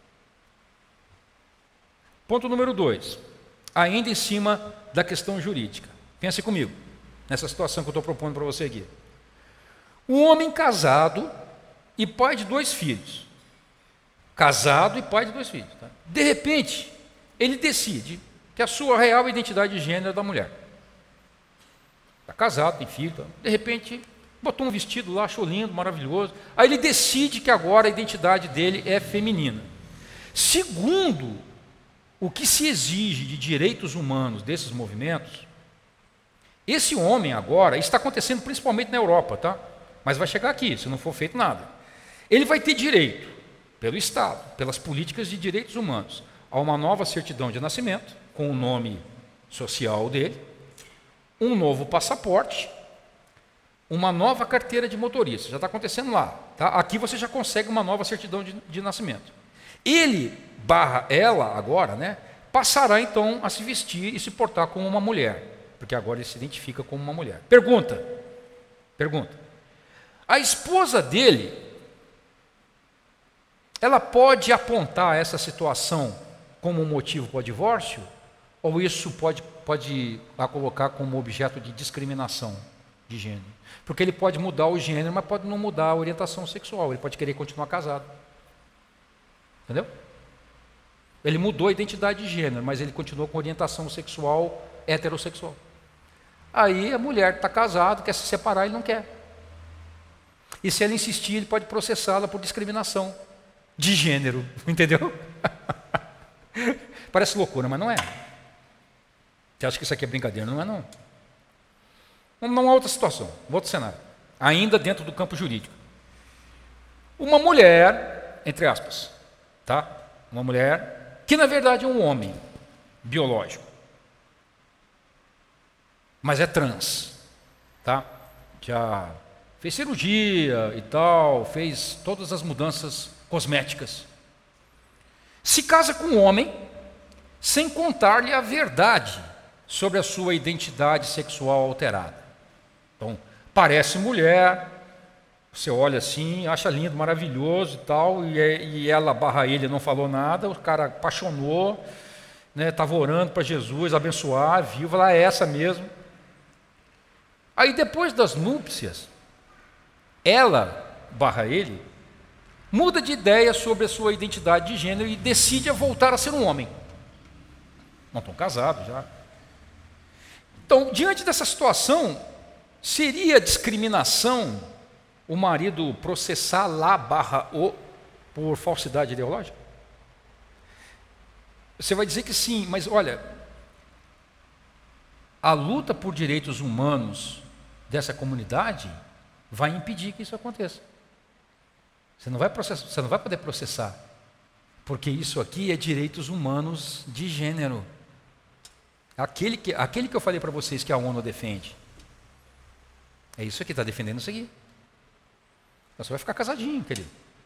Ponto número dois. Ainda em cima da questão jurídica. Pense comigo, nessa situação que eu estou propondo para você aqui. Um homem casado e pai de dois filhos. Casado e pai de dois filhos. Tá? De repente, ele decide que a sua real identidade de gênero é da mulher. Está casado, tem filho, tá? De repente, botou um vestido lá, achou lindo, maravilhoso. Aí ele decide que agora a identidade dele é feminina. Segundo o que se exige de direitos humanos desses movimentos, esse homem agora, isso está acontecendo principalmente na Europa, tá? Mas vai chegar aqui, se não for feito nada. Ele vai ter direito, pelo Estado, pelas políticas de direitos humanos, a uma nova certidão de nascimento, com o nome social dele, um novo passaporte, uma nova carteira de motorista. Já está acontecendo lá. Tá? Aqui você já consegue uma nova certidão de, de nascimento. Ele, barra ela agora, né, passará então a se vestir e se portar como uma mulher, porque agora ele se identifica como uma mulher. Pergunta, pergunta. A esposa dele, ela pode apontar essa situação como um motivo para o divórcio? Ou isso pode, pode a colocar como objeto de discriminação de gênero? Porque ele pode mudar o gênero, mas pode não mudar a orientação sexual. Ele pode querer continuar casado. Entendeu? Ele mudou a identidade de gênero, mas ele continuou com orientação sexual heterossexual. Aí a mulher está casada, quer se separar, ele não quer. E se ela insistir, ele pode processá-la por discriminação de gênero. Entendeu? Parece loucura, mas não é. Você acha que isso aqui é brincadeira? Não é, não. Vamos numa outra situação, um outro cenário. Ainda dentro do campo jurídico. Uma mulher, entre aspas, tá? Uma mulher que na verdade é um homem biológico, mas é trans, tá? Já fez cirurgia e tal, fez todas as mudanças cosméticas. Se casa com um homem sem contar-lhe a verdade sobre a sua identidade sexual alterada. Então, parece mulher, você olha assim, acha lindo, maravilhoso e tal, e, e ela barra ele, não falou nada, o cara apaixonou, Estava orando para Jesus abençoar a viúva, lá é essa mesmo. Aí depois das núpcias, ela, barra ele, muda de ideia sobre a sua identidade de gênero e decide voltar a ser um homem. Não estão casados já. Então, diante dessa situação, seria discriminação o marido processar lá, barra o, por falsidade ideológica? Você vai dizer que sim, mas olha, a luta por direitos humanos dessa comunidade vai impedir que isso aconteça. Você não vai processar, você não vai poder processar, porque isso aqui é direitos humanos de gênero. Aquele que, aquele que eu falei para vocês que a ONU defende, é isso aqui, está defendendo isso aqui. Você vai ficar casadinho, querido.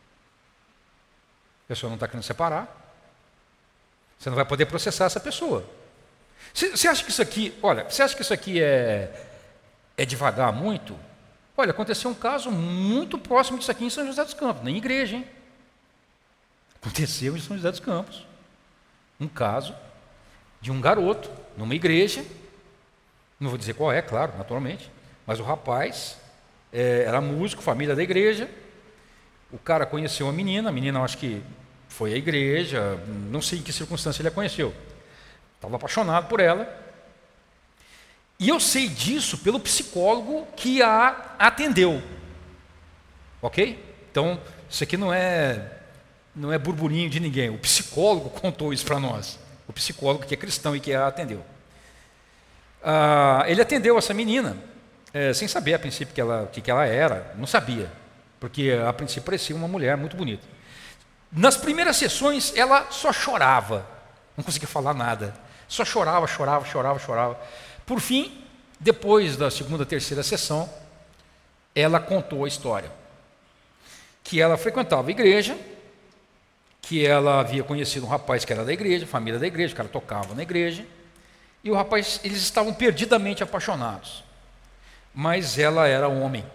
A pessoa não está querendo separar. Você não vai poder processar essa pessoa. Você, você acha que isso aqui, olha, você acha que isso aqui é, é devagar muito? Olha, aconteceu um caso muito próximo disso aqui em São José dos Campos, na igreja, hein? Aconteceu em São José dos Campos. Um caso de um garoto numa igreja, não vou dizer qual é, claro, naturalmente, mas o rapaz é, era músico, família da igreja. O cara conheceu a menina, a menina acho que foi à igreja, não sei em que circunstância ele a conheceu. Estava apaixonado por ela. E eu sei disso pelo psicólogo que a atendeu. Ok? Então, isso aqui não é, não é burburinho de ninguém. O psicólogo contou isso para nós. O psicólogo que é cristão e que a atendeu. Ah, ele atendeu essa menina, é, sem saber a princípio que ela, que, que ela era. Não sabia, porque a princípio parecia uma mulher muito bonita. Nas primeiras sessões, ela só chorava, não conseguia falar nada, só chorava, chorava, chorava, chorava. Por fim, depois da segunda, terceira sessão, ela contou a história, que ela frequentava a igreja, que ela havia conhecido um rapaz que era da igreja, família da igreja, o cara tocava na igreja, e o rapaz, eles estavam perdidamente apaixonados, mas ela era homem.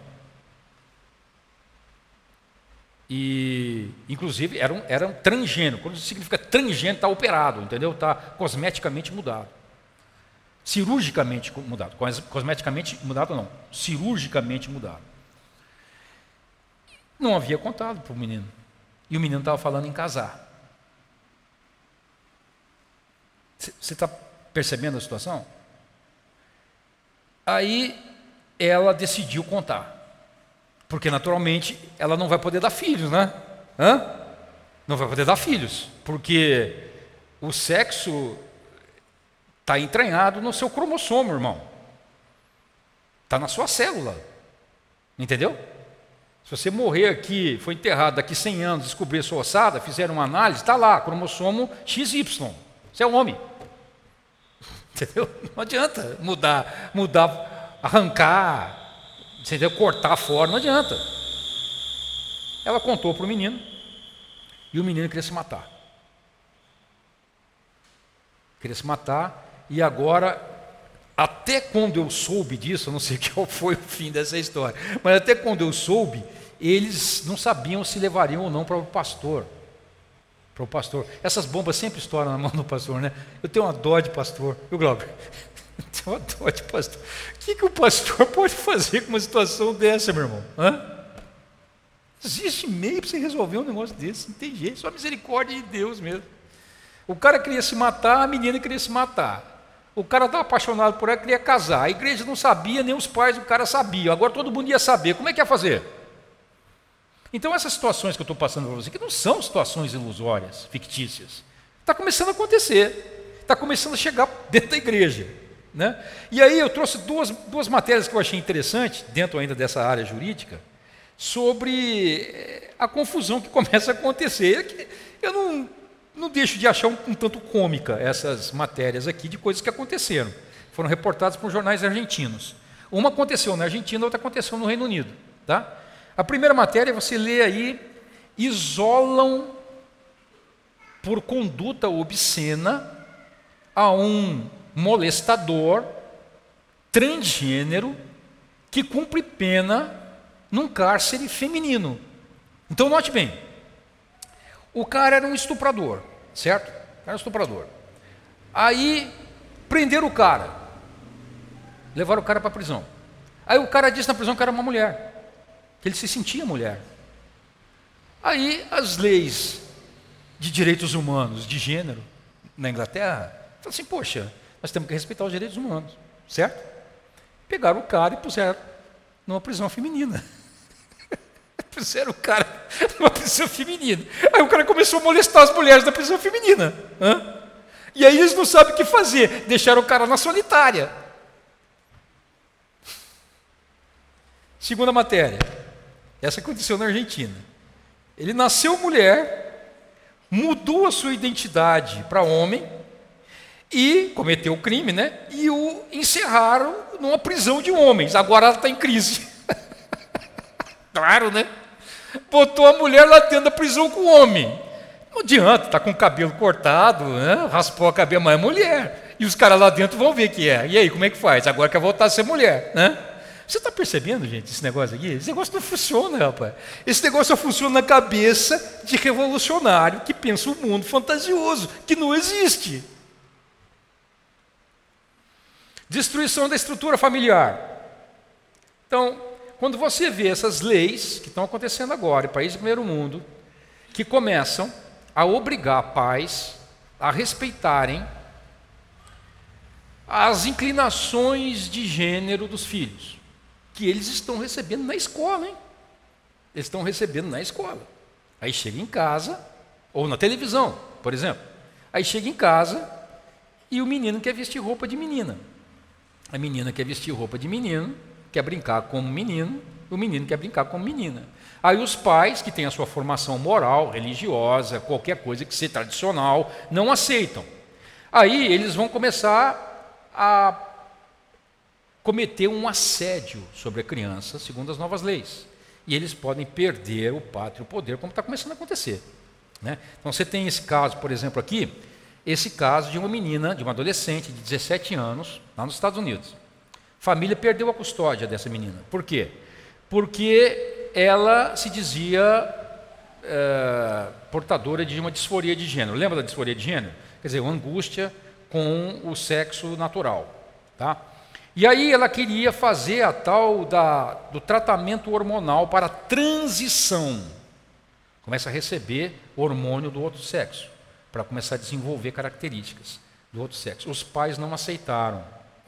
E, inclusive, era um, era um transgênero. Quando significa transgênero, está operado, entendeu? Está cosmeticamente mudado. Cirurgicamente mudado. Cosmeticamente mudado não, cirurgicamente mudado. Não havia contado para o menino. E o menino estava falando em casar. Você está percebendo a situação? Aí ela decidiu contar. Porque, naturalmente, ela não vai poder dar filhos, né? Hã? Não vai poder dar filhos, porque o sexo está entranhado no seu cromossomo, irmão. Está na sua célula. Entendeu? Se você morrer aqui, foi enterrado daqui cem anos, descobrir sua ossada, fizeram uma análise, está lá, cromossomo X Y. Você é um homem. Entendeu? Não adianta mudar, mudar, arrancar, entendeu? Cortar fora, não adianta. Ela contou para o menino, e o menino queria se matar. Queria se matar, e agora, até quando eu soube disso, eu não sei qual foi o fim dessa história, mas até quando eu soube, eles não sabiam se levariam ou não para o pastor. Para o pastor. Essas bombas sempre estouram na mão do pastor, né? Eu tenho uma dó de pastor, viu, Glauber? Eu tenho uma dó de pastor. O que, que o pastor pode fazer com uma situação dessa, meu irmão? Hã? Existe meio para você resolver um negócio desse, não tem jeito, só a misericórdia de Deus mesmo. O cara queria se matar, a menina queria se matar. O cara estava apaixonado por ela, queria casar. A igreja não sabia, nem os pais do cara sabiam. Agora todo mundo ia saber. Como é que ia fazer? Então essas situações que eu estou passando para você, que não são situações ilusórias, fictícias, está começando a acontecer. Está começando a chegar dentro da igreja. Né? E aí eu trouxe duas, duas matérias que eu achei interessantes, dentro ainda dessa área jurídica, sobre a confusão que começa a acontecer. Eu não, não deixo de achar um, um tanto cômica essas matérias aqui de coisas que aconteceram. Foram reportadas por jornais argentinos. Uma aconteceu na Argentina, outra aconteceu no Reino Unido. Tá? A primeira matéria, você lê aí, isolam por conduta obscena a um molestador transgênero que cumpre pena num cárcere feminino. Então, note bem, o cara era um estuprador, certo? Era um estuprador. Aí prenderam o cara, levaram o cara para a prisão. Aí o cara disse na prisão que era uma mulher, que ele se sentia mulher. Aí as leis de direitos humanos, de gênero, na Inglaterra, falaram assim, poxa, nós temos que respeitar os direitos humanos, certo? Pegaram o cara e puseram numa prisão feminina. Puseram o cara numa prisão feminina. Aí o cara começou a molestar as mulheres da prisão feminina. Hã? E aí eles não sabem o que fazer, deixaram o cara na solitária. Segunda matéria, essa aconteceu na Argentina. Ele nasceu mulher, mudou a sua identidade para homem e cometeu o crime, né? E o encerraram numa prisão de homens. Agora ela está em crise. Claro, né? Botou a mulher lá dentro da prisão com o homem. Não adianta, está com o cabelo cortado, né? Raspou a cabeça, mas é mulher. E os caras lá dentro vão ver que é. E aí, como é que faz? Agora quer voltar a ser mulher, né? Você está percebendo, gente, esse negócio aqui? Esse negócio não funciona, rapaz. Esse negócio só funciona na cabeça de revolucionário que pensa um mundo fantasioso, que não existe. Destruição da estrutura familiar. Então, quando você vê essas leis que estão acontecendo agora em países do primeiro mundo, que começam a obrigar pais a respeitarem as inclinações de gênero dos filhos, que eles estão recebendo na escola, hein? Eles estão recebendo na escola. Aí chega em casa, ou na televisão, por exemplo. Aí chega em casa e o menino quer vestir roupa de menina. A menina quer vestir roupa de menino, quer brincar como menino, o menino quer brincar como menina. Aí os pais, que têm a sua formação moral, religiosa, qualquer coisa que seja tradicional, não aceitam. Aí eles vão começar a cometer um assédio sobre a criança, segundo as novas leis. E eles podem perder o pátrio poder, como está começando a acontecer, né? Então você tem esse caso, por exemplo, aqui, esse caso de uma menina, de uma adolescente de dezessete anos, lá nos Estados Unidos. A família perdeu a custódia dessa menina. Por quê? Porque ela se dizia é, portadora de uma disforia de gênero. Lembra da disforia de gênero? Quer dizer, uma angústia com o sexo natural, tá? E aí ela queria fazer a tal da, do tratamento hormonal para a transição. Começa a receber hormônio do outro sexo, para começar a desenvolver características do outro sexo. Os pais não aceitaram.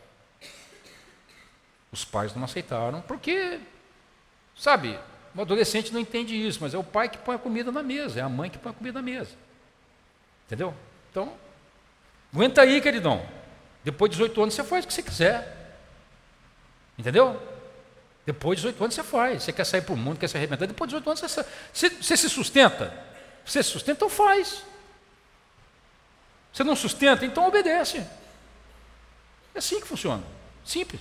Os pais não aceitaram porque, sabe, o adolescente não entende isso, mas é o pai que põe a comida na mesa, é a mãe que põe a comida na mesa. Entendeu? Então, aguenta aí, queridão. Depois de dezoito anos você faz o que você quiser. Entendeu? Depois de dezoito anos você faz. Você quer sair para o mundo, quer se arrebentar. Depois de dezoito anos você, você, você se sustenta. Você se sustenta, então faz. Você não sustenta, então obedece. É assim que funciona. Simples.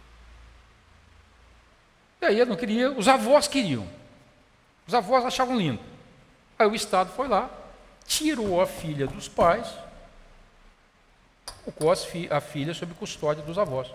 E aí eu não queria, os avós queriam. Os avós achavam lindo. Aí o Estado foi lá, tirou a filha dos pais, colocou a filha sob custódia dos avós.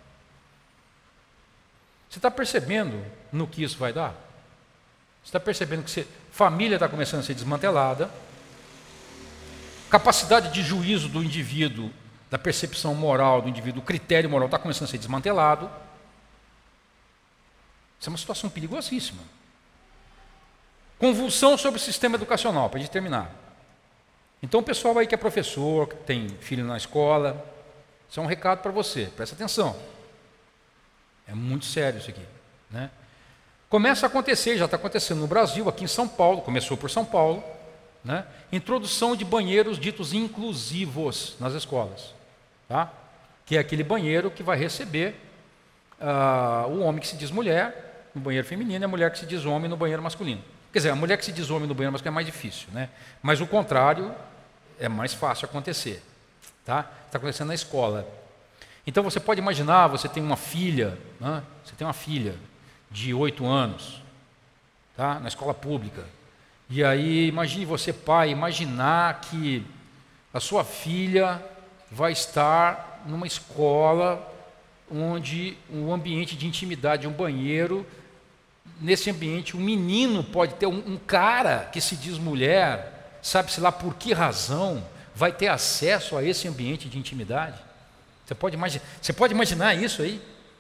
Você está percebendo no que isso vai dar? Você está percebendo que você, família está começando a ser desmantelada, capacidade de juízo do indivíduo, da percepção moral do indivíduo, o critério moral está começando a ser desmantelado. Isso é uma situação perigosíssima. Convulsão sobre o sistema educacional, para a gente terminar. Então o pessoal aí que é professor, que tem filho na escola, isso é um recado para você, presta atenção. É muito sério isso aqui, né? Começa a acontecer, já está acontecendo no Brasil, aqui em São Paulo, começou por São Paulo, né? Introdução de banheiros ditos inclusivos nas escolas, tá? Que é aquele banheiro que vai receber uh, o homem que se diz mulher no banheiro feminino e a mulher que se diz homem no banheiro masculino. Quer dizer, a mulher que se diz homem no banheiro masculino é mais difícil, né? Mas o contrário é mais fácil acontecer, tá? Está acontecendo na escola. Então você pode imaginar, você tem uma filha, né? Você tem uma filha de oito anos, tá? Na escola pública. E aí, imagine você, pai, imaginar que a sua filha vai estar numa escola onde um ambiente de intimidade, um banheiro, nesse ambiente um menino pode ter, um, um cara que se diz mulher, sabe-se lá por que razão, vai ter acesso a esse ambiente de intimidade? Você pode imaginar, você pode imaginar isso aí?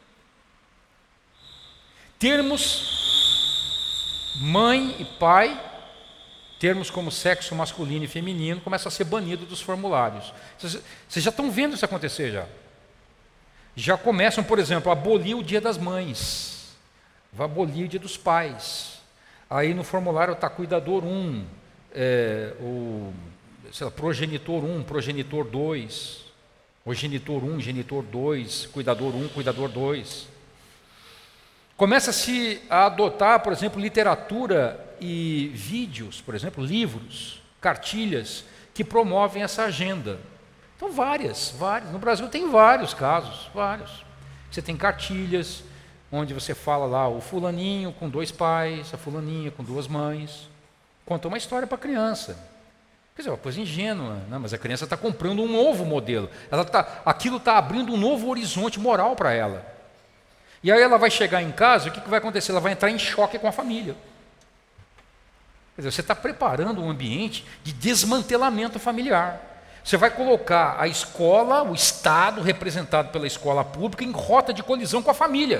Termos mãe e pai, termos como sexo masculino e feminino, começam a ser banidos dos formulários. Vocês, vocês já estão vendo isso acontecer já. Já começam, por exemplo, a abolir o dia das mães, vai abolir o dia dos pais. Aí no formulário está cuidador um, é, o sei lá, progenitor um, progenitor dois, ou genitor um, genitor dois, cuidador um, cuidador dois. Começa-se a adotar, por exemplo, literatura e vídeos, por exemplo, livros, cartilhas, que promovem essa agenda. Então, várias, várias. No Brasil tem vários casos, vários. Você tem cartilhas, onde você fala lá, o fulaninho com dois pais, a fulaninha com duas mães, conta uma história para a criança. Quer dizer, uma coisa ingênua, né? Mas a criança está comprando um novo modelo. Ela tá, aquilo está abrindo um novo horizonte moral para ela. E aí ela vai chegar em casa, o que, que vai acontecer? Ela vai entrar em choque com a família. Quer dizer, você está preparando um ambiente de desmantelamento familiar. Você vai colocar a escola, o Estado, representado pela escola pública, em rota de colisão com a família.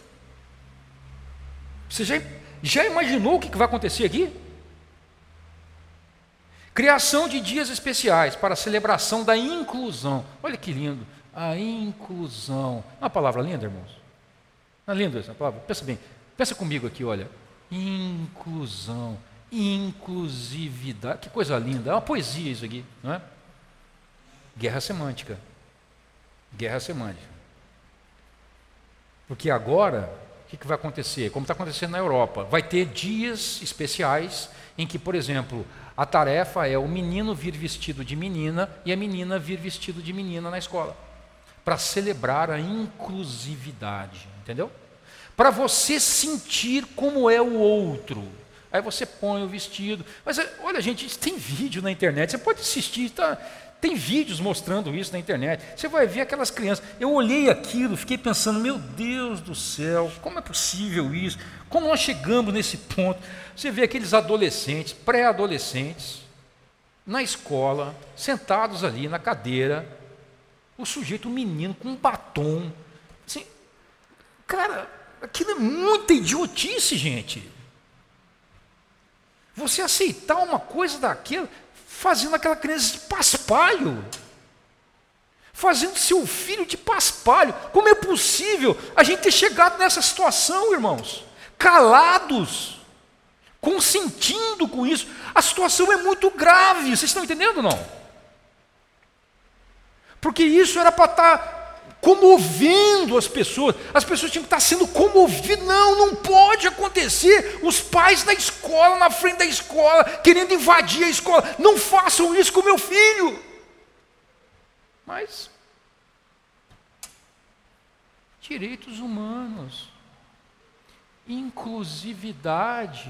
Você já, já imaginou o que, que vai acontecer aqui? Criação de dias especiais para a celebração da inclusão. Olha que lindo, a inclusão. Não é uma palavra linda, irmãos? Não é linda essa palavra? Pensa bem, pensa comigo aqui, olha. Inclusão, inclusividade, que coisa linda. É uma poesia isso aqui, não é? Guerra semântica. Guerra semântica. Porque agora, o que, que vai acontecer? Como está acontecendo na Europa, vai ter dias especiais em que, por exemplo, a tarefa é o menino vir vestido de menina e a menina vir vestido de menina na escola, para celebrar a inclusividade, entendeu? Para você sentir como é o outro. Aí você põe o vestido. Mas olha, gente, tem vídeo na internet, você pode assistir, tá? Tem vídeos mostrando isso na internet. Você vai ver aquelas crianças. Eu olhei aquilo, fiquei pensando, meu Deus do céu, como é possível isso? Como nós chegamos nesse ponto? Você vê aqueles adolescentes, pré-adolescentes, na escola, sentados ali na cadeira, o sujeito, o menino, com um batom. Assim, cara, aquilo é muita idiotice, gente. Você aceitar uma coisa daquela, fazendo aquela criança de paspalho, fazendo seu filho de paspalho. Como é possível a gente ter chegado nessa situação, irmãos? Calados, consentindo com isso. A situação é muito grave, vocês estão entendendo ou não? Porque isso era para estar comovendo as pessoas, as pessoas tinham que estar sendo comovidas. Não, não pode acontecer. Os pais na escola, na frente da escola, querendo invadir a escola, não façam isso com o meu filho. Mas, direitos humanos, inclusividade,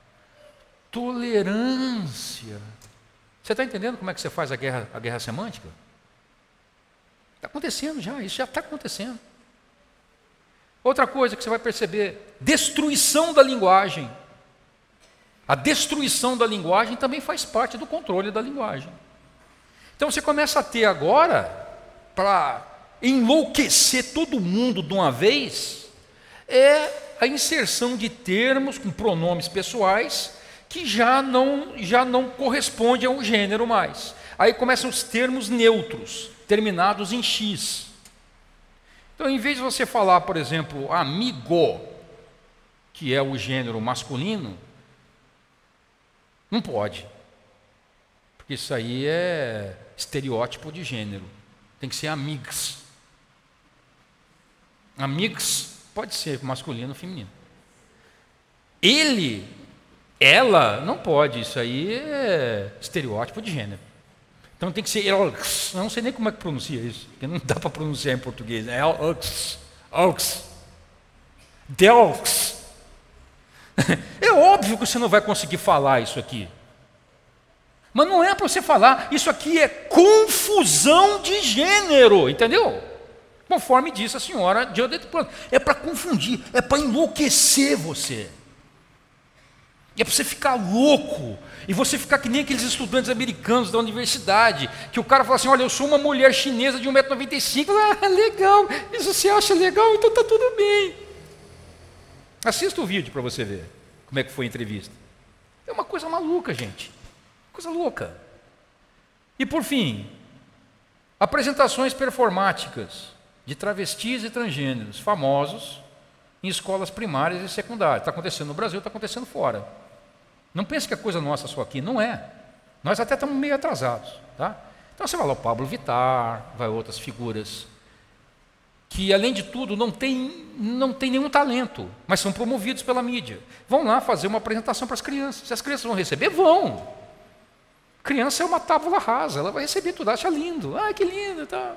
tolerância. Você está entendendo como é que você faz a guerra, a guerra semântica? Está acontecendo já, isso já está acontecendo. Outra coisa que você vai perceber, destruição da linguagem. A destruição da linguagem também faz parte do controle da linguagem. Então você começa a ter agora, para enlouquecer todo mundo de uma vez, é a inserção de termos com pronomes pessoais que já não, já não correspondem a um gênero mais. Aí começam os termos neutros, terminados em X. Então, em vez de você falar, por exemplo, amigo, que é o gênero masculino, não pode. Porque isso aí é estereótipo de gênero. Tem que ser amigos. Amigos pode ser masculino ou feminino. Ele, ela, não pode. Isso aí é estereótipo de gênero. Então tem que ser, eu não sei nem como é que pronuncia isso, porque não dá para pronunciar em português, né? Aux, aux, Delx. É óbvio que você não vai conseguir falar isso aqui. Mas não é para você falar, isso aqui é confusão de gênero, entendeu? Conforme disse a senhora Judith Butler, é para confundir, é para enlouquecer você. E é para você ficar louco, e você ficar que nem aqueles estudantes americanos da universidade, que o cara fala assim, olha, eu sou uma mulher chinesa de um metro e noventa e cinco, ah, legal, isso você acha legal, então está tudo bem. Assista o vídeo para você ver como é que foi a entrevista. É uma coisa maluca, gente, coisa louca. E por fim, apresentações performáticas de travestis e transgêneros famosos em escolas primárias e secundárias. Está acontecendo no Brasil, está acontecendo fora. Não pense que é coisa nossa só aqui, não é. Nós até estamos meio atrasados. Tá? Então você vai lá o Pablo Vittar, vai outras figuras que, além de tudo, não tem, não tem nenhum talento, mas são promovidos pela mídia. Vão lá fazer uma apresentação para as crianças. Se as crianças vão receber, vão. Criança é uma tábula rasa, ela vai receber tudo, acha lindo. Ah, que lindo, tá.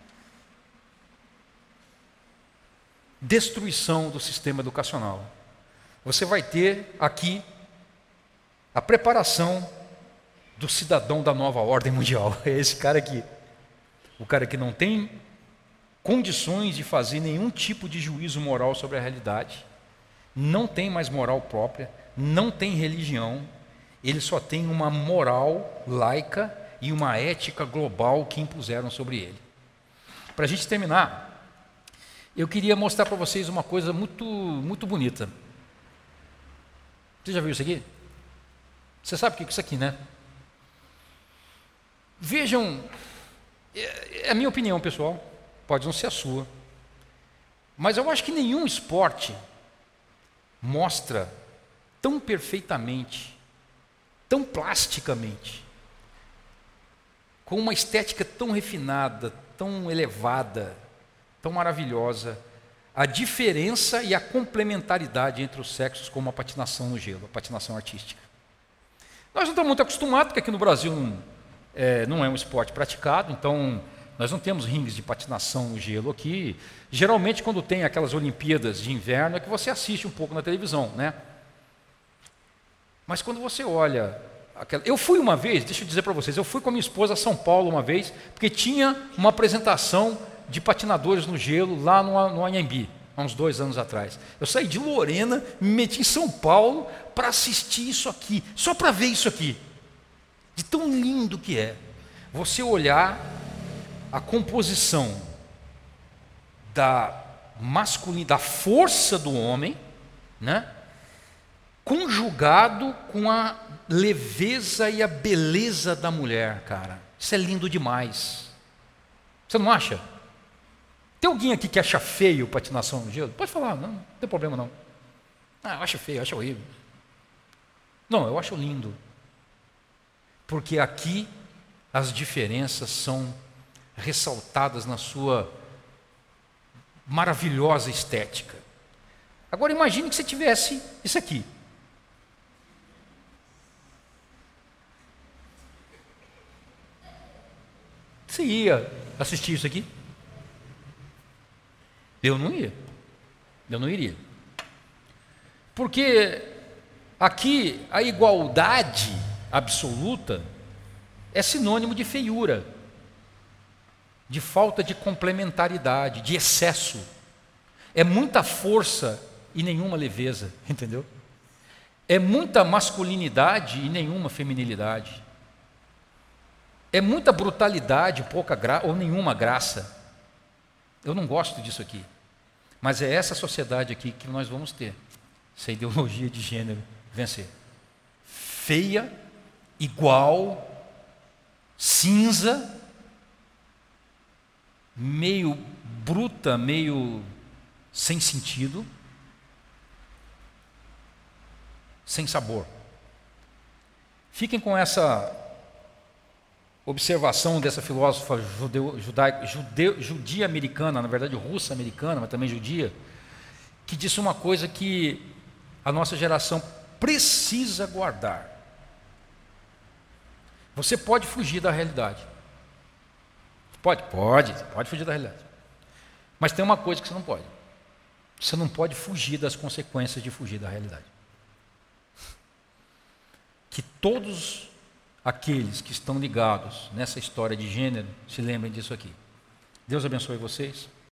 Destruição do sistema educacional. Você vai ter aqui a preparação do cidadão da nova ordem mundial. É esse cara aqui. O cara que não tem condições de fazer nenhum tipo de juízo moral sobre a realidade, não tem mais moral própria, não tem religião, ele só tem uma moral laica e uma ética global que impuseram sobre ele. Para a gente terminar, eu queria mostrar para vocês uma coisa muito, muito bonita. Você já viu isso aqui? Você sabe o que é isso aqui, né? Vejam, é a minha opinião pessoal, pode não ser a sua, mas eu acho que nenhum esporte mostra tão perfeitamente, tão plasticamente, com uma estética tão refinada, tão elevada, tão maravilhosa, a diferença e a complementaridade entre os sexos como a patinação no gelo, a patinação artística. Nós não estamos muito acostumados, porque aqui no Brasil não é, não é um esporte praticado, então nós não temos ringues de patinação no gelo aqui. Geralmente, quando tem aquelas Olimpíadas de inverno, é que você assiste um pouco na televisão, né? Mas quando você olha... Aquela... Eu fui uma vez, deixa eu dizer para vocês, eu fui com a minha esposa a São Paulo uma vez, porque tinha uma apresentação de patinadores no gelo lá no, no Anhembi, há uns dois anos atrás. Eu saí de Lorena, me meti em São Paulo para assistir isso aqui, só para ver isso aqui, de tão lindo que é. Você olhar a composição da masculinidade, da força do homem, né, conjugado com a leveza e a beleza da mulher, cara. Isso é lindo demais. Você não acha? Tem alguém aqui que acha feio patinação no gelo? Pode falar, não, não tem problema não. Ah, eu acho feio, eu acho horrível. Não, eu acho lindo. Porque aqui as diferenças são ressaltadas na sua maravilhosa estética. Agora imagine que você tivesse isso aqui. Você ia assistir isso aqui? Eu não ia. Eu não iria. Porque aqui a igualdade absoluta é sinônimo de feiura, de falta de complementaridade, de excesso. É muita força e nenhuma leveza, entendeu? É muita masculinidade e nenhuma feminilidade. É muita brutalidade, pouca graça ou nenhuma graça. Eu não gosto disso aqui. Mas é essa sociedade aqui que nós vamos ter, se a ideologia de gênero vencer. Feia, igual, cinza, meio bruta, meio sem sentido, sem sabor. Fiquem com essa observação dessa filósofa judeu, judaica, judeu, judia americana, na verdade russa americana, mas também judia, que disse uma coisa que a nossa geração precisa guardar. Você pode fugir da realidade. Pode? Pode, pode fugir da realidade. Mas tem uma coisa que você não pode. Você não pode fugir das consequências de fugir da realidade. Que todos aqueles que estão ligados nessa história de gênero se lembrem disso aqui. Deus abençoe vocês.